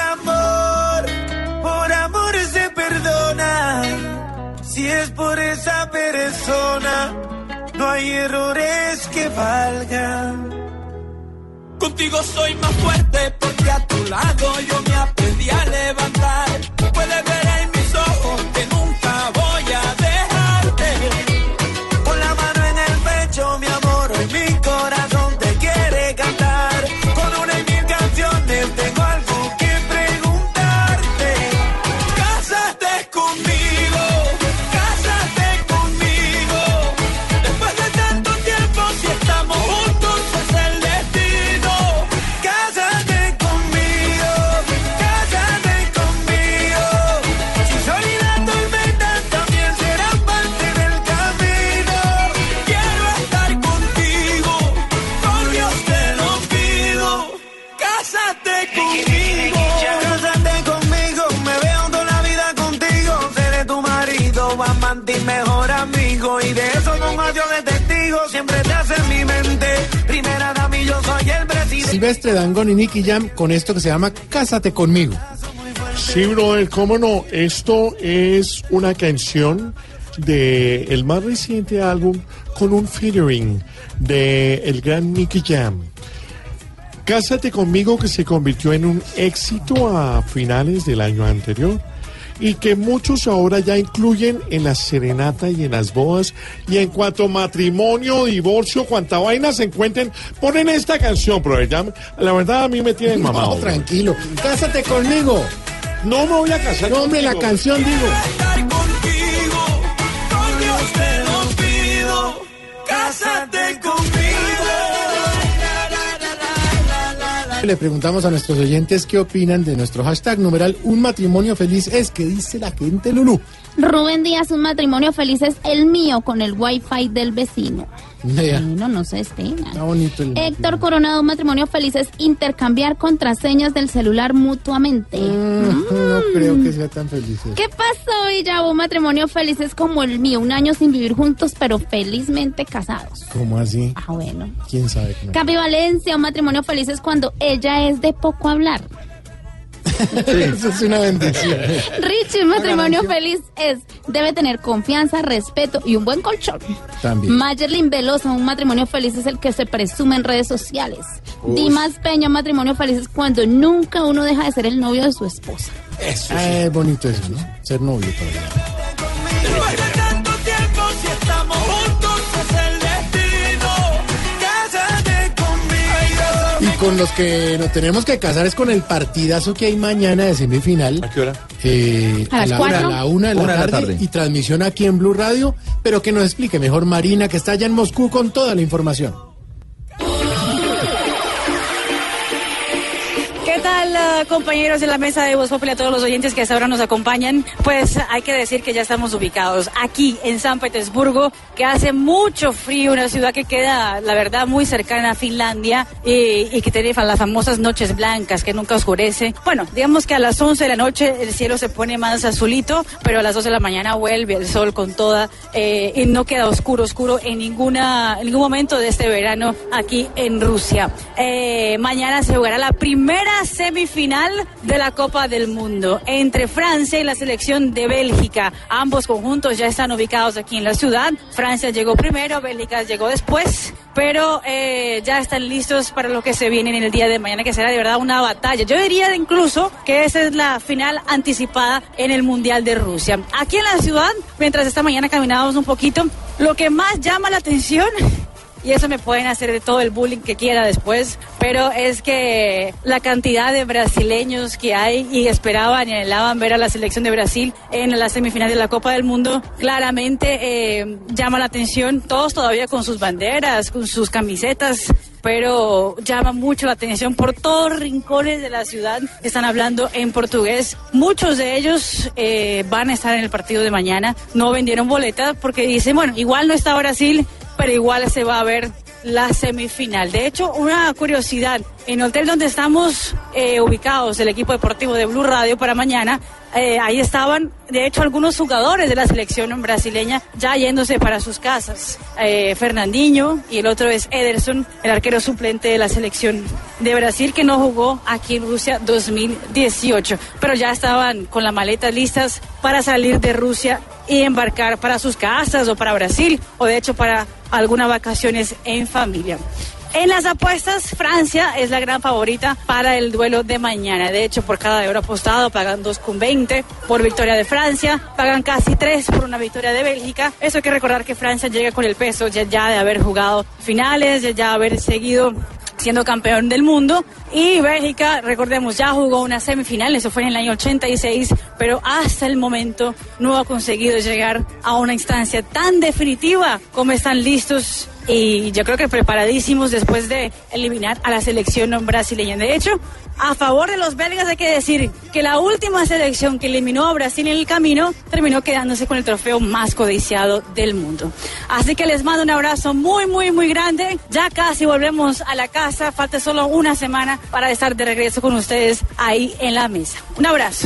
amor se perdona. Si es por esa persona, no hay errores que valgan. Contigo soy más fuerte porque a tu lado yo me aprendí a levantar. Puedes ver en mis ojos que nunca voy a dejarte. Con la mano en el pecho, mi amor, hoy mi corazón te quiere cantar. Con una y mil canciones tengo algo que preguntarte. Cásate conmigo, cásate conmigo. Después de tanto tiempo, si estamos juntos es el destino. Cásate conmigo, cásate conmigo. Si sol y la tormenta también serán parte del camino. Quiero estar contigo, con Dios te lo pido. Cásate conmigo, cásate conmigo. Me veo toda la vida contigo. Seré tu marido, amante y mejor amigo. Y de eso con adiós de testigo siempre te hace en mi mente. Primera dama y yo soy el presidente. Silvestre Dangond y Nicky Jam con esto que se llama Cásate conmigo. Sí, brother, cómo no. Esto es una canción de el más reciente álbum con un featuring de el gran Nicky Jam. Cásate conmigo, que se convirtió en un éxito a finales del año anterior y que muchos ahora ya incluyen en la serenata y en las bodas, y en cuanto matrimonio, divorcio, cuanta vaina se encuentren, ponen esta canción, brother. Ya, la verdad a mí me tienen mamado. No, tranquilo. Cásate conmigo. No me voy a casar. No, hombre, la canción digo. Estar contigo, con Dios te lo pido. Cásate Cásate conmigo. Le preguntamos a nuestros oyentes qué opinan de nuestro hashtag numeral Un matrimonio feliz es. ¿Qué dice la gente, Lulú? Rubén Díaz, un matrimonio feliz es el mío con el wifi del vecino. Bueno, no se despega. Está bonito el Héctor Coronado, un matrimonio feliz es intercambiar contraseñas del celular mutuamente. No creo que sea tan feliz. ¿Qué pasó, Villavo? Un matrimonio feliz es como el mío, 1 año sin vivir juntos, pero felizmente casados. ¿Cómo así? Ah, bueno. ¿Quién sabe? No. Capi Valencia, un matrimonio feliz es cuando ella es de poco hablar. Eso es una bendición. Richie, un matrimonio feliz debe tener confianza, respeto y un buen colchón. También. Mayerlin Velosa, un matrimonio feliz es el que se presume en redes sociales. Dimas Peña, un matrimonio feliz es cuando nunca uno deja de ser el novio de su esposa. Eso es bonito eso, ¿no? Ser novio todavía. Después de tanto tiempo, si estamos juntos, es el destino. Cásate conmigo. Y con los que nos tenemos que casar es con el partidazo que hay mañana de semifinal. ¿A qué hora? ¿A las 4? A la 1 de la tarde. Y transmisión aquí en Blue Radio. Pero que nos explique mejor Marina, que está allá en Moscú con toda la información. ¿Qué tal, compañeros de la mesa de Voz Populi, a todos los oyentes que hasta ahora nos acompañan? Pues hay que decir que ya estamos ubicados aquí en San Petersburgo, que hace mucho frío, una ciudad que queda, la verdad, muy cercana a Finlandia y que tiene las famosas noches blancas, que nunca oscurece. Bueno, digamos que a las 11 de la noche el cielo se pone más azulito, pero a las 2 de la mañana vuelve el sol con toda y no queda oscuro en ningún momento de este verano aquí en Rusia. Mañana se jugará la primera semifinal de la Copa del Mundo entre Francia y la selección de Bélgica. Ambos conjuntos ya están ubicados aquí en la ciudad. Francia llegó primero, Bélgica llegó después, pero ya están listos para lo que se viene en el día de mañana, que será de verdad una batalla. Yo diría incluso que esa es la final anticipada en el Mundial de Rusia. Aquí en la ciudad, mientras esta mañana caminábamos un poquito, lo que más llama la atención, y eso me pueden hacer de todo el bullying que quiera después, pero es que la cantidad de brasileños que hay y esperaban y anhelaban ver a la selección de Brasil en la semifinal de la Copa del Mundo, claramente llama la atención, todos todavía con sus banderas, con sus camisetas, pero llama mucho la atención por todos los rincones de la ciudad. Están hablando en portugués. Muchos de ellos van a estar en el partido de mañana. No vendieron boletas porque dicen, bueno, igual no está Brasil, pero igual se va a ver la semifinal. De hecho, una curiosidad, en el hotel donde estamos ubicados, el equipo deportivo de Blue Radio para mañana, ahí estaban, de hecho, algunos jugadores de la selección brasileña ya yéndose para sus casas. Fernandinho y el otro es Ederson, el arquero suplente de la selección de Brasil, que no jugó aquí en Rusia 2018, pero ya estaban con las maletas listas para salir de Rusia y embarcar para sus casas o para Brasil, o de hecho para algunas vacaciones en familia. En las apuestas, Francia es la gran favorita para el duelo de mañana. De hecho, por cada euro apostado pagan 2,20 por victoria de Francia, pagan casi 3 por una victoria de Bélgica. Eso hay que recordar que Francia llega con el peso ya de haber jugado finales, ya haber seguido siendo campeón del mundo, y Bélgica, recordemos, ya jugó una semifinal, eso fue en el año 86, pero hasta el momento no ha conseguido llegar a una instancia tan definitiva como están listos y yo creo que preparadísimos después de eliminar a la selección brasileña. De hecho, a favor de los belgas hay que decir que la última selección que eliminó a Brasil en el camino terminó quedándose con el trofeo más codiciado del mundo. Así que les mando un abrazo muy, muy, muy grande. Ya casi volvemos a la casa, falta solo una semana para estar de regreso con ustedes ahí en la mesa. Un abrazo.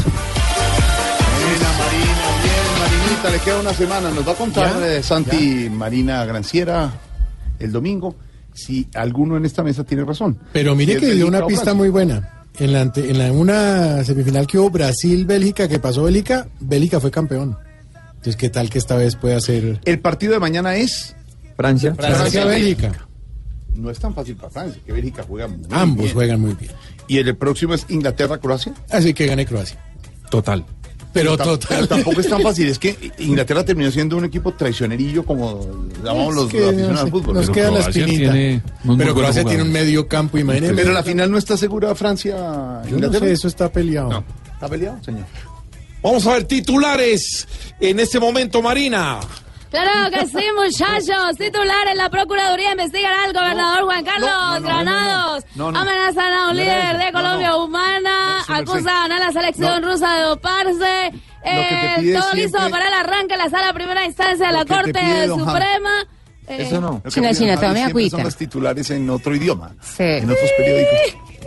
Marinita, le queda una semana. Nos va a contar Santi Marina Granciera el domingo si alguno en esta mesa tiene razón. Pero mire que dio una pista muy buena. En una semifinal que hubo Brasil-Bélgica, que pasó Bélgica fue campeón. Entonces, ¿qué tal que esta vez pueda ser? El partido de mañana es Francia-Bélgica. No es tan fácil para Francia, que Bélgica juega muy bien. Ambos juegan muy bien. ¿Y el próximo es Inglaterra-Croacia? Así que gane Croacia. Total. Pero tampoco es tan fácil. Es que Inglaterra terminó siendo un equipo traicionerillo, como llamamos los aficionados al fútbol. Nos queda la espinita. Pero Croacia tiene un medio campo, imagínense. Pero la final no está segura Francia. Yo no sé, eso está peleado. No. ¿Está peleado, señor? Vamos a ver titulares en este momento, Marina. Claro que sí, muchachos. Titulares, la Procuraduría investigará al gobernador Juan Carlos Granados. Amenazan a un líder de Colombia Humana. Acusan a la selección rusa de doparse. Todo listo para el arranque en la sala primera instancia de la Corte Suprema. Eso no. China, tome agüita. Son los titulares en otro idioma. Sí. En otros periódicos.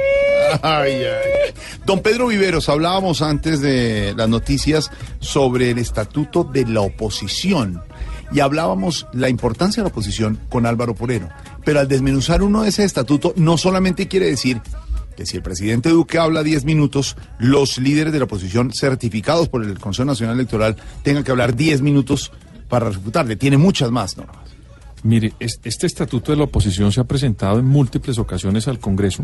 Ay. Don Pedro Viveros, hablábamos antes de las noticias sobre el estatuto de la oposición y hablábamos la importancia de la oposición con Álvaro Forero, pero al desmenuzar uno de ese estatuto no solamente quiere decir que si el presidente Duque habla 10 minutos, los líderes de la oposición certificados por el Consejo Nacional Electoral tengan que hablar 10 minutos para refutarle, tiene muchas más normas. Mire, este estatuto de la oposición se ha presentado en múltiples ocasiones al Congreso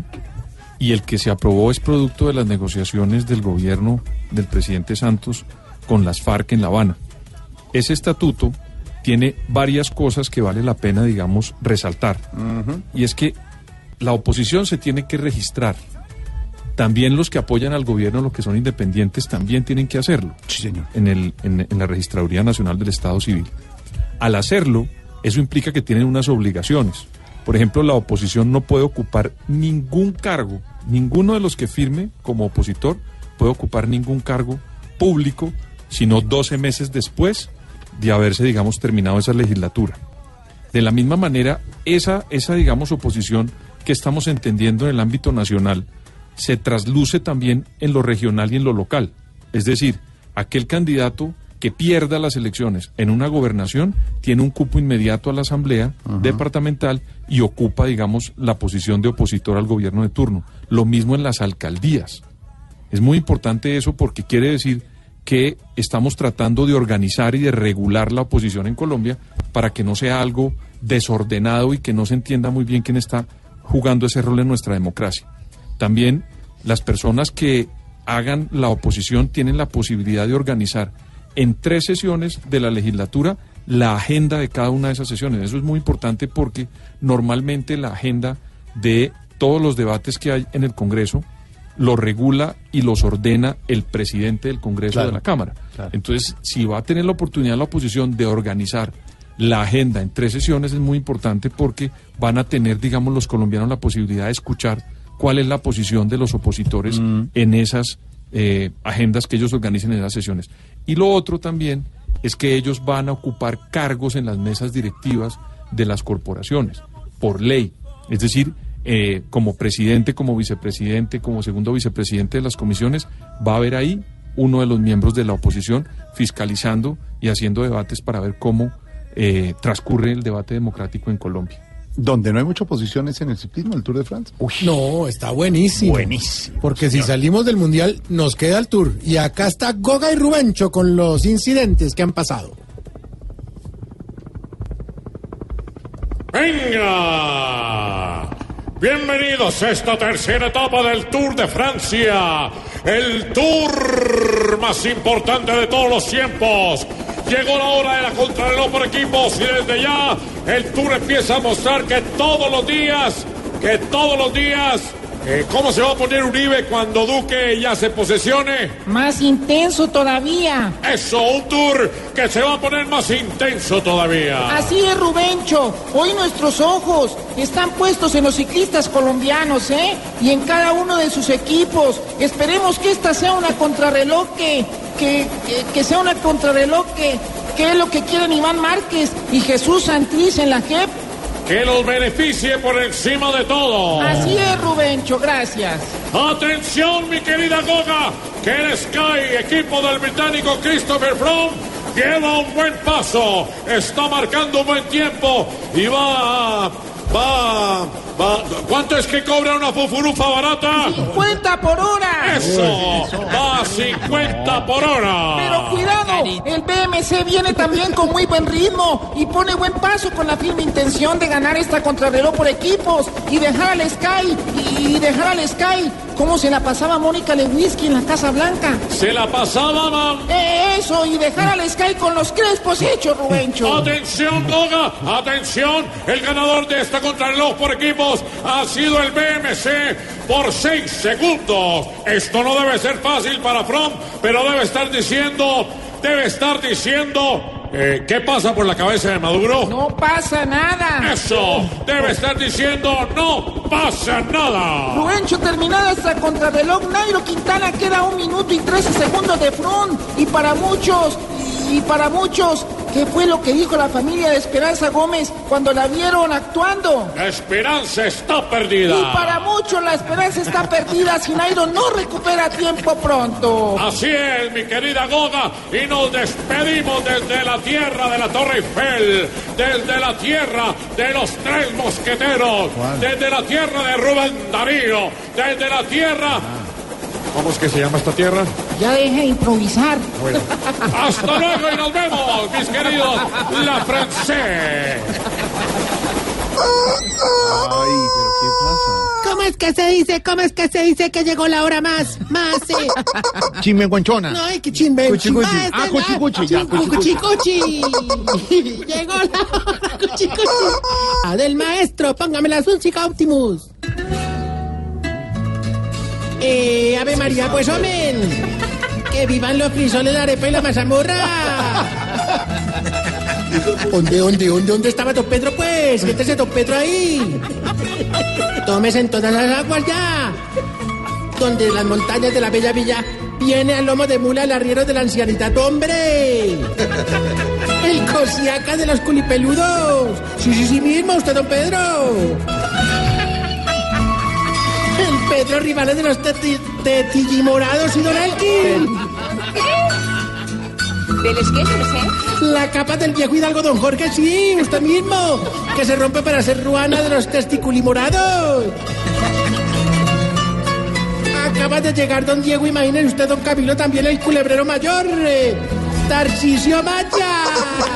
y el que se aprobó es producto de las negociaciones del gobierno del presidente Santos con las FARC en La Habana. Ese estatuto tiene varias cosas que vale la pena, digamos, resaltar. Y es que la oposición se tiene que registrar. También los que apoyan al gobierno, los que son independientes, también tienen que hacerlo. Sí, señor. En la Registraduría Nacional del Estado Civil. Al hacerlo, eso implica que tienen unas obligaciones. Por ejemplo, la oposición no puede ocupar ningún cargo, ninguno de los que firme como opositor puede ocupar ningún cargo público, sino 12 meses después de haberse, digamos, terminado esa legislatura. De la misma manera, esa digamos, oposición que estamos entendiendo en el ámbito nacional se trasluce también en lo regional y en lo local. Es decir, aquel candidato que pierda las elecciones en una gobernación tiene un cupo inmediato a la asamblea departamental y ocupa, digamos, la posición de opositor al gobierno de turno. Lo mismo en las alcaldías. Es muy importante eso porque quiere decir que estamos tratando de organizar y de regular la oposición en Colombia para que no sea algo desordenado y que no se entienda muy bien quién está jugando ese rol en nuestra democracia. También las personas que hagan la oposición tienen la posibilidad de organizar en 3 sesiones de la legislatura la agenda de cada una de esas sesiones. Eso es muy importante porque normalmente la agenda de todos los debates que hay en el Congreso lo regula y los ordena el presidente del Congreso de la Cámara. Entonces, si va a tener la oportunidad la oposición de organizar la agenda en 3 sesiones, es muy importante porque van a tener, digamos, los colombianos la posibilidad de escuchar cuál es la posición de los opositores en esas agendas que ellos organicen en esas sesiones. Y lo otro también es que ellos van a ocupar cargos en las mesas directivas de las corporaciones, por ley. Es decir, como presidente, como vicepresidente, como segundo vicepresidente de las comisiones, va a haber ahí uno de los miembros de la oposición fiscalizando y haciendo debates para ver cómo transcurre el debate democrático en Colombia. Donde no hay mucha oposición es en el ciclismo, el Tour de France. No, está buenísimo. Buenísimo. Porque si salimos del Mundial, nos queda el Tour. Y acá está Goga y Rubencho con los incidentes que han pasado. ¡Venga! Bienvenidos a esta tercera etapa del Tour de Francia. El Tour más importante de todos los tiempos. Llegó la hora de la contrarreloj por equipos y desde ya el Tour empieza a mostrar que todos los días, ¿cómo se va a poner Uribe cuando Duque ya se posesione? Más intenso todavía. Eso, un Tour que se va a poner más intenso todavía. Así es, Rubencho. Hoy nuestros ojos están puestos en los ciclistas colombianos, y en cada uno de sus equipos. Esperemos que esta sea una contrarreloj que sea una contrarreloj que es lo que quieren Iván Márquez y Jesús Santrich en la JEP. Que los beneficie por encima de todo. Así es, Rubencho, gracias. Atención, mi querida Goga, que el Sky, equipo del británico Christopher Froome, lleva un buen paso, está marcando un buen tiempo y va. ¿Cuánto es que cobra una fufurufa barata? 50 por hora. Eso, va a 50 por hora. Pero cuidado, el BMC viene también con muy buen ritmo y pone buen paso con la firme intención de ganar esta contrarreloj por equipos y dejar al Sky, ¿cómo se la pasaba Mónica Lewinsky en la Casa Blanca? Se la pasaba, mam. Eso, y dejar al Sky con los crespos hechos, Rubencho. Atención, Goga, atención, el ganador de esta contrarreloj por equipos ha sido el BMC por 6 segundos. Esto no debe ser fácil para Froome, pero debe estar diciendo, ¿Qué pasa por la cabeza de Maduro? No pasa nada. Eso, debe estar diciendo no pasa nada. Rubencho, terminada esta contrarreloj, Nairo Quintana queda 1 minuto y 13 segundos de front. Y para muchos, ¿qué fue lo que dijo la familia de Esperanza Gómez cuando la vieron actuando? La esperanza está perdida. Y para muchos la esperanza está perdida si Nairo no recupera tiempo pronto. Así es, mi querida Goga, y nos despedimos desde la tierra de la Torre Eiffel, desde la tierra de los 3 mosqueteros, desde la tierra de Rubén Darío, desde la tierra... ¿Cómo es que se llama esta tierra? Ya deje de improvisar. Bueno. Hasta luego y nos vemos, mis queridos La Francés. Ay, pero ¿qué pasa? ¿Cómo es que se dice que llegó la hora más? Chimbenguanchona. No, que chimbe. Cuchicuchi. Cuchicuchi. Ya, Cuchicuchi. Llegó la hora, Cuchicuchi. Del maestro, póngame la música Optimus. Ave María, pues hombre. Que vivan los frisoles, la arepa y la mazamorra. ¿Dónde estaba don Pedro, pues? ¿Qué te hace don Pedro ahí? Tómese en todas las aguas ya. Donde las montañas de la bella villa viene al lomo de mula el arriero de la ancianidad, hombre. El cosiaca de los culipeludos. Sí mismo, usted, don Pedro. El Pedro Rivales de los tetillimorados y Don Elkin. ¿Del esquema, no sé? La capa del viejo Hidalgo Don Jorge, sí, usted mismo, que se rompe para ser ruana de los testiculimorados. Acaba de llegar don Diego, imagínese usted, don Camilo, también el culebrero mayor, Tarcisio Maya.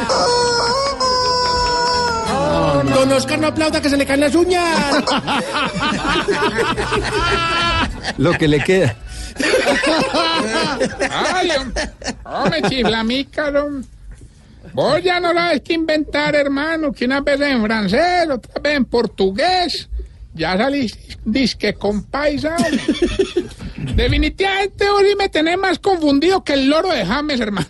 Don Oscar, no aplauda que se le caen las uñas. Lo que le queda. Ay, hombre, chiflamícaro. Vos ya no sabes qué inventar, hermano, que una vez en francés, otra vez en portugués. Ya saliste disque con paisa. Definitivamente hoy me tenés más confundido que el loro de James, hermano.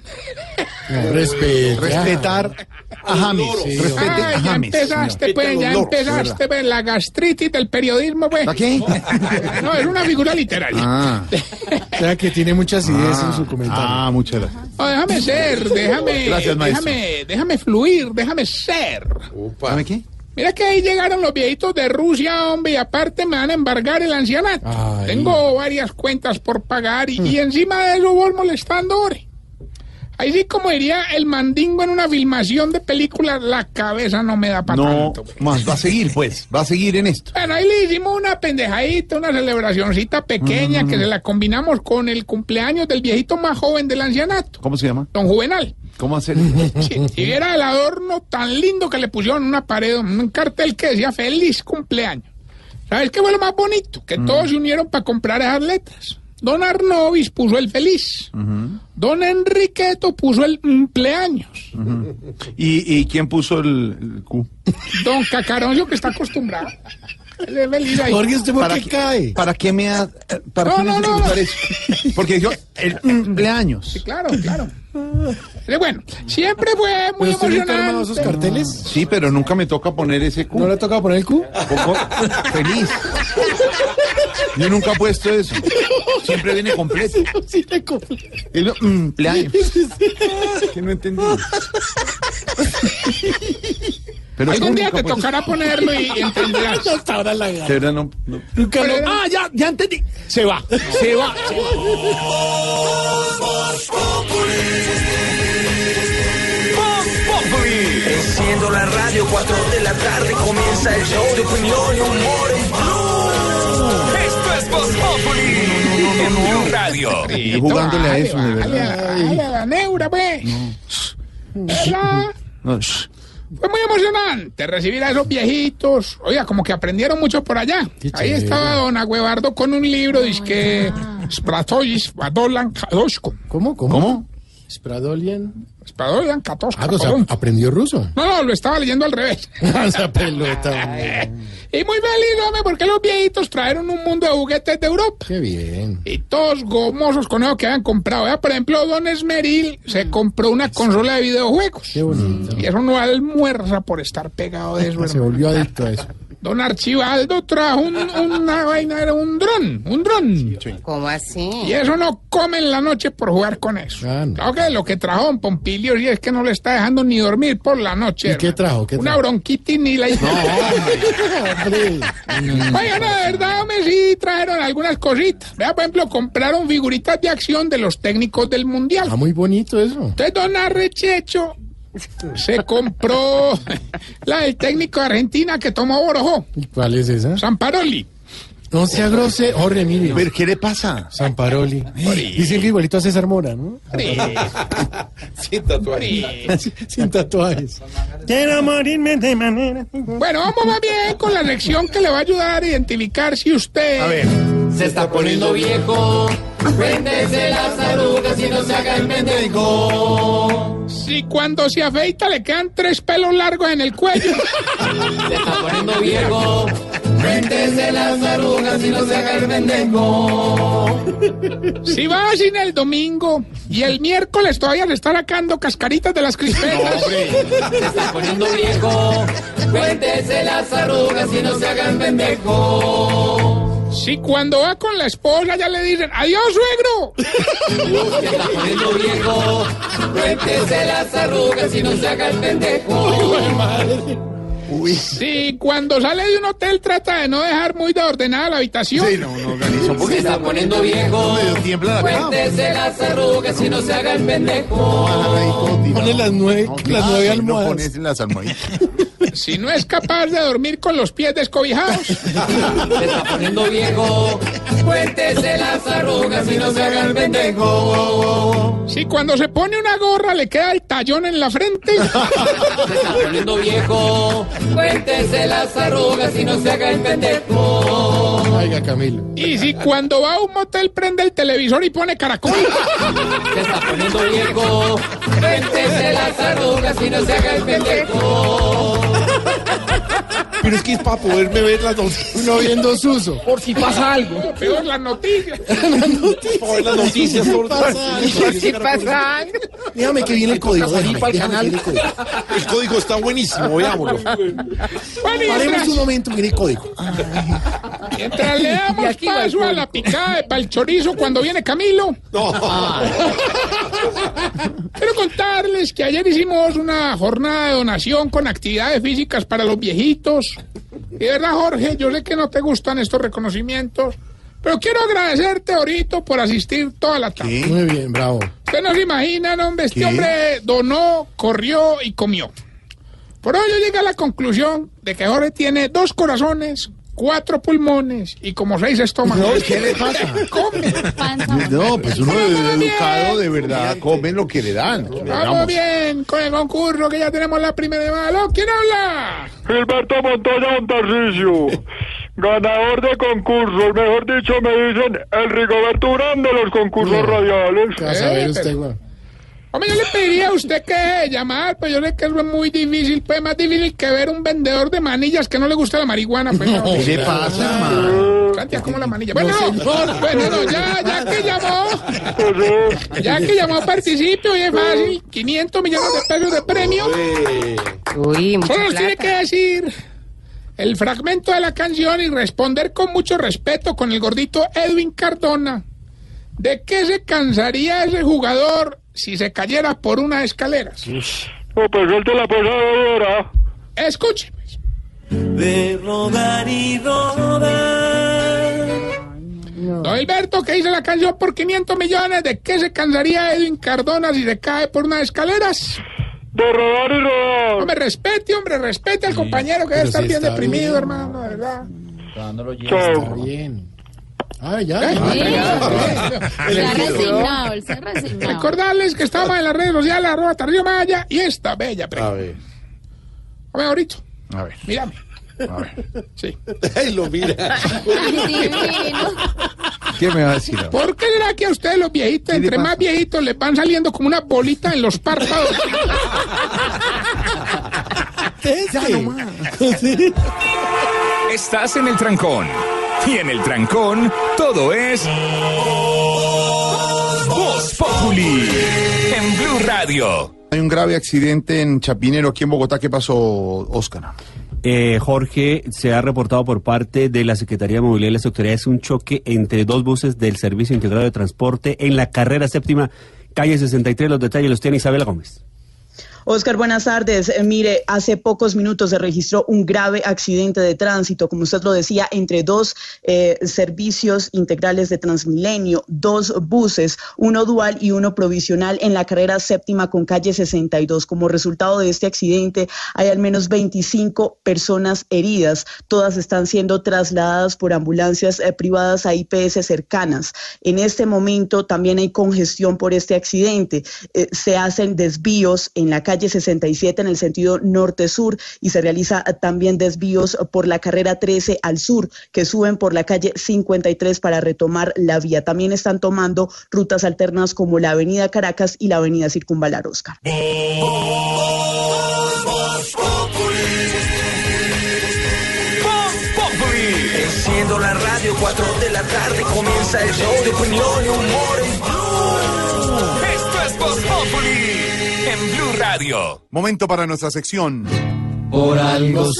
Respetar a James. Sí, respete a James. Ya empezaste, pues, la gastritis del periodismo, pues. ¿A qué? No, es una figura literaria. O sea, que tiene muchas ideas en su comentario. Muchas gracias. No, déjame ser, Gracias, maestro. déjame fluir, déjame ser. ¿Déjame qué? Mira que ahí llegaron los viejitos de Rusia, hombre, y aparte me van a embargar el ancianato. Ay. Tengo varias cuentas por pagar y encima de eso vos molestando, ore. Ahí sí, como diría el mandingo en una filmación de películas, la cabeza no me da para tanto. No, más, va a seguir en esto. Bueno, ahí le hicimos una pendejadita, una celebracioncita pequeña que se la combinamos con el cumpleaños del viejito más joven del ancianato. ¿Cómo se llama? Don Juvenal. ¿Cómo hacer? Si viera el adorno tan lindo que le pusieron en una pared, un cartel que decía feliz cumpleaños. ¿Sabes qué fue lo más bonito? Que todos se unieron para comprar esas letras. Don Arnovis puso el feliz. Don Enriqueto puso el cumpleaños. ¿Y quién puso el Q? Don Cacaroncio, que está acostumbrado. Jorge, ¿usted por qué cae? ¿Para qué me ha... no. Eso? Porque yo... El cumpleaños. Sí, claro. Bueno, siempre fue muy emocionante. ¿Esos carteles? Sí, pero nunca me toca poner ese Q. ¿No le toca poner el Q? Feliz. Yo nunca he puesto eso. Siempre viene completo. Sí, completo. El cumpleaños. Que no entendí. Pero algún día te tocará ponerlo y entenderás. Hasta ahora la gana. Pero no. Ya entendí. Se va. Enciendo la radio, 4 de la tarde comienza el show de opinión y humor en Blue. Esto es Voz Populi en Blue Radio. Y jugándole a eso, de verdad. Dale a la neura, pues. No. Fue muy emocionante recibir a esos viejitos. Oiga, como que aprendieron mucho por allá. Ahí estaba don Agüevardo con un libro, dizque Spratois Vadolan Kadoshko. ¿Cómo? Spradolian. Esperador eran 14. O sea, ¿aprendió ruso? No, lo estaba leyendo al revés. Esa pelota. Y muy feliz, hombre, porque los viejitos trajeron un mundo de juguetes de Europa. Qué bien. Y todos gomosos con eso que habían comprado. ¿Vea? Por ejemplo, don Esmeril se compró una consola de videojuegos. Qué bonito. Y eso no almuerza por estar pegado de eso. Se volvió adicto a eso. Don Archibaldo trajo una vaina, era un dron. ¿Cómo así? Y eso no come en la noche por jugar con eso. Claro que lo que trajo don Pompilio sí es que no le está dejando ni dormir por la noche. ¿Y qué trajo? Una bronquitis ni la... Oigan, no, de verdad, hombre, sí trajeron algunas cositas. Vea, por ejemplo, compraron figuritas de acción de los técnicos del Mundial. Muy bonito eso. Entonces, don Arrechecho se compró la del técnico de Argentina que tomó Borojó. ¿Y cuál es esa? Samparoli. No sea grosero. Jorge, mire. ¿Pero qué le pasa? Samparoli. Dicen que igualito a César Mora, ¿no? Sin tatuajes. Sin tatuajes. Quiero morirme de manera... Bueno, vamos más bien con la lección que le va a ayudar a identificar si usted... A ver. Se está poniendo viejo. Cuéntese las arrugas y no se haga el pendejo. Si cuando se afeita le quedan 3 pelos largos en el cuello. Se está poniendo viejo. Cuéntese las arrugas y no se haga el pendejo. Si va sin el domingo y el miércoles todavía le está sacando cascaritas de las crispetas. Se está poniendo viejo. Cuéntese las arrugas y no se haga el pendejo. Si cuando va con la esposa ya le dicen ¡adiós, suegro! Se está poniendo viejo. Cuéntese las arrugas y no se haga el pendejo. Si cuando sale de un hotel trata de no dejar muy desordenada la habitación. Sí, no organiza un poquito. Se está poniendo viejo. Cuéntese las arrugas y no se haga el pendejo. Pone las 9 almohadas. No pones en las almohadillas. Si no es capaz de dormir con los pies descobijados. Se está poniendo viejo. Cuéntese las arrugas y no se haga el pendejo. Si cuando se pone una gorra le queda el tallón en la frente. Se está poniendo viejo. Cuéntese las arrugas y no se haga el pendejo. Oiga, Camilo. Y si cuando va a un motel prende el televisor y pone caracol. Se está poniendo viejo. Cuéntese las arrugas y no se haga el pendejo. Pero es que es para poderme ver las noticias. Uno viendo Suso. Por si pasa algo. Peor las noticias. Para ver las noticias. Por si pasa algo. Dígame que viene el código. El código está buenísimo, veámoslo. Paremos un momento, mire el código. Mientras le damos paso a la picada de pal chorizo cuando viene Camilo. No. Quiero contarles que ayer hicimos una jornada de donación con actividades físicas para los viejitos. Y de verdad, Jorge, yo sé que no te gustan estos reconocimientos, pero quiero agradecerte ahorita por asistir toda la tarde. Muy bien, bravo. Usted no se imagina, hombre, este hombre donó, corrió y comió. Por hoy yo llegué a la conclusión de que Jorge tiene 2 corazones, 4 pulmones y como 6 estómagos. No, ¿qué le pasa? Come. No, pues uno educado de verdad come lo que le dan. Vamos bien con el concurso que ya tenemos la primera llamada. ¿Quién habla? Gilberto Montoya Montarcisio, ganador de concursos, mejor dicho me dicen el Rigoberto Urán de los concursos radiales. ¿Qué va a saber usted, güey? Hombre, yo le pediría a usted que llamar, pero yo sé que eso es muy difícil, pues más difícil que ver un vendedor de manillas que no le gusta la marihuana. Pues, no, ¿qué le pasa, man? Santiago, como la manilla. Bueno, ya que llamó, participe, hoy es fácil, 500 millones de pesos de premio. Uy, solo nos tiene que decir el fragmento de la canción y responder con mucho respeto con el gordito Edwin Cardona. ¿De qué se cansaría ese jugador si se cayera por unas escaleras? No, pues suelte la posadora. Escuche, pues. De rodar y rodar. Don Hilberto, que hizo la canción por 500 millones, ¿de qué se cansaría Edwin Cardona si se cae por unas escaleras? De rodar y rodar. Hombre, respete al compañero que debe estar bien deprimido, bien, hermano, de verdad. Está bien. Ah, ya. Él se ha resignado. Recordarles que estamos en las redes sociales, @TarcilloMaya y esta bella pregunta. A ver. Hombre, ahorita. A ver. Mírame. A ver. Sí. Ay, lo mira. Divino. ¿Qué me va a decir ahora? ¿Por qué será que a ustedes los viejitos, entre más viejitos, les van saliendo como una bolita en los párpados? Ya nomás. Estás en el trancón. Y en el trancón, todo es Voz Populi en Blue Radio. Hay un grave accidente en Chapinero, aquí en Bogotá. ¿Qué pasó, Óscar? Jorge, se ha reportado por parte de la Secretaría de Movilidad y las autoridades un choque entre dos buses del Servicio Integrado de Transporte en la carrera séptima, calle 63. Los detalles los tiene Isabela Gómez. Oscar, buenas tardes. Mire, hace pocos minutos se registró un grave accidente de tránsito, como usted lo decía, entre dos servicios integrales de Transmilenio, dos buses, uno dual y uno provisional en la carrera séptima con calle 62. Como resultado de este accidente, hay al menos 25 personas heridas. Todas están siendo trasladadas por ambulancias privadas a IPS cercanas. En este momento también hay congestión por este accidente. Se hacen desvíos en la calle 67 en el sentido norte-sur y se realiza también desvíos por la carrera 13 al sur que suben por la calle 53 para retomar la vía. También están tomando rutas alternas como la avenida Caracas y la avenida Circunvalar, Oscar. Enciendo la radio, 4 de la tarde comienza el show de opinión y humor en Blue. Esto es Voz Populi en Blue Radio. Momento para nuestra sección. Por algo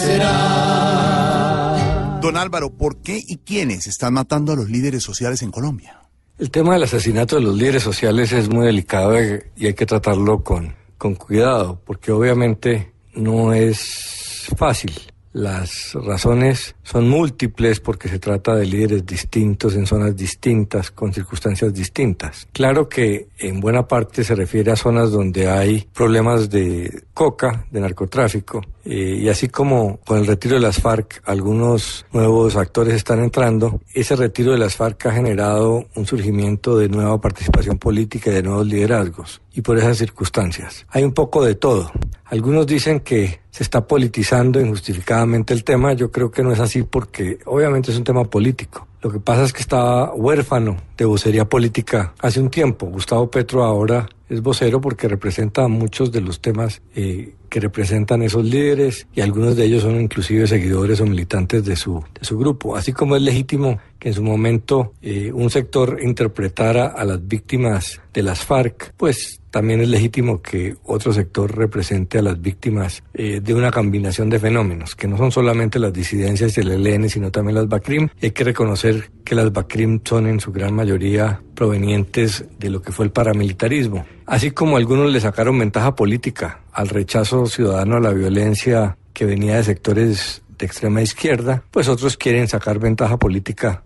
será. Don Álvaro, ¿por qué y quiénes están matando a los líderes sociales en Colombia? El tema del asesinato de los líderes sociales es muy delicado y hay que tratarlo con cuidado, porque obviamente no es fácil. Las razones son múltiples porque se trata de líderes distintos en zonas distintas, con circunstancias distintas. Claro que en buena parte se refiere a zonas donde hay problemas de coca, de narcotráfico, y así como con el retiro de las FARC algunos nuevos actores están entrando, ese retiro de las FARC ha generado un surgimiento de nueva participación política y de nuevos liderazgos, y por esas circunstancias. Hay un poco de todo. Algunos dicen que se está politizando injustificadamente el tema. Yo creo que no es así porque obviamente es un tema político. Lo que pasa es que estaba huérfano de vocería política hace un tiempo. Gustavo Petro ahora es vocero porque representa muchos de los temas que representan esos líderes y algunos de ellos son inclusive seguidores o militantes de su grupo. Así como es legítimo que en su momento un sector interpretara a las víctimas de las FARC, pues también es legítimo que otro sector represente a las víctimas de una combinación de fenómenos, que no son solamente las disidencias del ELN, sino también las BACRIM. Hay que reconocer que las BACRIM son en su gran mayoría provenientes de lo que fue el paramilitarismo. Así como algunos le sacaron ventaja política al rechazo ciudadano a la violencia que venía de sectores de extrema izquierda, pues otros quieren sacar ventaja política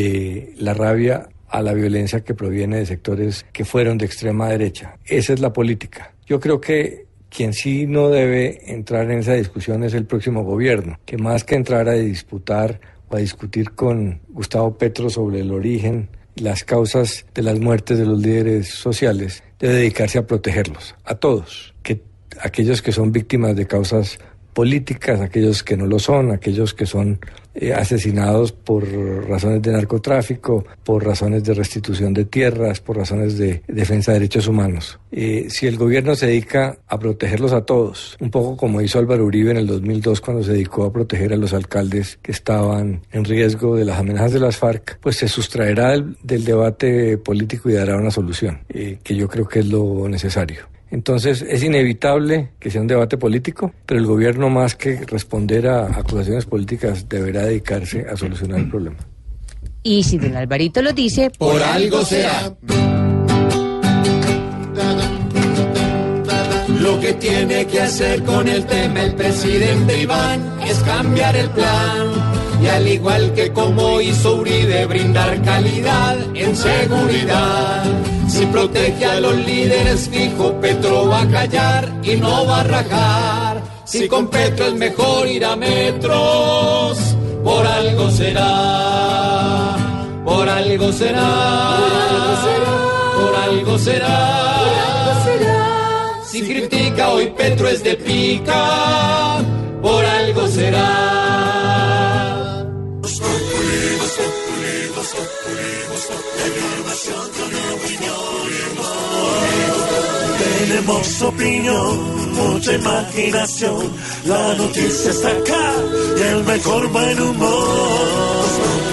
de la rabia a la violencia que proviene de sectores que fueron de extrema derecha. Esa es la política. Yo creo que quien sí no debe entrar en esa discusión es el próximo gobierno, que más que entrar a disputar o a discutir con Gustavo Petro sobre el origen y las causas de las muertes de los líderes sociales, debe dedicarse a protegerlos, a todos, que aquellos que son víctimas de causas políticas, aquellos que no lo son, aquellos que son asesinados por razones de narcotráfico, por razones de restitución de tierras, por razones de defensa de derechos humanos. Si el gobierno se dedica a protegerlos a todos, un poco como hizo Álvaro Uribe en el 2002 cuando se dedicó a proteger a los alcaldes que estaban en riesgo de las amenazas de las FARC, pues se sustraerá del debate político y dará una solución, que yo creo que es lo necesario. Entonces es inevitable que sea un debate político, pero el gobierno más que responder a acusaciones políticas deberá dedicarse a solucionar el problema. Y si don Alvarito lo dice, por algo será. Lo que tiene que hacer con el tema el presidente Iván es cambiar el plan. Y al igual que como hizo Uribe, brindar calidad en seguridad. Si protege a los líderes fijo, Petro va a callar y no va a rajar. Si con Petro es mejor ir a metros, por algo será, por algo será, por algo será, si critica hoy Petro es de pica, por algo será. Tenemos opinión, mucha imaginación. La noticia está acá y el mejor buen humor.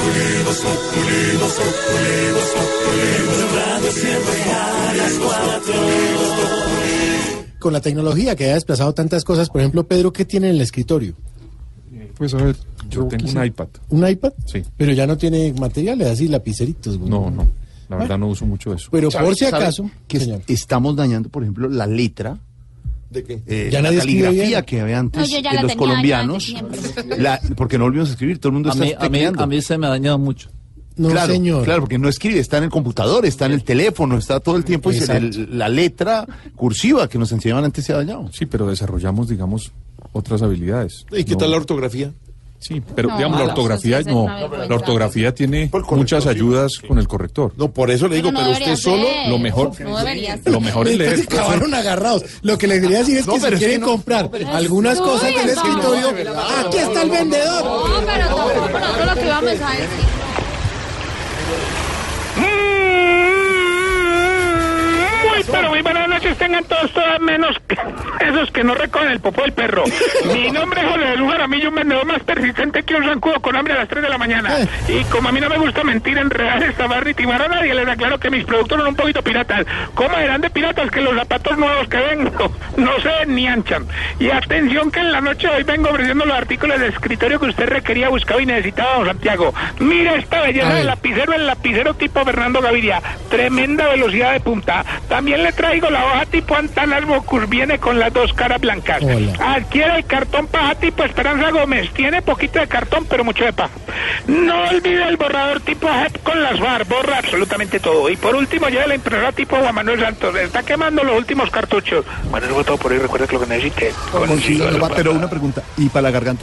Radio siempre a las 4. Con la tecnología que ha desplazado tantas cosas, por ejemplo, Pedro, ¿qué tiene en el escritorio? Pues a ver, yo tengo un iPad. ¿Un iPad? Sí. Pero ya no tiene materiales así, lapiceritos. Güey. No. La verdad no uso mucho eso. Pero por si acaso, que estamos dañando, por ejemplo, la letra. ¿De qué? Ya la nadie caligrafía que había antes No, yo ya de la los tenía colombianos. Porque no volvimos a escribir, todo el mundo está tecleando. A mí se me ha dañado mucho. No, claro, señor. Claro, porque no escribe, está en el computador, está en el teléfono, está todo el tiempo y la letra cursiva que nos enseñaban antes se ha dañado. Sí, pero desarrollamos, digamos, otras habilidades. ¿Y qué tal la ortografía? Sí, pero digamos, la ortografía la ortografía tiene muchas ayudas con el corrector. No, por eso le digo, pero usted solo lo mejor es leer. Acabaron agarrados. Lo que les quería decir es que si quieren comprar algunas cosas del escritorio, aquí está el vendedor. No, pero todo lo que vamos a decir. Pero muy buenas noches, tengan todos menos esos que no recogen el popó del perro. Mi nombre es Jorge Luis Jaramillo, un vendedor más persistente que un zancudo con hambre a las 3 de la mañana. Y como a mí no me gusta mentir, enredar, estafar ni timar a nadie, les aclaro que mis productos son un poquito piratas. ¿Cómo eran de piratas que los zapatos nuevos que vengo no se ni anchan? Y atención que en la noche de hoy vengo ofreciendo los artículos de escritorio que usted requería, buscaba y necesitaba, don Santiago. Mire esta belleza del lapicero, el lapicero tipo Fernando Gaviria. Tremenda velocidad de punta. También le traigo la hoja tipo Antanas Bocus, viene con las dos caras blancas. Adquiere el cartón paja tipo Esperanza Gómez, tiene poquito de cartón pero mucho de paja. No olvide el borrador tipo HEP con las FAR, borra absolutamente todo. Y por último lleve la impresora tipo Juan Manuel Santos, está quemando los últimos cartuchos. Bueno, eso fue todo por hoy, recuerda que lo que necesite. Pero una pregunta, ¿y para la garganta?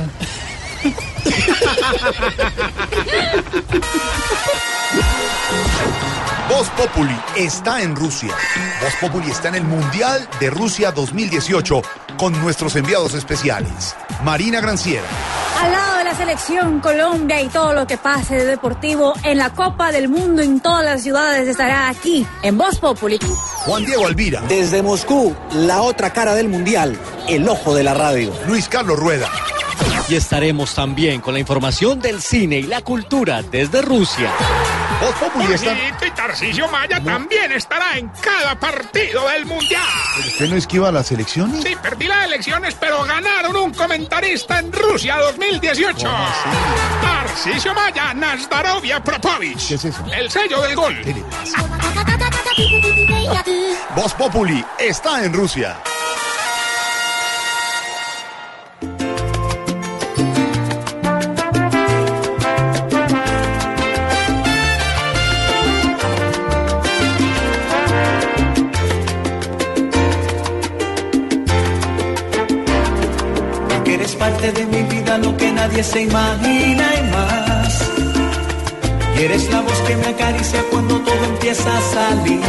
Voz Populi está en Rusia. Voz Populi está en el Mundial de Rusia 2018 con nuestros enviados especiales. Marina Granciera. Al lado de la selección Colombia y todo lo que pase de deportivo en la Copa del Mundo en todas las ciudades estará aquí en Voz Populi. Juan Diego Alvira. Desde Moscú, la otra cara del Mundial, el ojo de la radio. Luis Carlos Rueda. Y estaremos también con la información del cine y la cultura desde Rusia. Voz Populi está... Y Tarcisio Maya también estará en cada partido del Mundial. ¿Usted no esquiva las elecciones? Sí, perdí las elecciones, pero ganaron un comentarista en Rusia 2018. Tarcisio Maya, Nazdarovia Propovich. ¿Qué es eso? El sello del gol. Voz Populi está en Rusia. Parte de mi vida, lo que nadie se imagina y más. Y eres la voz que me acaricia cuando todo empieza a salir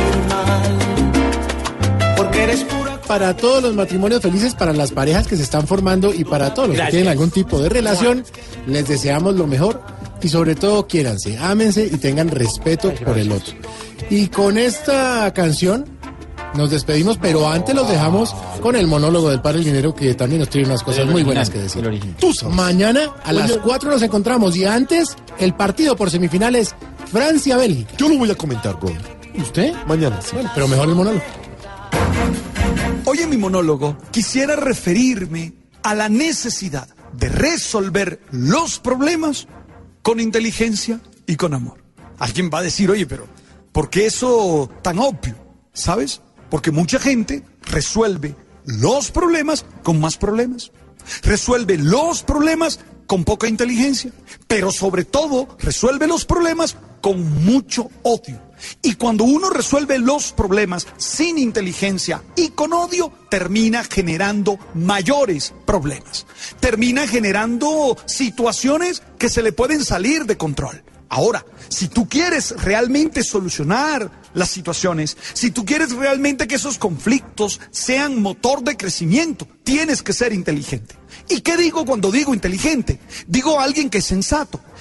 mal. Porque eres pura. Para todos los matrimonios felices, para las parejas que se están formando y para todos los que tienen algún tipo de relación, les deseamos lo mejor y sobre todo quiéranse, ámense y tengan respeto por el otro. Y con esta canción nos despedimos, pero antes los dejamos con el monólogo del Padre El Dinero, que también nos tiene unas cosas muy buenas que decir. Mañana a las 4 nos encontramos y antes el partido por semifinales Francia-Bélgica. Yo lo voy a comentar, bro. ¿Usted? Mañana. Bueno, pero mejor el monólogo. Hoy en mi monólogo quisiera referirme a la necesidad de resolver los problemas con inteligencia y con amor. Alguien va a decir, oye, pero ¿por qué eso tan obvio? ¿Sabes? Porque mucha gente resuelve los problemas con más problemas. Resuelve los problemas con poca inteligencia. Pero sobre todo, resuelve los problemas con mucho odio. Y cuando uno resuelve los problemas sin inteligencia y con odio, termina generando mayores problemas. Termina generando situaciones que se le pueden salir de control. Ahora, si tú quieres realmente solucionar las situaciones, si tú quieres realmente que esos conflictos sean motor de crecimiento, tienes que ser inteligente. ¿Y qué digo cuando digo inteligente? Digo alguien que es sensato.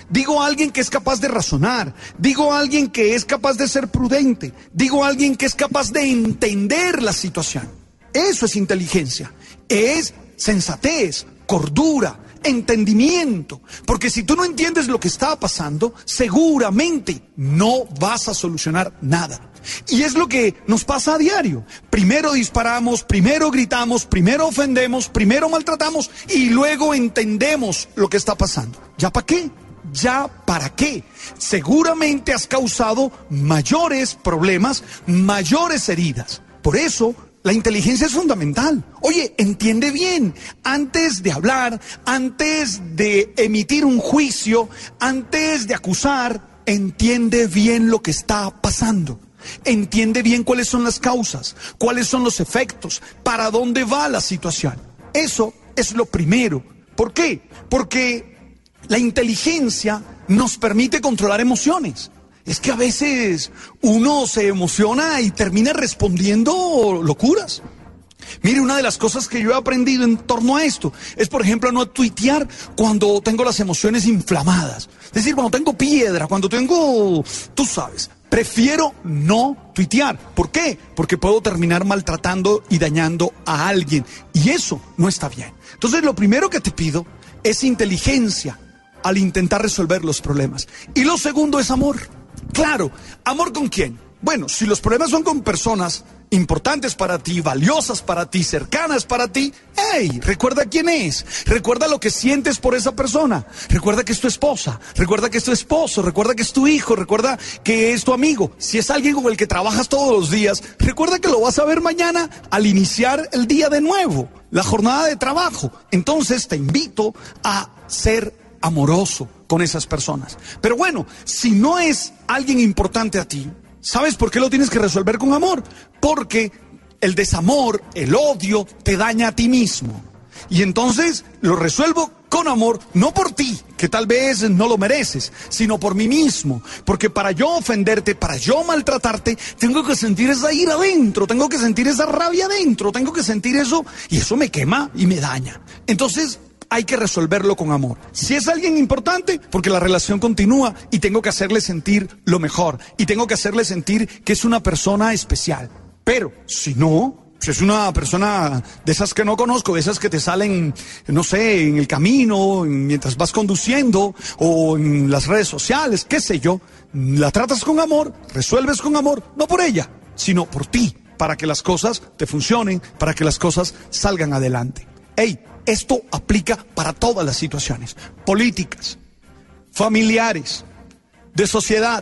digo alguien que es capaz de razonar, digo alguien que es capaz de ser prudente, digo alguien que es capaz de entender la situación. Eso es inteligencia, es sensatez, cordura, entendimiento, porque si tú no entiendes lo que está pasando, seguramente no vas a solucionar nada. Y es lo que nos pasa a diario. Primero disparamos, primero gritamos, primero ofendemos, primero maltratamos y luego entendemos lo que está pasando. ¿Ya para qué? ¿Ya para qué? Seguramente has causado mayores problemas, mayores heridas. Por eso la inteligencia es fundamental. Oye, entiende bien, antes de hablar, antes de emitir un juicio, antes de acusar, entiende bien lo que está pasando. Entiende bien cuáles son las causas, cuáles son los efectos, para dónde va la situación. Eso es lo primero. ¿Por qué? Porque la inteligencia nos permite controlar emociones. Es que a veces uno se emociona y termina respondiendo locuras. Mire, una de las cosas que yo he aprendido en torno a esto es, por ejemplo, no tuitear cuando tengo las emociones inflamadas. Es decir, cuando tengo piedra, cuando tengo, tú sabes, prefiero no tuitear. ¿Por qué? Porque puedo terminar maltratando y dañando a alguien. Y eso no está bien. Entonces, lo primero que te pido es inteligencia al intentar resolver los problemas. Y lo segundo es amor. Claro, ¿amor con quién? Bueno, si los problemas son con personas importantes para ti, valiosas para ti, cercanas para ti, hey, recuerda quién es, recuerda lo que sientes por esa persona, recuerda que es tu esposa, recuerda que es tu esposo, recuerda que es tu hijo, recuerda que es tu amigo. Si es alguien con el que trabajas todos los días, recuerda que lo vas a ver mañana al iniciar el día de nuevo, la jornada de trabajo. Entonces te invito a ser amoroso con esas personas. Pero bueno, si no es alguien importante a ti, ¿sabes por qué lo tienes que resolver con amor? Porque el desamor, el odio, te daña a ti mismo. Y entonces lo resuelvo con amor, no por ti, que tal vez no lo mereces, sino por mí mismo. Porque para yo ofenderte, para yo maltratarte, tengo que sentir esa ira adentro, tengo que sentir esa rabia adentro, tengo que sentir eso, y eso me quema y me daña. Entonces hay que resolverlo con amor. Si es alguien importante, porque la relación continúa y tengo que hacerle sentir lo mejor. Y tengo que hacerle sentir que es una persona especial. Pero si no, si es una persona de esas que no conozco, de esas que te salen, no sé, en el camino, mientras vas conduciendo, o en las redes sociales, qué sé yo, la tratas con amor, resuelves con amor, no por ella, sino por ti, para que las cosas te funcionen, para que las cosas salgan adelante. Hey, esto aplica para todas las situaciones, políticas, familiares, de sociedad,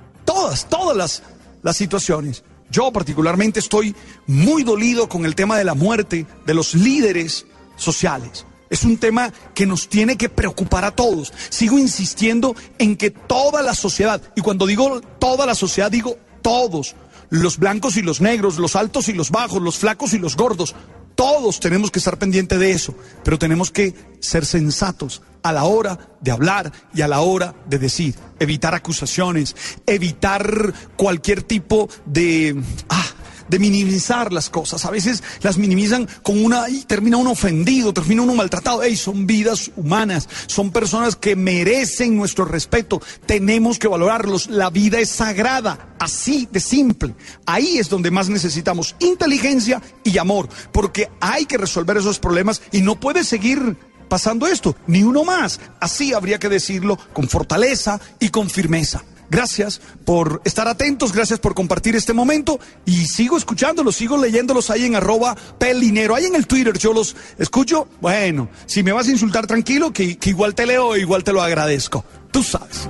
todas las situaciones. Yo particularmente estoy muy dolido con el tema de la muerte de los líderes sociales. Es un tema que nos tiene que preocupar a todos. Sigo insistiendo en que toda la sociedad, y cuando digo toda la sociedad digo todos, los blancos y los negros, los altos y los bajos, los flacos y los gordos, todos tenemos que estar pendientes de eso, pero tenemos que ser sensatos a la hora de hablar y a la hora de decir, evitar acusaciones, evitar cualquier tipo de minimizar las cosas. A veces las minimizan con y termina uno ofendido, termina uno maltratado. Ey, son vidas humanas, son personas que merecen nuestro respeto. Tenemos que valorarlos. La vida es sagrada, así de simple. Ahí es donde más necesitamos inteligencia y amor, porque hay que resolver esos problemas y no puede seguir pasando esto, ni uno más. Así habría que decirlo con fortaleza y con firmeza. Gracias por estar atentos, gracias por compartir este momento y sigo escuchándolos, sigo leyéndolos ahí en @pelinero, ahí en el Twitter yo los escucho. Bueno, si me vas a insultar tranquilo, que igual te leo, igual te lo agradezco, tú sabes.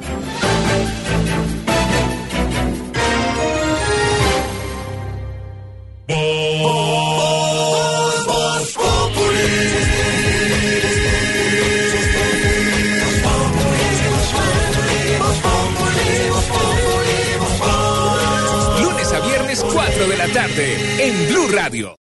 De la tarde en Blue Radio.